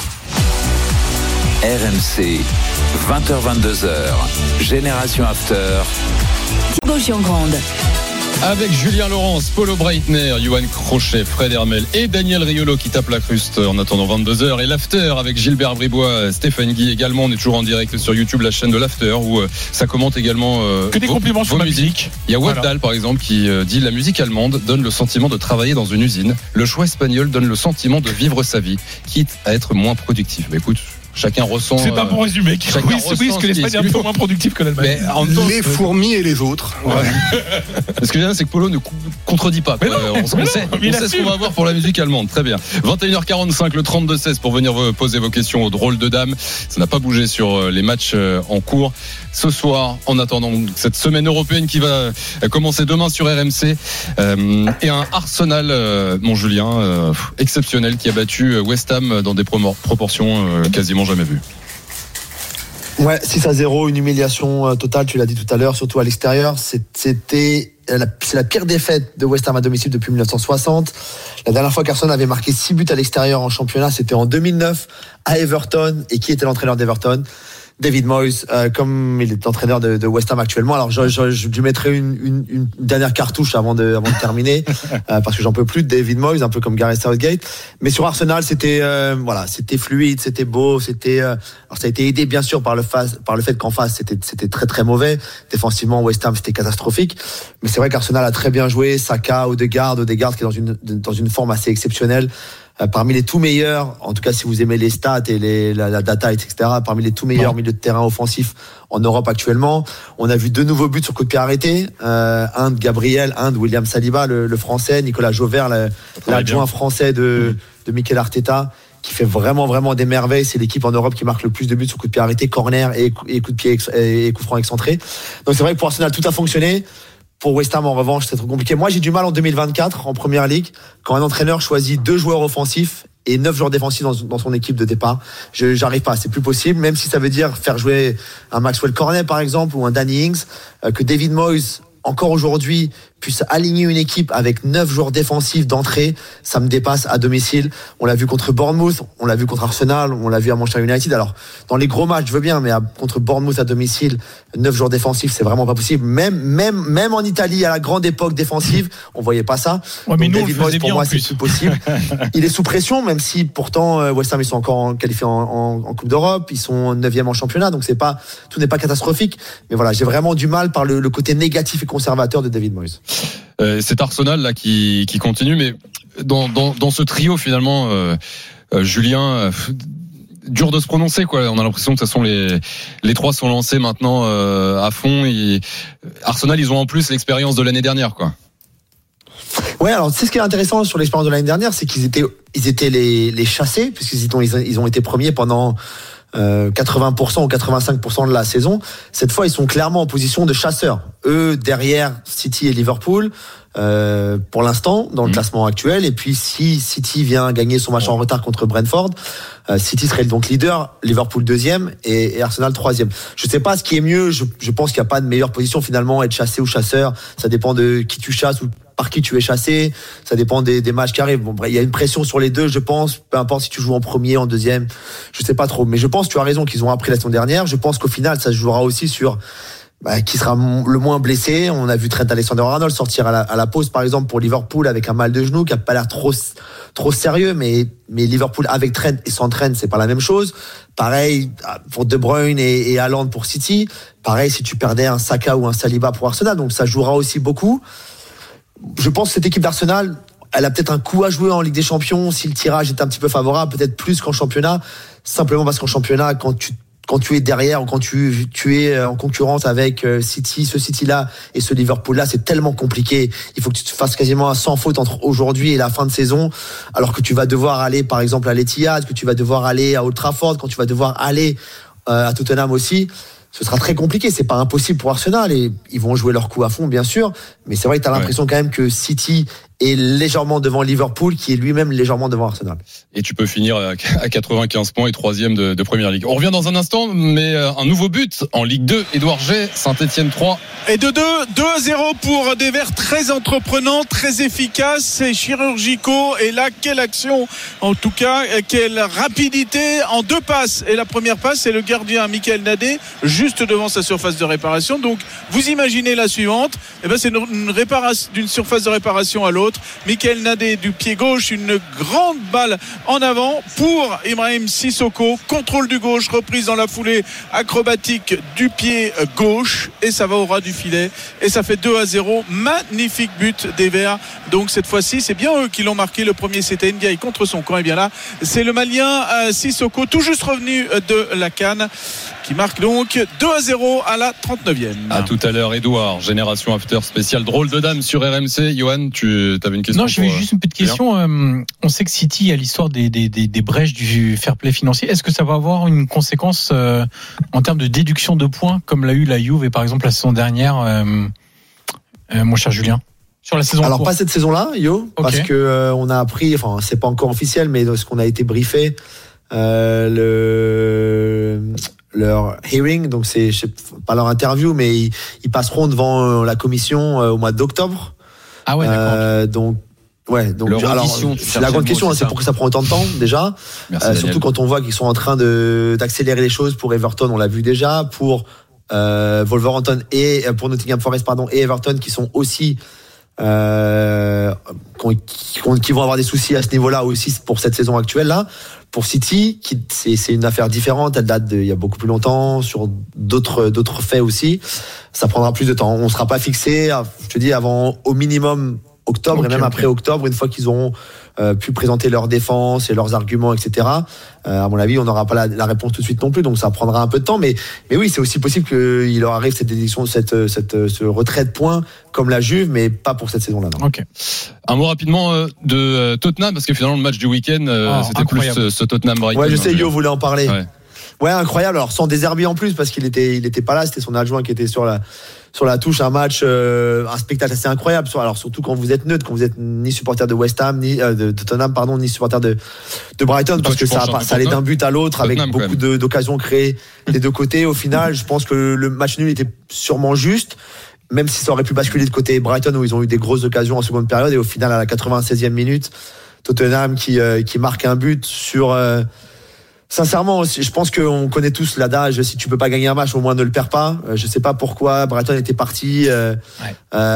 R M C, vingt heures vingt-deux heures, Génération After. Thibaut Giangrande. Avec Julien Laurence, Polo Breitner, Johan Crochet, Fred Hermel et Daniel Riolo qui tape la cruste en attendant vingt-deux heures. Et l'After avec Gilbert Bribois, Stéphane Guy également. On est toujours en direct sur YouTube, la chaîne de l'After, où euh, ça commente également euh, Que des vos, compliments sur vos ma musiques. musique. Il y a Voilà. Wabdal par exemple qui euh, dit: la musique allemande donne le sentiment de travailler dans une usine. Le choix espagnol donne le sentiment de vivre sa vie, quitte à être moins productif. Bah écoute, Chacun ressent. C'est un bon résumé. Chacun Oui, ressent oui, parce que l'Espagne est un peu moins productive que l'Allemagne. Mais en même temps, Les fourmis et les autres. Ouais. Ce que j'aime, c'est que Polo ne contredit pas. Mais non, on on mais sait, non, on sait ce qu'on va avoir pour la musique allemande. Très bien. vingt et une heures quarante-cinq, le trente-deux seize pour venir vous poser vos questions aux drôles de dames. Ça n'a pas bougé sur les matchs en cours ce soir, en attendant cette semaine européenne qui va commencer demain sur R M C. Euh, et un Arsenal, euh, mon Julien, euh, exceptionnel, qui a battu West Ham dans des proportions euh, quasiment jamais vues. Ouais, six à zéro, une humiliation euh, totale, tu l'as dit tout à l'heure, surtout à l'extérieur. C'était la, c'est la pire défaite de West Ham à domicile depuis dix-neuf cent soixante. La dernière fois qu'Arsenal avait marqué six buts à l'extérieur en championnat, c'était en deux mille neuf à Everton. Et qui était l'entraîneur d'Everton ? David Moyes, euh, comme il est entraîneur de, de West Ham actuellement. Alors je, je, je lui mettrai une, une, une dernière cartouche avant de, avant de terminer, euh, parce que j'en peux plus de David Moyes, un peu comme Gareth Southgate. Mais sur Arsenal, c'était euh, voilà, c'était fluide, c'était beau, c'était. Euh, alors ça a été aidé bien sûr par le face, par le fait qu'en face c'était c'était très très mauvais. Défensivement, West Ham c'était catastrophique. Mais c'est vrai qu'Arsenal a très bien joué. Saka, Odegaard, Odegaard qui est dans une dans une forme assez exceptionnelle. Parmi les tout meilleurs, en tout cas si vous aimez les stats et les, la, la data, et cetera, parmi les tout meilleurs milieux de terrain offensifs en Europe actuellement. On a vu deux nouveaux buts sur coup de pied arrêté, euh, un de Gabriel, un de William Saliba, le, le français, Nicolas Jauvert, le, l'adjoint français de, de Mikel Arteta, qui fait vraiment vraiment des merveilles. C'est l'équipe en Europe qui marque le plus de buts sur coup de pied arrêté, corner et, et coup de pied ex, et coup franc excentré. Donc c'est vrai que pour Arsenal tout a fonctionné. Pour West Ham, en revanche, c'est trop compliqué. Moi, j'ai du mal en deux mille vingt-quatre, en Première Ligue, quand un entraîneur choisit deux joueurs offensifs et neuf joueurs défensifs dans, dans son équipe de départ. Je, j'arrive pas, c'est plus possible, même si ça veut dire faire jouer un Maxwell Cornet, par exemple, ou un Danny Ings, euh, que David Moyes, encore aujourd'hui, puisse aligner une équipe avec neuf joueurs défensifs d'entrée, ça me dépasse à domicile. On l'a vu contre Bournemouth, on l'a vu contre Arsenal, on l'a vu à Manchester United. Alors, dans les gros matchs, je veux bien, mais à, contre Bournemouth à domicile, neuf joueurs défensifs, c'est vraiment pas possible. Même, même, même en Italie, à la grande époque défensive, on voyait pas ça. Ouais, mais donc, nous, David on le Moyes, pour bien moi, en c'est plus. plus possible. Il est sous pression, même si pourtant, euh, West Ham, ils sont encore qualifiés en, en, en Coupe d'Europe, ils sont neuvième en championnat, donc c'est pas, tout n'est pas catastrophique. Mais voilà, j'ai vraiment du mal par le, le côté négatif et conservateur de David Moyes. Euh, c'est Arsenal là qui, qui continue, mais dans, dans, dans ce trio finalement, euh, euh, Julien, euh, dur de se prononcer quoi. On a l'impression que de toute façon les les trois sont lancés maintenant euh, à fond. Et Arsenal, ils ont en plus l'expérience de l'année dernière quoi. Ouais, alors c'est ce qui est intéressant sur l'expérience de l'année dernière, c'est qu'ils étaient ils étaient les les chassés puisqu'ils ont ils ont été premiers pendant Euh, quatre-vingts pour cent ou quatre-vingt-cinq pour cent de la saison. Cette fois, ils sont clairement en position de chasseurs. Eux, derrière City et Liverpool, euh, pour l'instant, dans le mmh. classement actuel. Et puis, si City vient gagner son match en retard contre Brentford, euh, City serait donc leader, Liverpool deuxième et, et Arsenal troisième. Je sais pas ce qui est mieux. Je, je pense qu'il n'y a pas de meilleure position finalement, être chassé ou chasseur. Ça dépend de qui tu chasses ou par qui tu es chassé, ça dépend des, des matchs qui arrivent. Bon, il y a une pression sur les deux, je pense, peu importe si tu joues en premier, en deuxième, je sais pas trop. Mais je pense, tu as raison, qu'ils ont appris la saison dernière. Je pense qu'au final, ça se jouera aussi sur bah, qui sera le moins blessé. On a vu Trent Alexander-Arnold sortir à la, à la pause, par exemple, pour Liverpool avec un mal de genou qui a pas l'air trop trop sérieux, mais mais Liverpool avec Trent et sans Trent, c'est pas la même chose. Pareil pour De Bruyne et, et Haaland pour City. Pareil si tu perdais un Saka ou un Saliba pour Arsenal. Donc ça jouera aussi beaucoup. Je pense que cette équipe d'Arsenal, elle a peut-être un coup à jouer en Ligue des Champions si le tirage est un petit peu favorable, peut-être plus qu'en championnat, simplement parce qu'en championnat, quand tu quand tu es derrière ou quand tu tu es en concurrence avec City, ce City-là et ce Liverpool-là, c'est tellement compliqué. Il faut que tu te fasses quasiment un sans faute entre aujourd'hui et la fin de saison, alors que tu vas devoir aller, par exemple, à l'Etihad, que tu vas devoir aller à Old Trafford, quand tu vas devoir aller euh, à Tottenham aussi. Ce sera très compliqué, c'est pas impossible pour Arsenal et ils vont jouer leur coup à fond bien sûr, mais c'est vrai que tu as l'impression ouais. quand même que City est légèrement devant Liverpool qui est lui-même légèrement devant Arsenal. Et tu peux finir à quatre-vingt-quinze points et troisième de, de Première Ligue. On revient dans un instant, mais un nouveau but en Ligue deux, Édouard G, Saint-Etienne trois. Et de deux, deux à zéro pour des Verts très entreprenants, très efficaces et chirurgicaux. Et là, quelle action, en tout cas, quelle rapidité en deux passes. Et la première passe, c'est le gardien Michael Nadé, juste devant sa surface de réparation. Donc, vous imaginez la suivante, eh ben, c'est une réparation d'une surface de réparation à l'autre. l'autre. Michael Nadé du pied gauche, une grande balle en avant pour Ibrahim Sissoko. Contrôle du gauche, reprise dans la foulée acrobatique du pied gauche et ça va au ras du filet et ça fait deux à zéro. Magnifique but des Verts. Donc cette fois-ci, c'est bien eux qui l'ont marqué. Le premier, c'était Ndiaye contre son camp. Et bien là, c'est le Malien euh, Sissoko, tout juste revenu de la CAN, qui marque donc deux à zéro à la trente-neuvième. À tout à l'heure, Edouard. Génération After spécial drôle de dame sur R M C. Johan, tu avais une question? Non, j'avais juste une petite question. Euh, on sait que City a l'histoire des, des, des, des brèches du fair play financier. Est-ce que ça va avoir une conséquence euh, en termes de déduction de points, comme l'a eu la Juve et par exemple la saison dernière, euh, euh, mon cher Julien? Sur la saison. Alors courte. pas cette saison-là, Yo, okay. Parce que euh, on a appris, enfin c'est pas encore officiel, mais ce qu'on a été briefé, euh, le leur hearing, donc c'est je sais pas leur interview, mais ils, ils passeront devant la commission euh, au mois d'octobre. Ah ouais, d'accord. Euh, donc ouais, donc leur alors audition, c'est la grande question, hein, c'est pourquoi ça prend autant de temps déjà. Merci, euh, surtout quand on voit qu'ils sont en train de d'accélérer les choses pour Everton, on l'a vu déjà, pour euh, Wolverhampton et pour Nottingham Forest pardon et Everton qui sont aussi Euh, qui, qui vont avoir des soucis à ce niveau-là aussi pour cette saison actuelle là. Pour City, qui, c'est, c'est une affaire différente, elle date d'il y a beaucoup plus longtemps, sur d'autres d'autres faits aussi. Ça prendra plus de temps. On ne sera pas fixé, je te dis, avant au minimum octobre okay, et même okay. après octobre, une fois qu'ils auront euh, pu présenter leur défense et leurs arguments, et cetera. Euh, à mon avis, on n'aura pas la, la réponse tout de suite non plus, donc ça prendra un peu de temps. Mais, mais oui, c'est aussi possible qu'il leur arrive cette édition, cette, cette, ce retrait de points comme la Juve, mais pas pour cette saison-là. Non. Ok. Un mot rapidement euh, de Tottenham, parce que finalement le match du week-end, euh, oh, c'était incroyable. Plus ce, ce Tottenham-Brighton. Ouais, je sais, Yo voulait en parler. Ouais. Ouais, incroyable. Alors sans De Zerbi en plus, parce qu'il était, il était pas là. C'était son adjoint qui était sur la, sur la touche. Un match, euh, un spectacle assez incroyable. Alors surtout quand vous êtes neutre, quand vous êtes ni supporter de West Ham, ni euh, de Tottenham, pardon, ni supporter de, de Brighton, parce que ça, ça allait d'un but à l'autre avec Tottenham, beaucoup de, d'occasions créées des deux côtés. Au final, je pense que le match nul était sûrement juste, même si ça aurait pu basculer de côté Brighton où ils ont eu des grosses occasions en seconde période. Et au final, à la quatre-vingt-seizième minute, Tottenham qui, euh, qui marque un but sur. Euh, Sincèrement, je pense qu'on connaît tous l'adage, si tu peux pas gagner un match, au moins ne le perds pas. Je sais pas pourquoi Brighton était parti euh, ouais.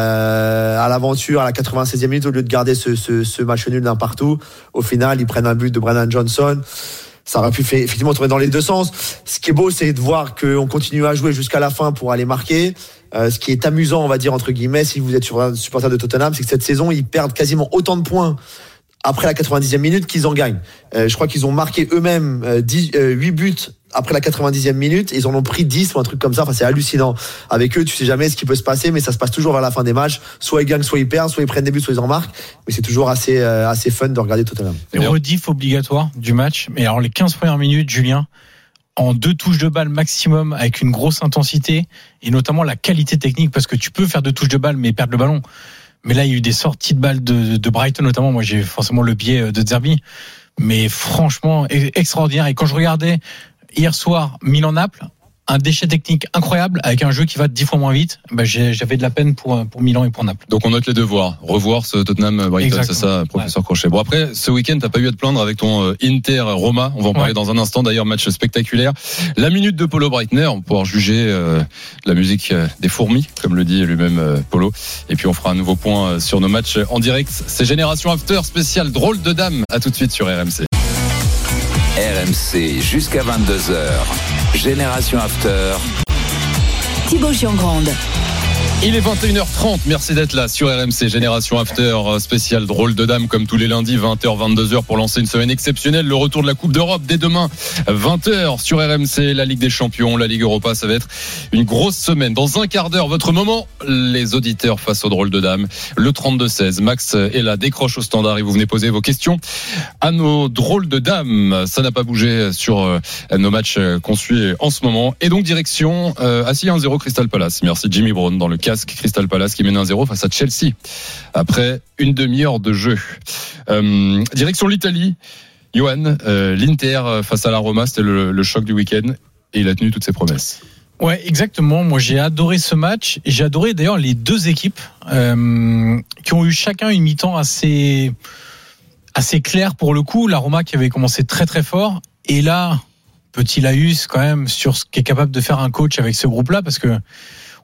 euh, à l'aventure à la quatre-vingt-seizième minute au lieu de garder ce, ce, ce match nul d'un partout. Au final, ils prennent un but de Brennan Johnson. Ça aurait pu fait, effectivement tourner dans les deux sens. Ce qui est beau, c'est de voir qu'on continue à jouer jusqu'à la fin pour aller marquer. Euh, ce qui est amusant, on va dire, entre guillemets, si vous êtes supporter de Tottenham, c'est que cette saison, ils perdent quasiment autant de points après la quatre-vingt-dixième minute qu'ils en gagnent. Euh, je crois qu'ils ont marqué eux-mêmes euh, dix, euh, huit buts après la quatre-vingt-dixième minute. Ils en ont pris dix ou un truc comme ça. Enfin, c'est hallucinant. Avec eux, tu sais jamais ce qui peut se passer, mais ça se passe toujours vers la fin des matchs. Soit ils gagnent, soit ils perdent, soit ils prennent des buts, soit ils en marquent. Mais c'est toujours assez, euh, assez fun de regarder Tottenham. Et rediff obligatoire du match. Mais alors, les quinze premières minutes, Julien, en deux touches de balle maximum, avec une grosse intensité, et notamment la qualité technique, parce que tu peux faire deux touches de balle, mais perdre le ballon. Mais là, il y a eu des sorties de balles de, de Brighton, notamment. Moi, j'ai forcément le biais de Zerbi. Mais franchement, extraordinaire. Et quand je regardais hier soir Milan-Naples, un déchet technique incroyable avec un jeu qui va dix fois moins vite, bah j'avais de la peine pour, pour Milan et pour Naples. Donc on note les devoirs. Revoir ce Tottenham-Brighton, c'est ça, professeur ouais. Crochet. Bon, après, ce week-end, t'as pas eu à te plaindre avec ton Inter-Roma. On va en parler ouais. dans un instant. D'ailleurs, match spectaculaire. La minute de Polo Breitner, on va pouvoir juger euh, la musique des fourmis, comme le dit lui-même euh, Polo. Et puis on fera un nouveau point sur nos matchs en direct. C'est Génération After spécial drôle de dame. À tout de suite sur R M C. R M C jusqu'à vingt-deux heures. Génération After. Thibaut Giangrande. Il est vingt et une heures trente, merci d'être là sur R M C, Génération After, spécial drôle de dame comme tous les lundis, vingt heures, vingt-deux heures pour lancer une semaine exceptionnelle, le retour de la Coupe d'Europe dès demain, vingt heures sur R M C, la Ligue des Champions, la Ligue Europa, ça va être une grosse semaine. Dans un quart d'heure, votre moment, les auditeurs face au drôle de dame, le trente-deux seize, Max est là, décroche au standard et vous venez poser vos questions à nos drôles de dames. Ça n'a pas bougé sur nos matchs qu'on suit en ce moment. Et donc direction, euh, assis un zéro Crystal Palace, merci Jimmy Brown dans le casque Crystal Palace qui mène un zéro face à Chelsea après une demi-heure de jeu. Euh, direction l'Italie, Johan, euh, l'Inter face à la Roma, c'était le, le choc du week-end et il a tenu toutes ses promesses. Ouais, exactement. Moi, j'ai adoré ce match. J'ai adoré d'ailleurs les deux équipes euh, qui ont eu chacun une mi-temps assez assez claire pour le coup. La Roma qui avait commencé très très fort et là, petit laïus quand même sur ce qu'est capable de faire un coach avec ce groupe-là parce que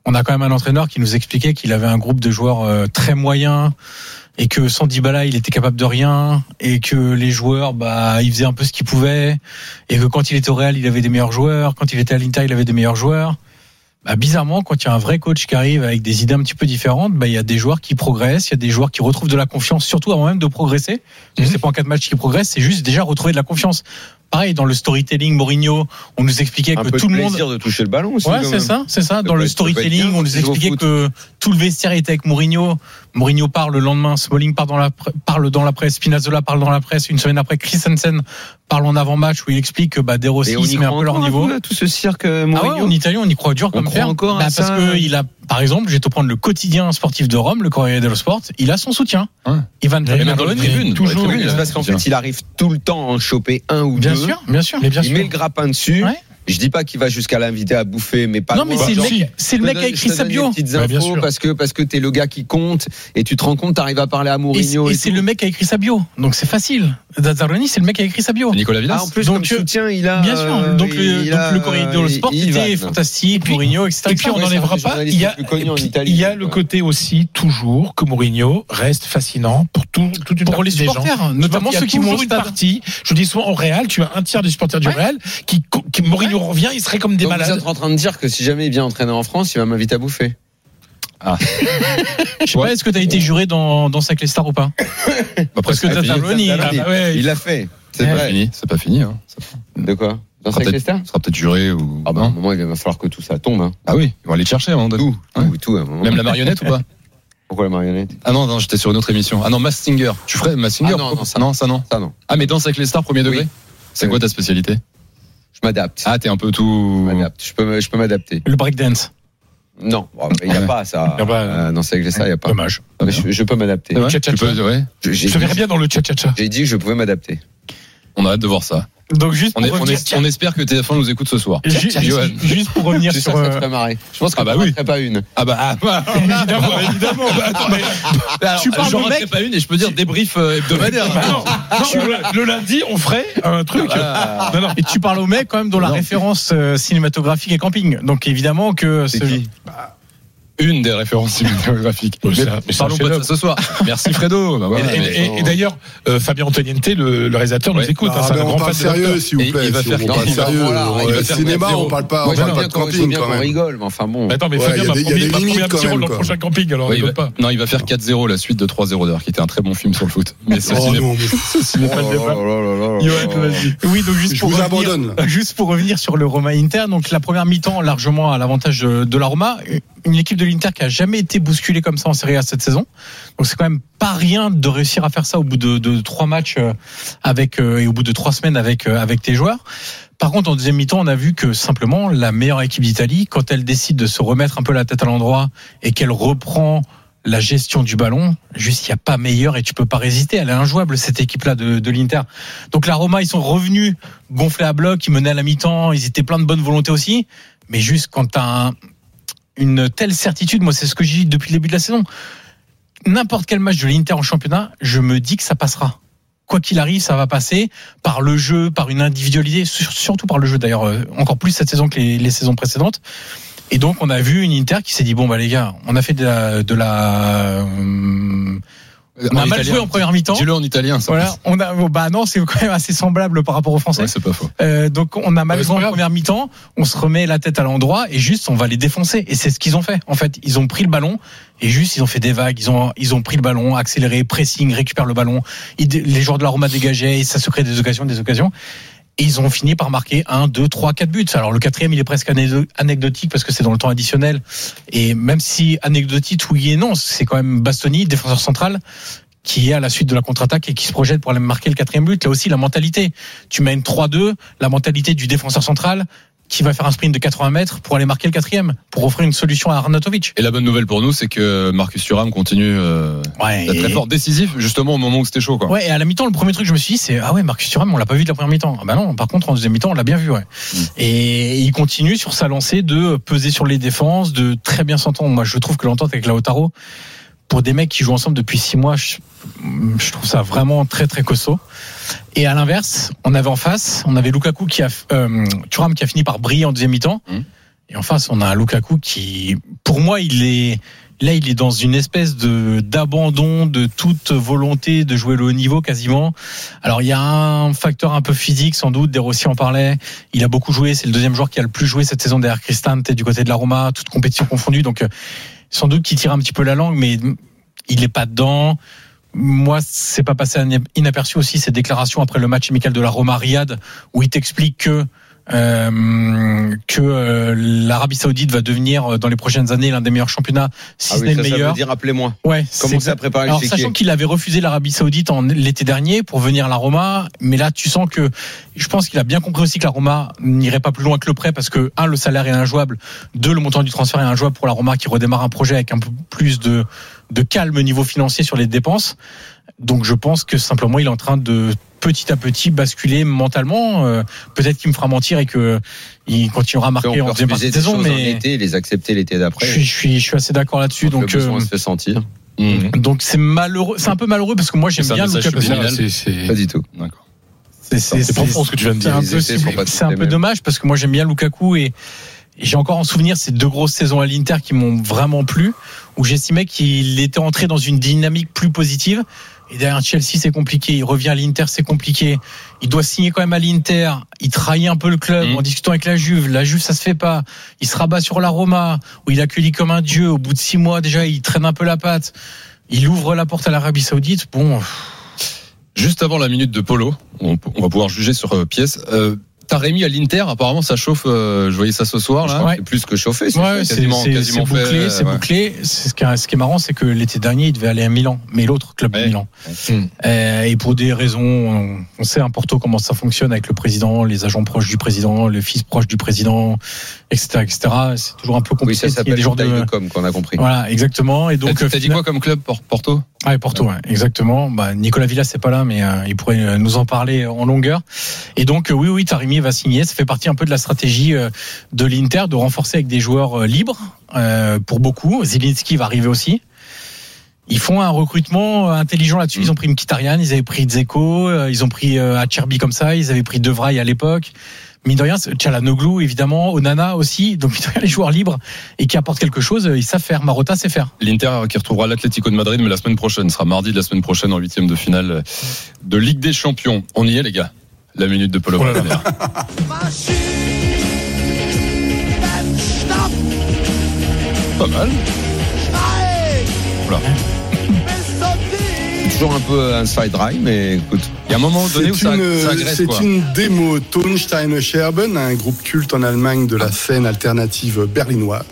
on a quand même un entraîneur qui nous expliquait qu'il avait un groupe de joueurs euh, très moyens et que sans Dybala, il était capable de rien et que les joueurs, bah, ils faisaient un peu ce qu'ils pouvaient et que quand il était au Real, il avait des meilleurs joueurs, quand il était à l'Inter, il avait des meilleurs joueurs. Bah, bizarrement, quand il y a un vrai coach qui arrive avec des idées un petit peu différentes, bah, il y a des joueurs qui progressent, il y a des joueurs qui retrouvent de la confiance, surtout avant même de progresser. Mmh. C'est pas en quatre matchs qu'ils progressent, c'est juste déjà retrouver de la confiance. Pareil, dans le storytelling, Mourinho, on nous expliquait un que peu tout de le monde. plaisir de toucher le ballon aussi. Ouais, c'est ça, c'est ça. Dans le storytelling, on nous expliquait que tout le vestiaire était avec Mourinho. Mourinho parle le lendemain, Smalling parle dans la, parle dans la presse, Spinazzola parle dans la presse. Une semaine après, Christensen parle en avant-match où il explique que bah, De Rossi se met un peu leur niveau. Là, tout ce cirque Mourinho. Ah ouais, en Italie, on y croit dur comme fer. Encore bah, à parce ça. que il a, par exemple, je vais te prendre le quotidien sportif de Rome, le Corriere dello Sport. Il a son soutien. Ouais. Ivan Trapattoni, toujours. Parce qu'en fait, il arrive tout le temps à en choper un ou bien deux. Bien sûr, bien sûr. Mais bien il sûr. met le grappin dessus. Ouais. Je dis pas qu'il va jusqu'à l'inviter à bouffer, mais pas non, mais c'est le mec, c'est le mec qui a écrit sa bio. Petites infos, ouais, parce que parce que t'es le gars qui compte et tu te rends compte, t'arrives à parler à Mourinho. Et, et, et c'est le mec qui a écrit sa bio, donc c'est facile. Zazzaroni, c'est le mec qui a écrit sa bio. Nicolas Villas. Ah, en plus, donc comme soutien, il a. Bien sûr. Donc le, donc a, le Corriere dello Sport était fantastique, puis, Mourinho, et cetera. Et puis on n'enlèvera pas. Il y a, il y a le côté aussi toujours que Mourinho reste fascinant pour tout, toute une pour les partie supporters, des gens. notamment ceux qui vont une partie. Je dis souvent au Real, tu as un tiers des supporters du Real qui, qui Mourinho revient, il serait comme des donc malades. Vous êtes en train de dire que si jamais il vient entraîner en France, il va m'inviter à bouffer. Ah. Je sais pas, est-ce que tu as été juré dans, dans Sacré Star ou pas? Bah, parce que Zazzaroni, ah bah ouais, il l'a fait. C'est pas fini. C'est pas fini. Hein. De quoi? Dans Sacré Star? Ça sera peut-être juré ou. Ah bah, à un moment, il va falloir que tout ça tombe. Hein. Ah oui, ils vont aller te chercher avant de. Tout, ouais. tout, tout à un moment. Même la marionnette ou pas? Pourquoi la marionnette? Ah non, non, j'étais sur une autre émission. Ah non, Masked Singer. Tu ferais Masked Singer? Ah non, non, ça non, ça non. Ça non. Ah mais Danse avec les stars, premier degré? Oui. C'est quoi ta spécialité? Je m'adapte. Ah, t'es un peu tout. Je m'adapte. Je peux, je peux m'adapter. Le breakdance. Non, il n'y a pas ça. Euh, dans Sacré Star, il n'y a pas. Dommage. Mais je, je peux m'adapter. Ouais, tu peux, ouais. Je, je te verrais bien dans le tcha-tcha-tcha. J'ai dit que je pouvais m'adapter. On a hâte de voir ça. Donc juste on, est, pour on, est, on espère que T F un nous écoute ce soir. Juste, juste pour revenir sur. Ça, ça te marrer. Je pense que ah bah oui. ferais pas une. Ah bah, ah bah évidemment, évidemment. Bah, attends, mais, alors, tu parles de mec pas une et je peux dire débrief hebdomadaire. Bah non, non, le, le lundi on ferait un truc. Ah, non, non. Et tu parles au mec quand même dont la non. référence euh, cinématographique est Camping. Donc évidemment que c'est qui bah, une des références cinématographiques. Mais, mais, mais parlons pas de ça ce soir. Merci Fredo. Bah voilà, et, mais... et, et d'ailleurs, euh, Fabien Antoniente, le, le réalisateur, ouais. nous écoute. Non, hein, on parle sérieux, s'il vous plaît. Il va faire sérieux. Le cinéma, on parle pas. On parle pas de camping quand même. On rigole, mais enfin bon. Attends, mais Fabien m'a promis un petit rôle dans le prochain camping. Alors, il pas. Non, il va faire quatre zéro la suite de trois zéro d'heure, qui était un très bon film sur le foot. Mais c'est cinéma. Oui, donc juste pour revenir, juste pour revenir sur le Roma Inter. Donc la première mi-temps largement à l'avantage de la Roma. Une équipe de l'Inter qui a jamais été bousculée comme ça en Serie A cette saison. Donc c'est quand même pas rien de réussir à faire ça au bout de, de trois matchs avec et au bout de trois semaines avec avec tes joueurs. Par contre, en deuxième mi-temps, on a vu que simplement la meilleure équipe d'Italie, quand elle décide de se remettre un peu la tête à l'endroit et qu'elle reprend la gestion du ballon, juste il n'y a pas meilleur et tu peux pas résister. Elle est injouable cette équipe-là de, de l'Inter. Donc la Roma, ils sont revenus gonflés à bloc, ils menaient à la mi-temps, ils étaient pleins de bonne volonté aussi. Mais juste quand t'as un une telle certitude, moi c'est ce que j'ai dit depuis le début de la saison, n'importe quel match de l'Inter en championnat, je me dis que ça passera. Quoi qu'il arrive, ça va passer par le jeu, par une individualité, surtout par le jeu d'ailleurs, encore plus cette saison que les, les saisons précédentes. Et donc on a vu une Inter qui s'est dit, bon bah les gars, on a fait de la... De la euh, on a en mal italien. Joué en première mi-temps. Dis-le en italien. Ça voilà, on a, bah non, c'est quand même assez semblable par rapport aux Français. Ouais, c'est pas faux. Euh, donc on a mal ouais, joué en première mi-temps, on se remet la tête à l'endroit et juste on va les défoncer. Et c'est ce qu'ils ont fait. En fait, ils ont pris le ballon et juste ils ont fait des vagues. Ils ont ils ont pris le ballon, accéléré, pressing, récupère le ballon. Ils, les joueurs de la Roma dégageaient et ça se crée des occasions, des occasions. Et ils ont fini par marquer un, deux, trois, quatre buts. Alors le quatrième, il est presque anecdotique parce que c'est dans le temps additionnel. Et même si anecdotique, oui et non, c'est quand même Bastoni, défenseur central, qui est à la suite de la contre-attaque et qui se projette pour aller marquer le quatrième but. Là aussi, la mentalité. Tu mènes trois deux, la mentalité du défenseur central qui va faire un sprint de quatre-vingts mètres pour aller marquer le quatrième, pour offrir une solution à Arnautovic. Et la bonne nouvelle pour nous, c'est que Marcus Thuram continue euh, ouais, d'être et... très fort, décisif, justement au moment où c'était chaud, quoi. Ouais, et à la mi-temps, le premier truc que je me suis dit, c'est ah ouais, Marcus Thuram, on l'a pas vu de la première mi-temps. Ah bah non, par contre, en deuxième mi-temps, on l'a bien vu, ouais. Mm. Et il continue sur sa lancée de peser sur les défenses, de très bien s'entendre. Moi, je trouve que l'entente avec Lautaro, pour des mecs qui jouent ensemble depuis six mois, je, je trouve ça vraiment très très costaud. Et à l'inverse, on avait en face, on avait Lukaku qui a, euh, Thuram qui a fini par briller en deuxième mi-temps. Mmh. Et en face, on a un Lukaku qui, pour moi, il est là, il est dans une espèce de d'abandon de toute volonté de jouer le haut niveau quasiment. Alors il y a un facteur un peu physique sans doute. De Rossi en parlait. Il a beaucoup joué. C'est le deuxième joueur qui a le plus joué cette saison derrière Cristante du côté de la Roma, toute compétition confondue. Donc sans doute qu'il tire un petit peu la langue, mais il n'est pas dedans. Moi, c'est pas passé inaperçu aussi ces déclarations après le match amical de la Roma à Riyad, où il t'explique que Euh, que euh, l'Arabie Saoudite va devenir dans les prochaines années l'un des meilleurs championnats, si ah ce oui, n'est ça, le meilleur. Ça veut dire, rappelez-moi. Ouais. Comment ça prépare Alors, le sachant qu'il avait refusé l'Arabie Saoudite en l'été dernier pour venir à la Roma, mais là, tu sens que, je pense qu'il a bien compris aussi que la Roma n'irait pas plus loin que le prêt parce que un, le salaire est injouable, deux, le montant du transfert est injouable pour la Roma qui redémarre un projet avec un peu plus de de calme au niveau financier sur les dépenses. Donc, je pense que simplement, il est en train de petit à petit basculer mentalement. Euh, peut-être qu'il me fera mentir et que il continuera à marquer en deuxième partie de saison, mais en été, les accepter l'été d'après. Je suis, je suis, je suis assez d'accord là-dessus. Donc, donc le besoin euh, se fait sentir. Mmh. Donc c'est malheureux, c'est un peu malheureux parce que moi j'aime bien Lukaku. C'est, c'est... Pas du tout. D'accord. C'est, c'est, c'est profond ce que tu viens de dire. C'est un peu, c'est, c'est un peu dommage parce que moi j'aime bien Lukaku et, et j'ai encore en souvenir ces deux grosses saisons à l'Inter qui m'ont vraiment plu, où j'estimais qu'il était entré dans une dynamique plus positive. Et derrière Chelsea, c'est compliqué. Il revient à l'Inter, c'est compliqué. Il doit signer quand même à l'Inter. Il trahit un peu le club mmh. en discutant avec la Juve. La Juve, ça se fait pas. Il se rabat sur la Roma, où il est accueilli comme un dieu. Au bout de six mois, déjà, il traîne un peu la patte. Il ouvre la porte à l'Arabie Saoudite. Bon. Juste avant la minute de Polo, on, on va pouvoir juger sur euh, pièce. Euh, Taremi à l'Inter, apparemment ça chauffe. Euh, je voyais ça ce soir là. Ouais. C'est plus que chauffer. C'est ouais, quasiment, c'est, quasiment c'est fait. Bouclé, c'est ouais. bouclé. C'est ce qui, est, ce qui est marrant, c'est que l'été dernier, il devait aller à Milan, mais l'autre club ouais. de Milan. Ouais. Euh, et pour des raisons, on, on sait à Porto comment ça fonctionne avec le président, les agents proches du président, le fils proche du président, et cetera, et cetera. C'est toujours un peu compliqué. Oui, ça s'appelle des genres de... de com, qu'on a compris. Voilà, exactement. Et donc, t'as, t'as dit quoi comme club, Porto? Ah, Porto, ouais, exactement. Bah, Nicolas Villas, c'est pas là, mais euh, il pourrait nous en parler en longueur. Et donc, euh, oui, oui, Taremi va signer. Ça fait partie un peu de la stratégie euh, de l'Inter de renforcer avec des joueurs euh, libres euh, pour beaucoup. Zielinski va arriver aussi. Ils font un recrutement intelligent là-dessus. Ils ont pris Mkhitaryan, ils avaient pris Dzeko, euh, ils ont pris euh, Acerbi comme ça, ils avaient pris De Vrij à l'époque. Mine de rien, Çalhanoğlu évidemment, Onana aussi. Donc mine de rien, les joueurs libres et qui apportent quelque chose, ils savent faire. Marotta sait faire. L'Inter qui retrouvera l'Atlético de Madrid, mais la semaine prochaine, ce sera mardi de la semaine prochaine en huitième de finale de Ligue des Champions. On y est les gars. La minute de Polo. Oh là là. Pas mal. Voilà. Toujours un peu un side drive, mais écoute. Il y a un moment donné c'est où ça, une, ça agresse, c'est quoi. une démo Tonsteine Scherben, un groupe culte en Allemagne de la scène alternative berlinoise.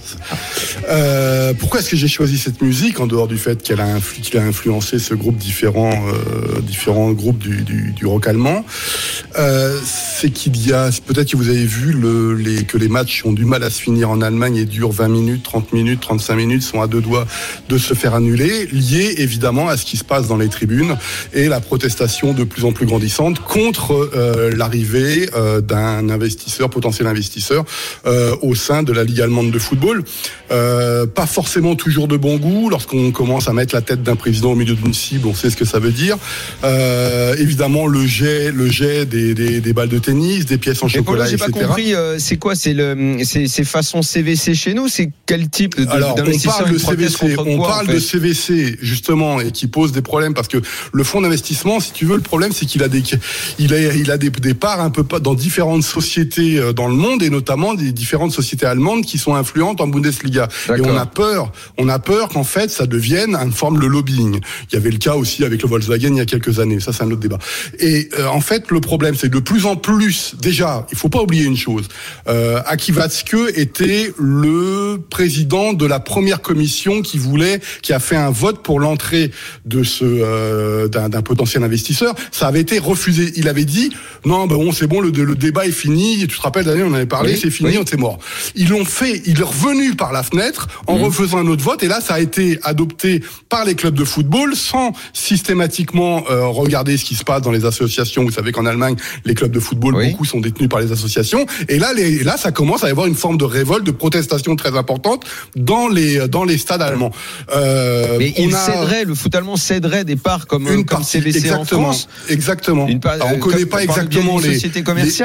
Euh, pourquoi est-ce que j'ai choisi cette musique, en dehors du fait qu'elle a, influ, qu'il a influencé ce groupe différents, euh, différents groupes du, du, du rock allemand, euh, c'est qu'il y a, peut-être que vous avez vu le, les, que les matchs ont du mal à se finir en Allemagne et durent vingt minutes, trente minutes, trente-cinq minutes, sont à deux doigts de se faire annuler, lié évidemment à ce qui se passe dans les tribunes et la protestation de plus en plus grandissante contre euh, l'arrivée euh, d'un investisseur, potentiel investisseur, euh, au sein de la Ligue allemande de football. Euh, pas forcément toujours de bon goût. Lorsqu'on commence à mettre la tête d'un président au milieu d'une cible, on sait ce que ça veut dire. Euh, évidemment, le jet, le jet des, des, des balles de tennis, des pièces en mais chocolat, Polo, j'ai et cetera. Pas compris. Euh, c'est quoi? C'est le, c'est, c'est façon C V C chez nous. C'est quel type de, Alors, d'investisseur? on parle de C V C. On quoi, parle en fait de C V C justement et qui pose des problèmes parce que le fonds d'investissement, si tu veux, le problème c'est qu'il a des, il a, il a des, des parts un peu dans différentes sociétés dans le monde et notamment des différentes sociétés allemandes qui sont influentes en Bundesliga. D'accord. Et on a peur, on a peur qu'en fait ça devienne une forme de lobbying. Il y avait le cas aussi avec le Volkswagen il y a quelques années. Ça, c'est un autre débat. Et euh, en fait, le problème, c'est que de plus en plus, déjà, il faut pas oublier une chose. Euh, Aki Watzke était le président de la première commission qui voulait, qui a fait un vote pour l'entrée de ce euh, d'un, d'un potentiel investisseur. Ça avait été refusé. Il avait dit non, ben bon, c'est bon, le, le débat est fini. Tu te rappelles, Daniel, on en avait parlé, oui, c'est fini, oui. On c'est mort. Ils l'ont fait. Il est revenu par la fenêtre en mmh. refaisant un autre vote. Et là, ça a été adopté par les clubs de football sans systématiquement euh, regarder ce qui se passe dans les associations. Vous savez qu'en Allemagne, les clubs de football, oui. beaucoup sont détenus par les associations. Et là, les, là, ça commence à y avoir une forme de révolte, de protestation très importante dans les dans les stades allemands. Euh, Mais il a... céderait, le foot allemand céderait des parts comme, une comme partie, C V C exactement, en France. Exactement. Une part, Alors, on ne connaît pas exactement les sociétés commerciales. Les,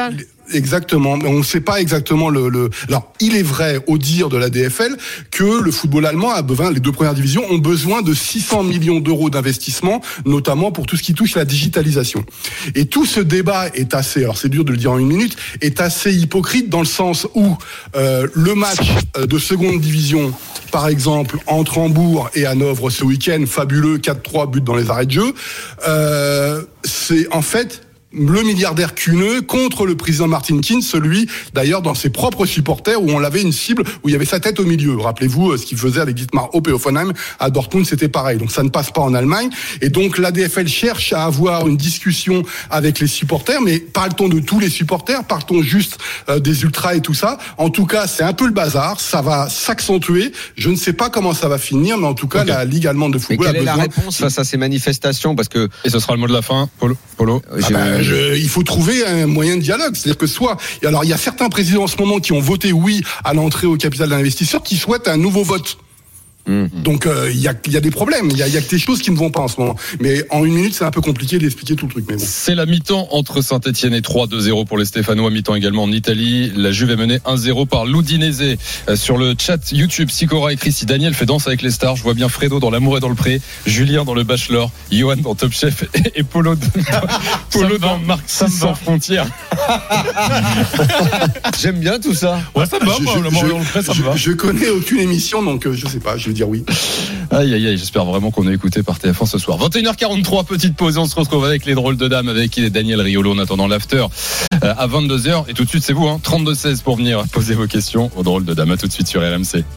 Exactement. On ne sait pas exactement le, le. Alors, il est vrai, au dire de la D F L, que le football allemand a besoin, les deux premières divisions ont besoin de six cents millions d'euros d'investissement, notamment pour tout ce qui touche la digitalisation. Et tout ce débat est assez, alors c'est dur de le dire en une minute, est assez hypocrite dans le sens où euh, le match de seconde division, par exemple, entre Hambourg et Hanovre ce week-end, fabuleux, quatre trois buts dans les arrêts de jeu, euh, c'est en fait le milliardaire cuneux contre le président Martin Kind, celui d'ailleurs dans ses propres supporters où on l'avait une cible où il y avait sa tête au milieu. Rappelez-vous ce qu'il faisait avec Dietmar Hopp et Hoffenheim à Dortmund, c'était pareil. Donc ça ne passe pas en Allemagne et donc la D F L cherche à avoir une discussion avec les supporters, mais parle-t-on de tous les supporters, parle-t-on juste euh, des ultras et tout ça. En tout cas, c'est un peu le bazar, ça va s'accentuer. Je ne sais pas comment ça va finir, mais en tout cas, okay. La Ligue allemande de football mais quelle a besoin. Quelle est la réponse face à ces manifestations, parce que et ce sera le mot de la fin, Polo. Polo. Ah ben, je, il faut trouver un moyen de dialogue. C'est-à-dire que soit, alors il y a certains présidents en ce moment qui ont voté oui à l'entrée au capital d'investisseurs qui souhaitent un nouveau vote. Mmh. Donc il euh, y, a, y a des problèmes, il y a, y a que des choses qui ne vont pas en ce moment. Mais en une minute, c'est un peu compliqué d'expliquer tout le truc. Mais bon. C'est la mi-temps entre Saint-Etienne et Troyes, deux zéro pour les Stéphanois. Mi-temps également en Italie. La Juve est menée un zéro par l'Udinese. Euh, sur le chat YouTube, Sicora écrit: si Daniel fait Danse avec les stars, je vois bien Fredo dans L'amour est dans le pré, Julien dans Le Bachelor, Johan dans Top Chef et Polo dans, Polo dans Marxisme sans frontières. J'aime bien tout ça. Ouais, ça me va, je, moi, je, L'amour est dans le pré, ça je, me va. Je connais aucune émission, donc euh, je sais pas, je vais dire oui. Aïe aïe aïe, j'espère vraiment qu'on est écouté par T F un ce soir. vingt et une heures quarante-trois, petite pause, on se retrouve avec les drôles de dames, avec Daniel Riolo en attendant l'after euh, à vingt-deux heures. Et tout de suite, c'est vous, hein, trente-deux seize pour venir poser vos questions aux drôles de dames. À tout de suite sur R M C.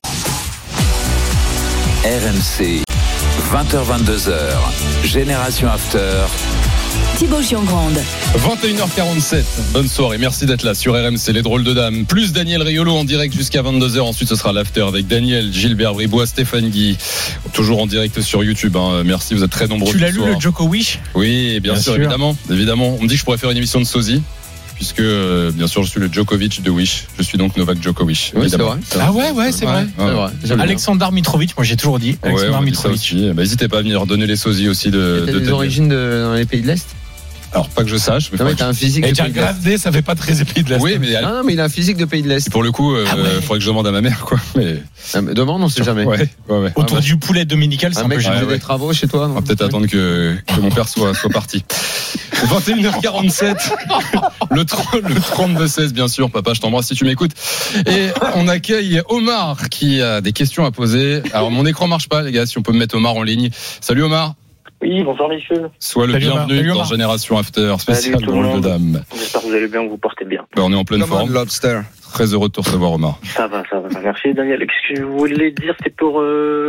R M C, vingt heures vingt-deux heures, Génération After. Thibaut Giangrande. vingt et une heures quarante-sept. Bonne soirée. Merci d'être là sur R M C, les drôles de dames. Plus Daniel Riolo en direct jusqu'à vingt-deux heures. Ensuite, ce sera l'after avec Daniel, Gilbert Bribois, Stéphane Guy. Toujours en direct sur YouTube. Hein. Merci, vous êtes très nombreux. Tu l'as lu soir. le Joko Wish ? Oui, bien, bien sûr, sûr, évidemment. Évidemment. On me dit que je pourrais faire une émission de sosie. Puisque, euh, bien sûr, je suis le Djokovic de Wish. Je suis donc Novak Djokovic. Oui, c'est vrai, c'est vrai. Ah ouais, ouais, c'est vrai. Ouais, ouais. C'est vrai. Alexander Mitrovic, moi j'ai toujours dit. Alexander ouais, Mitrovic. Bah, n'hésitez pas à venir donner les sosies aussi de. T'as de des origines de, dans les pays de l'Est ? Alors, pas que je sache. Mais non, mais t'as un physique et de pays de l'Est. D, ça fait pas très pays de l'Est. Oui, mais. Non, non, mais il a un physique de pays de l'Est. Et pour le coup, il euh, ah ouais. faudrait que je demande à ma mère, quoi. Mais... Ah, mais demande, on sait jamais. Ouais, ouais, ouais. Autour ah, du poulet dominical, c'est un un mec peu qui fait ouais, des ouais. travaux chez toi. On va peut-être attendre que, que mon père soit, soit parti. vingt et une heures quarante-sept. Le, le trente-deux seize, bien sûr. Papa, je t'embrasse si tu m'écoutes. Et on accueille Omar qui a des questions à poser. Alors, mon écran marche pas, les gars, si on peut me mettre Omar en ligne. Salut Omar. Oui, bonsoir messieurs. Sois le Salut bienvenu Omar. dans Génération After, spécial drôle de dame. J'espère que vous allez bien, que vous portez bien. Ben, on est en pleine Come forme. on, Lobster. Très heureux de te recevoir, Omar. Ça va, ça va. Merci Daniel. Ce que je voulais dire, c'était pour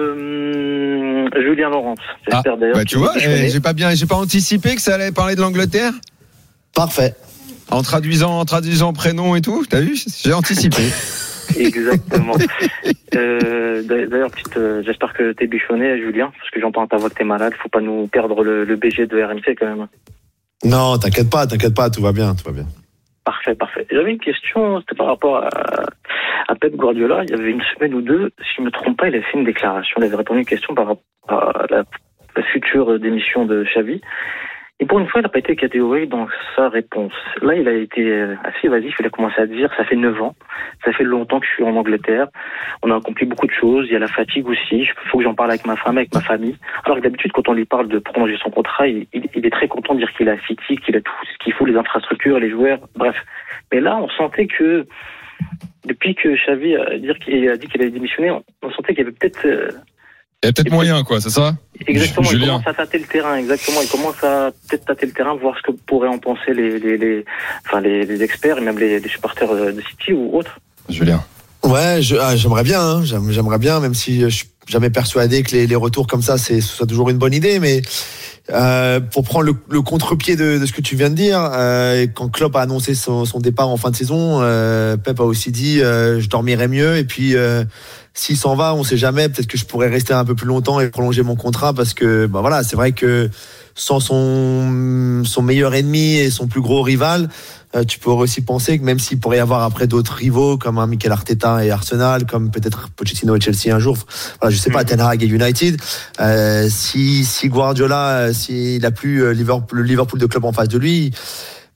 euh, Julien Laurence. J'espère ah, d'ailleurs. Bah, tu vois, eh, j'ai pas bien, j'ai pas anticipé que ça allait parler de l'Angleterre. Parfait. En traduisant, en traduisant prénom et tout, t'as vu, j'ai anticipé. Exactement. euh, d'ailleurs, petite, euh, j'espère que t'es bichonné, Julien, parce que j'entends à ta voix que t'es malade. Faut pas nous perdre le, le B G de R M C quand même. Non, t'inquiète pas, t'inquiète pas, tout va bien, tout va bien. Parfait, parfait. J'avais une question, c'était par rapport à, à Pep Guardiola. Il y avait une semaine ou deux, si je me trompe pas, il avait fait une déclaration, il avait répondu à une question par rapport à la, la future démission de Xavi. Et pour une fois, il n'a pas été catégorique dans sa réponse. Là, il a été assez évasif. Il a commencé à dire, ça fait neuf ans, ça fait longtemps que je suis en Angleterre. On a accompli beaucoup de choses. Il y a la fatigue aussi. Il faut que j'en parle avec ma femme, avec ma famille. Alors que d'habitude, quand on lui parle de prolonger son contrat, il, il, il est très content de dire qu'il a City, qu'il a tout ce qu'il faut, les infrastructures, les joueurs, bref. Mais là, on sentait que depuis que Xavi a dit qu'il, a dit qu'il allait démissionner, on, on sentait qu'il y avait peut-être... Euh, Il y a peut-être moyen, quoi, c'est ça ? Exactement, Julien. il commence à tâter le terrain, exactement. Il commence à peut-être tâter le terrain, voir ce que pourraient en penser les, les, les, enfin, les, les experts et même les, les supporters de City ou autres. Julien. Ouais, je, ah, j'aimerais bien, hein, j'aimerais bien, même si je suis jamais persuadé que les, les retours comme ça, c'est, ce soit toujours une bonne idée, mais euh, pour prendre le, le contre-pied de, de ce que tu viens de dire, euh, quand Klopp a annoncé son, son départ en fin de saison, euh, Pep a aussi dit euh, je dormirai mieux, et puis euh, s'il s'en va, on sait jamais, peut-être que je pourrais rester un peu plus longtemps et prolonger mon contrat, parce que bah voilà, c'est vrai que sans son son meilleur ennemi et son plus gros rival, euh, tu pourrais aussi penser que même s'il pourrait y avoir après d'autres rivaux comme un Mikel Arteta et Arsenal, comme peut-être Pochettino et Chelsea un jour, voilà, je sais pas, Ten Hag et United, euh, si si Guardiola, s'il a plus Liverpool, le Liverpool de club en face de lui,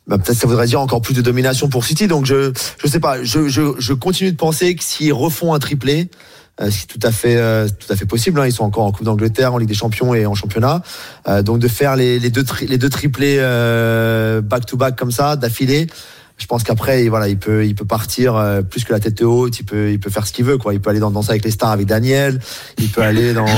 bah, peut-être ça voudrait dire encore plus de domination pour City. Donc je je sais pas, je je, je continue de penser que s'ils refont un triplé, euh, c'est tout à fait euh, tout à fait possible. Hein. Ils sont encore en Coupe d'Angleterre, en Ligue des Champions et en championnat. Euh, donc de faire les les deux tri- les deux triplés euh, back to back comme ça d'affilée. Je pense qu'après, voilà, il peut, il peut partir euh, plus que la tête haute. Il peut, il peut faire ce qu'il veut, quoi. Il peut aller dans Danser avec les stars avec Daniel. Il peut aller dans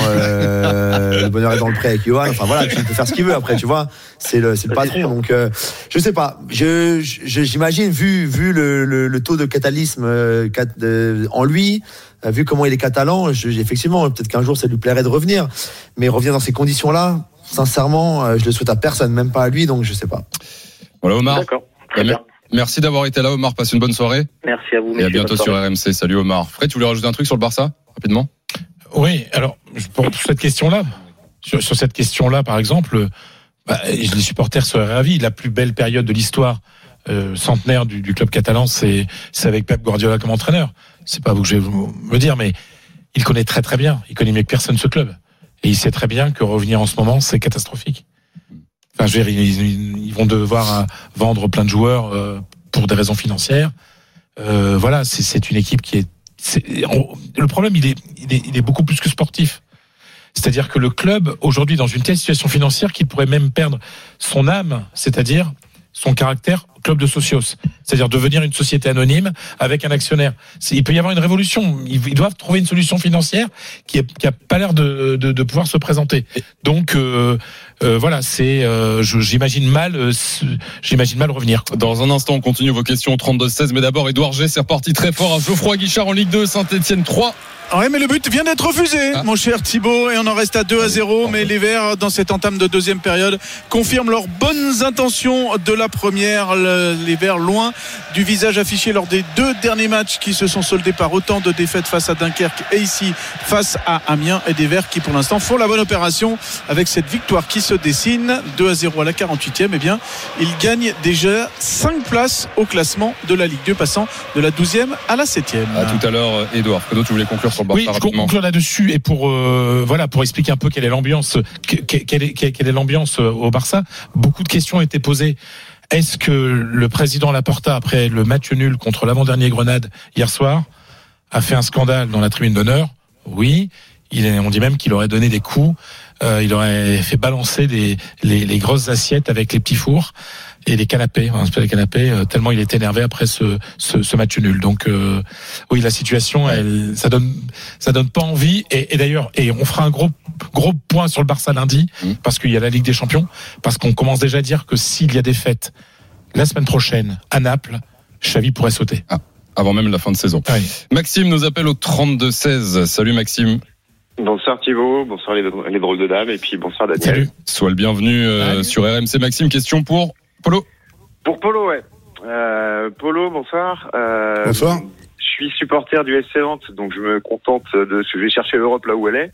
euh, Le bonheur est dans le pré avec Johan. Enfin voilà, il peut faire ce qu'il veut. Après, tu vois, c'est le, c'est le patron. Donc, euh, je sais pas. Je, je, j'imagine vu, vu le, le, le taux de catalysme euh, de, en lui, euh, vu comment il est catalan, je, effectivement, peut-être qu'un jour ça lui plairait de revenir. Mais revenir dans ces conditions-là, sincèrement, euh, je le souhaite à personne, même pas à lui. Donc, je sais pas. Voilà, Omar. D'accord. Très bien. Merci d'avoir été là, Omar. Passe une bonne soirée. Merci à vous. Et à bientôt sur R M C. Salut, Omar. Fred, tu voulais rajouter un truc sur le Barça, rapidement? Oui, alors, pour cette question-là, sur, sur cette question-là, par exemple, bah, les supporters seraient ravis. La plus belle période de l'histoire euh, centenaire du, du club catalan, c'est, c'est avec Pep Guardiola comme entraîneur. C'est pas vous que je vais vous me dire, mais il connaît très très bien. Il connaît mieux que personne ce club. Et il sait très bien que revenir en ce moment, c'est catastrophique. Enfin, je veux dire, ils, ils vont devoir vendre plein de joueurs euh, pour des raisons financières. Euh, voilà, c'est, c'est une équipe qui est, c'est, on, le problème, il est, il est, il est beaucoup plus que sportif. C'est-à-dire que le club, aujourd'hui, dans une telle situation financière qu'il pourrait même perdre son âme, c'est-à-dire son caractère club de socios, c'est-à-dire devenir une société anonyme avec un actionnaire. C'est, il peut y avoir une révolution. Ils, ils doivent trouver une solution financière qui n'a pas l'air de, de, de pouvoir se présenter. Donc euh, euh, voilà, c'est, euh, je, j'imagine mal, euh, j'imagine mal revenir. Dans un instant, on continue vos questions au trente-deux seize, mais d'abord, Édouard G, c'est reparti très fort à Geoffroy Guichard en Ligue deux, Saint-Etienne trois. Ouais, mais le but vient d'être refusé, ah. mon cher Thibaut, et on en reste à deux à zéro. Mais les Verts, dans cette entame de deuxième période, confirment leurs bonnes intentions de la première. Le, les Verts, loin du visage affiché lors des deux derniers matchs qui se sont soldés par autant de défaites face à Dunkerque et ici face à Amiens, et des Verts qui, pour l'instant, font la bonne opération avec cette victoire qui se dessine. deux à zéro à la quarante-huitième. Eh bien, ils gagnent déjà cinq places au classement de la Ligue deux, passant de la douzième à la septième. À tout à l'heure, Édouard. Fredo, tu voulais conclure? Oui, je conclure là-dessus et pour euh, voilà pour expliquer un peu quelle est l'ambiance, quelle est, quelle est l'ambiance au Barça. Beaucoup de questions ont été posées. Est-ce que le président Laporta, après le match nul contre l'avant-dernier Grenade hier soir, a fait un scandale dans la tribune d'honneur? Oui. Il est, on dit même qu'il aurait donné des coups. Euh, il aurait fait balancer des, les, les grosses assiettes avec les petits fours et les canapés, on appelle les canapés, euh, tellement il était énervé après ce, ce, ce match nul. Donc euh, oui, la situation, elle, ça donne, ça donne pas envie. Et, et d'ailleurs, et on fera un gros, gros point sur le Barça lundi, mmh. parce qu'il y a la Ligue des Champions, parce qu'on commence déjà à dire que s'il y a des fêtes la semaine prochaine à Naples, Xavi pourrait sauter. Ah, avant même la fin de saison. Oui. Maxime nous appelle au trente-deux seize. Salut Maxime. Bonsoir Thibaut, bonsoir les, les drôles de dames, et puis bonsoir Daniel. Salut. Sois le bienvenu euh, sur R M C. Maxime, question pour Polo. Pour Polo, ouais. Euh, Polo, bonsoir. Euh, bonsoir. Je suis supporter du S C Nantes, donc je me contente de ce que je vais chercher l'Europe là où elle est.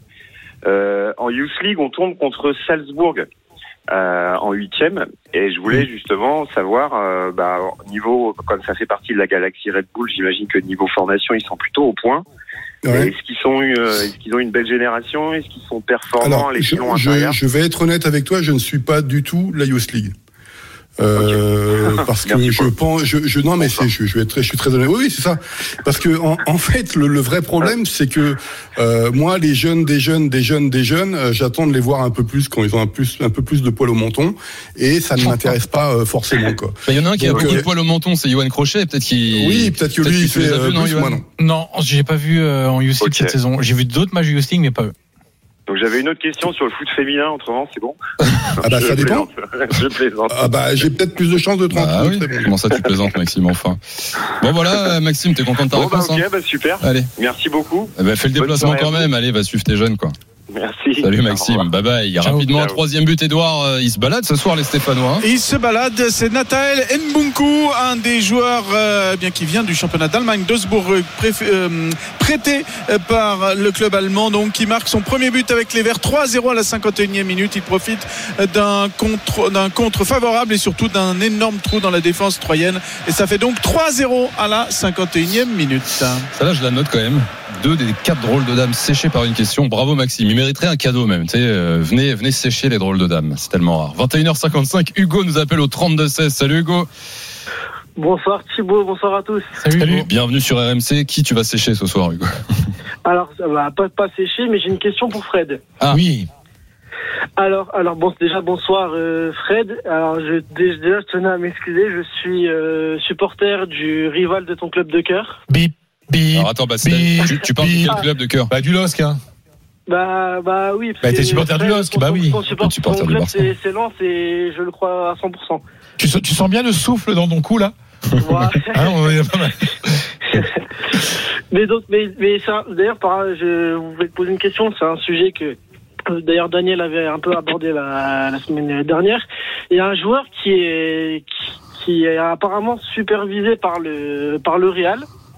Euh, en Youth League, on tombe contre Salzbourg euh, en huitième, et je voulais justement savoir, euh, bah, niveau, comme ça fait partie de la galaxie Red Bull, j'imagine que niveau formation, ils sont plutôt au point. Ouais. Est-ce qu'ils sont, euh, est-ce qu'ils ont une belle génération? Est-ce qu'ils sont performants? Alors, les je, je, je vais être honnête avec toi, je ne suis pas du tout la Youth League. Euh, okay. Parce que Merci je pense, je, je non mais c'est, je, je vais être, je suis très honnête. Oui, oui, c'est ça. Parce que en, en fait, le, le vrai problème, c'est que euh, moi, les jeunes, des jeunes, des jeunes, des jeunes, euh, j'attends de les voir un peu plus quand ils ont un plus, un peu plus de poil au menton, et ça ne m'intéresse pas euh, forcément quoi. Il y en a un qui Donc, a beaucoup euh, de poil au menton, c'est Yoann Crochet, peut-être qu'il. Oui, peut-être que peut-être lui il fait euh, non, plus, moi non. Non, j'ai pas vu euh, en Youth League okay. cette saison. J'ai vu d'autres matchs Youth League, mais pas eux. Donc j'avais une autre question sur le foot féminin, autrement, c'est bon? Ah bah je ça dépend. Je plaisante. Ah bah j'ai peut-être plus de chances de trente. Ah oui. Comment ça tu plaisantes, Maxime, enfin. Bon voilà, Maxime, t'es content de ta bon, réponse? Bah, ok, hein bah super. Allez. Merci beaucoup. Eh bah, fais le déplacement quand même, allez, va suivre tes jeunes quoi. Merci. Salut Maxime, bye bye. Ciao. Rapidement, Ciao. Troisième but, Edouard, euh, il se balade ce soir les Stéphanois. Hein. Il se balade, c'est Nathael Nbunku, un des joueurs euh, bien qui vient du championnat d'Allemagne d'Augsbourg, pré- euh, prêté par le club allemand, donc qui marque son premier but avec les Verts, trois à zéro à la cinquante et unième minute. Il profite d'un contre, d'un contre favorable et surtout d'un énorme trou dans la défense troyenne, et ça fait donc trois à zéro à la cinquante et unième minute. Ça là je la note quand même. deux des quatre drôles de dames séchés par une question. Bravo Maxime, il mériterait un cadeau même. Tu sais, euh, venez, venez sécher les drôles de dames, c'est tellement rare. vingt et une heures cinquante-cinq, Hugo nous appelle au trente-deux seize. Salut Hugo. Bonsoir Thibaut, bonsoir à tous. Salut, Salut. Bienvenue sur R M C. Qui tu vas sécher ce soir, Hugo? Alors, ça va pas, pas sécher, mais j'ai une question pour Fred. Ah oui. Alors, alors bon, déjà bonsoir euh, Fred. Alors, je, déjà, je tenais à m'excuser. Je suis euh, supporter du rival de ton club de cœur. Bip, bip. Alors attends, bah, bip, tu, tu parles bip. de quel club de cœur? Bah du L O S C, hein. Bah, bah oui. Bah t'es supporter du L O S C, bah oui. Ton, support, ton club, c'est, c'est Lens et je le crois à cent pour cent. Tu, tu sens bien le souffle dans ton cou là? Ouais. Hein, on est pas mal. mais donc, mais, mais ça, d'ailleurs, par, je voulais te poser une question. C'est un sujet que, d'ailleurs, Daniel avait un peu abordé la, la semaine dernière. Il y a un joueur qui est, qui, qui est apparemment supervisé par le, par le Real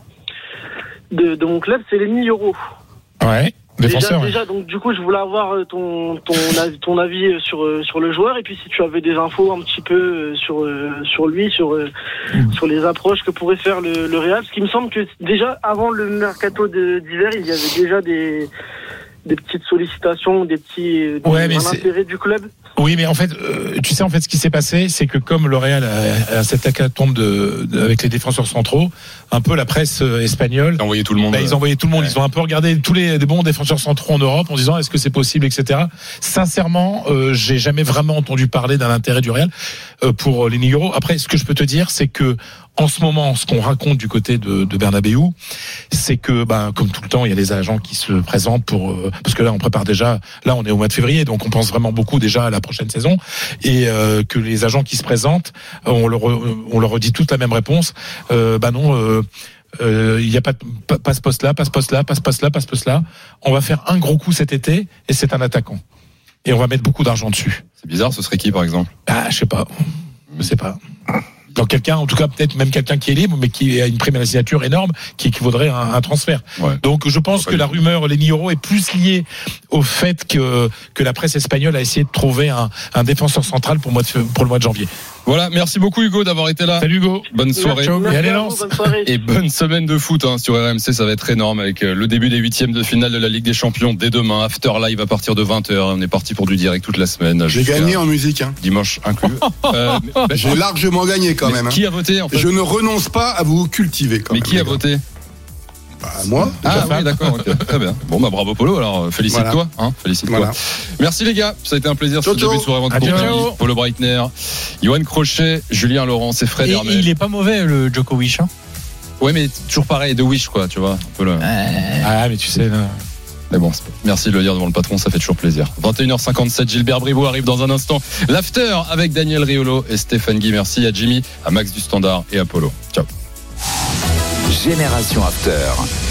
de, de mon club, c'est Lenny Yoro. Ouais. Déjà, ouais. déjà, donc du coup, je voulais avoir ton ton avis, ton avis sur sur le joueur et puis si tu avais des infos un petit peu sur sur lui, sur mmh. sur les approches que pourrait faire le, le Real, parce qu'il me semble que déjà avant le mercato de, d'hiver, il y avait déjà des des petites sollicitations, des petits ouais, des, un intérêt du club. Oui, mais en fait, euh, tu sais, en fait, ce qui s'est passé, c'est que comme le Real a, a cette hécatombe de, de, avec les défenseurs centraux, un peu la presse espagnole, ils ont envoyé tout le monde. Bah, ils ont envoyé tout le monde. Ouais. Ils ont un peu regardé tous les, les bons défenseurs centraux en Europe en disant est-ce que c'est possible, et cetera. Sincèrement, euh, j'ai jamais vraiment entendu parler d'un intérêt du Real euh, pour Lenny Yoro. Après, ce que je peux te dire, c'est que en ce moment, ce qu'on raconte du côté de, de Bernabéu, c'est que, ben, comme tout le temps, il y a des agents qui se présentent pour, euh, parce que là, on prépare déjà, là, on est au mois de février, donc on pense vraiment beaucoup déjà à la prochaine saison, et euh, que les agents qui se présentent, on leur, on leur dit toute la même réponse. Euh, ben non, euh, euh, il n'y a pas, pas, pas ce poste-là, pas ce poste-là, pas ce poste-là, pas ce poste-là. On va faire un gros coup cet été, et c'est un attaquant. Et on va mettre beaucoup d'argent dessus. C'est bizarre, ce serait qui, par exemple? Ah, je sais pas. Je sais pas. Donc quelqu'un, en tout cas peut-être même quelqu'un qui est libre, mais qui a une prime à la signature énorme, qui équivaudrait à un, un transfert. Ouais. Donc je pense que la rumeur Lenny Yoro est plus liée au fait que que la presse espagnole a essayé de trouver un, un défenseur central pour, mois de, pour le mois de janvier. Voilà, merci beaucoup Hugo d'avoir été là. Salut Hugo. Bonne soirée. Et allez Lens. Et bonne semaine de foot hein, sur R M C, ça va être énorme avec le début des huitièmes de finale de la Ligue des Champions dès demain. After Live à partir de vingt heures. On est parti pour du direct toute la semaine. J'ai gagné en musique. Hein. Dimanche inclus. euh, mais, J'ai largement gagné quand même. Hein. Qui a voté en fait? Je ne renonce pas à vous cultiver quand mais même. Mais qui a voté? Bah, moi. Ah oui, d'accord, okay. Très bien. Bon bah bravo Polo, alors félicite-toi, voilà. hein, félicite-toi. Voilà. Merci les gars, ça a été un plaisir. Ce début de soirée avant de compagnie. Polo Breitner, Johan Crochet, Julien Laurence et Fred et Hermel. Il est pas mauvais le Djokovic. Hein. Ouais, mais toujours pareil, de Wish quoi, tu vois. Un peu le... euh... Ah mais tu sais. Là... Mais bon, merci de le dire devant le patron, ça fait toujours plaisir. vingt et une heures cinquante-sept, Gilbert Briboux arrive dans un instant. L'after avec Daniel Riolo et Stéphane Guy. Merci à Jimmy, à Max du Standard et à Polo. Ciao. Génération After.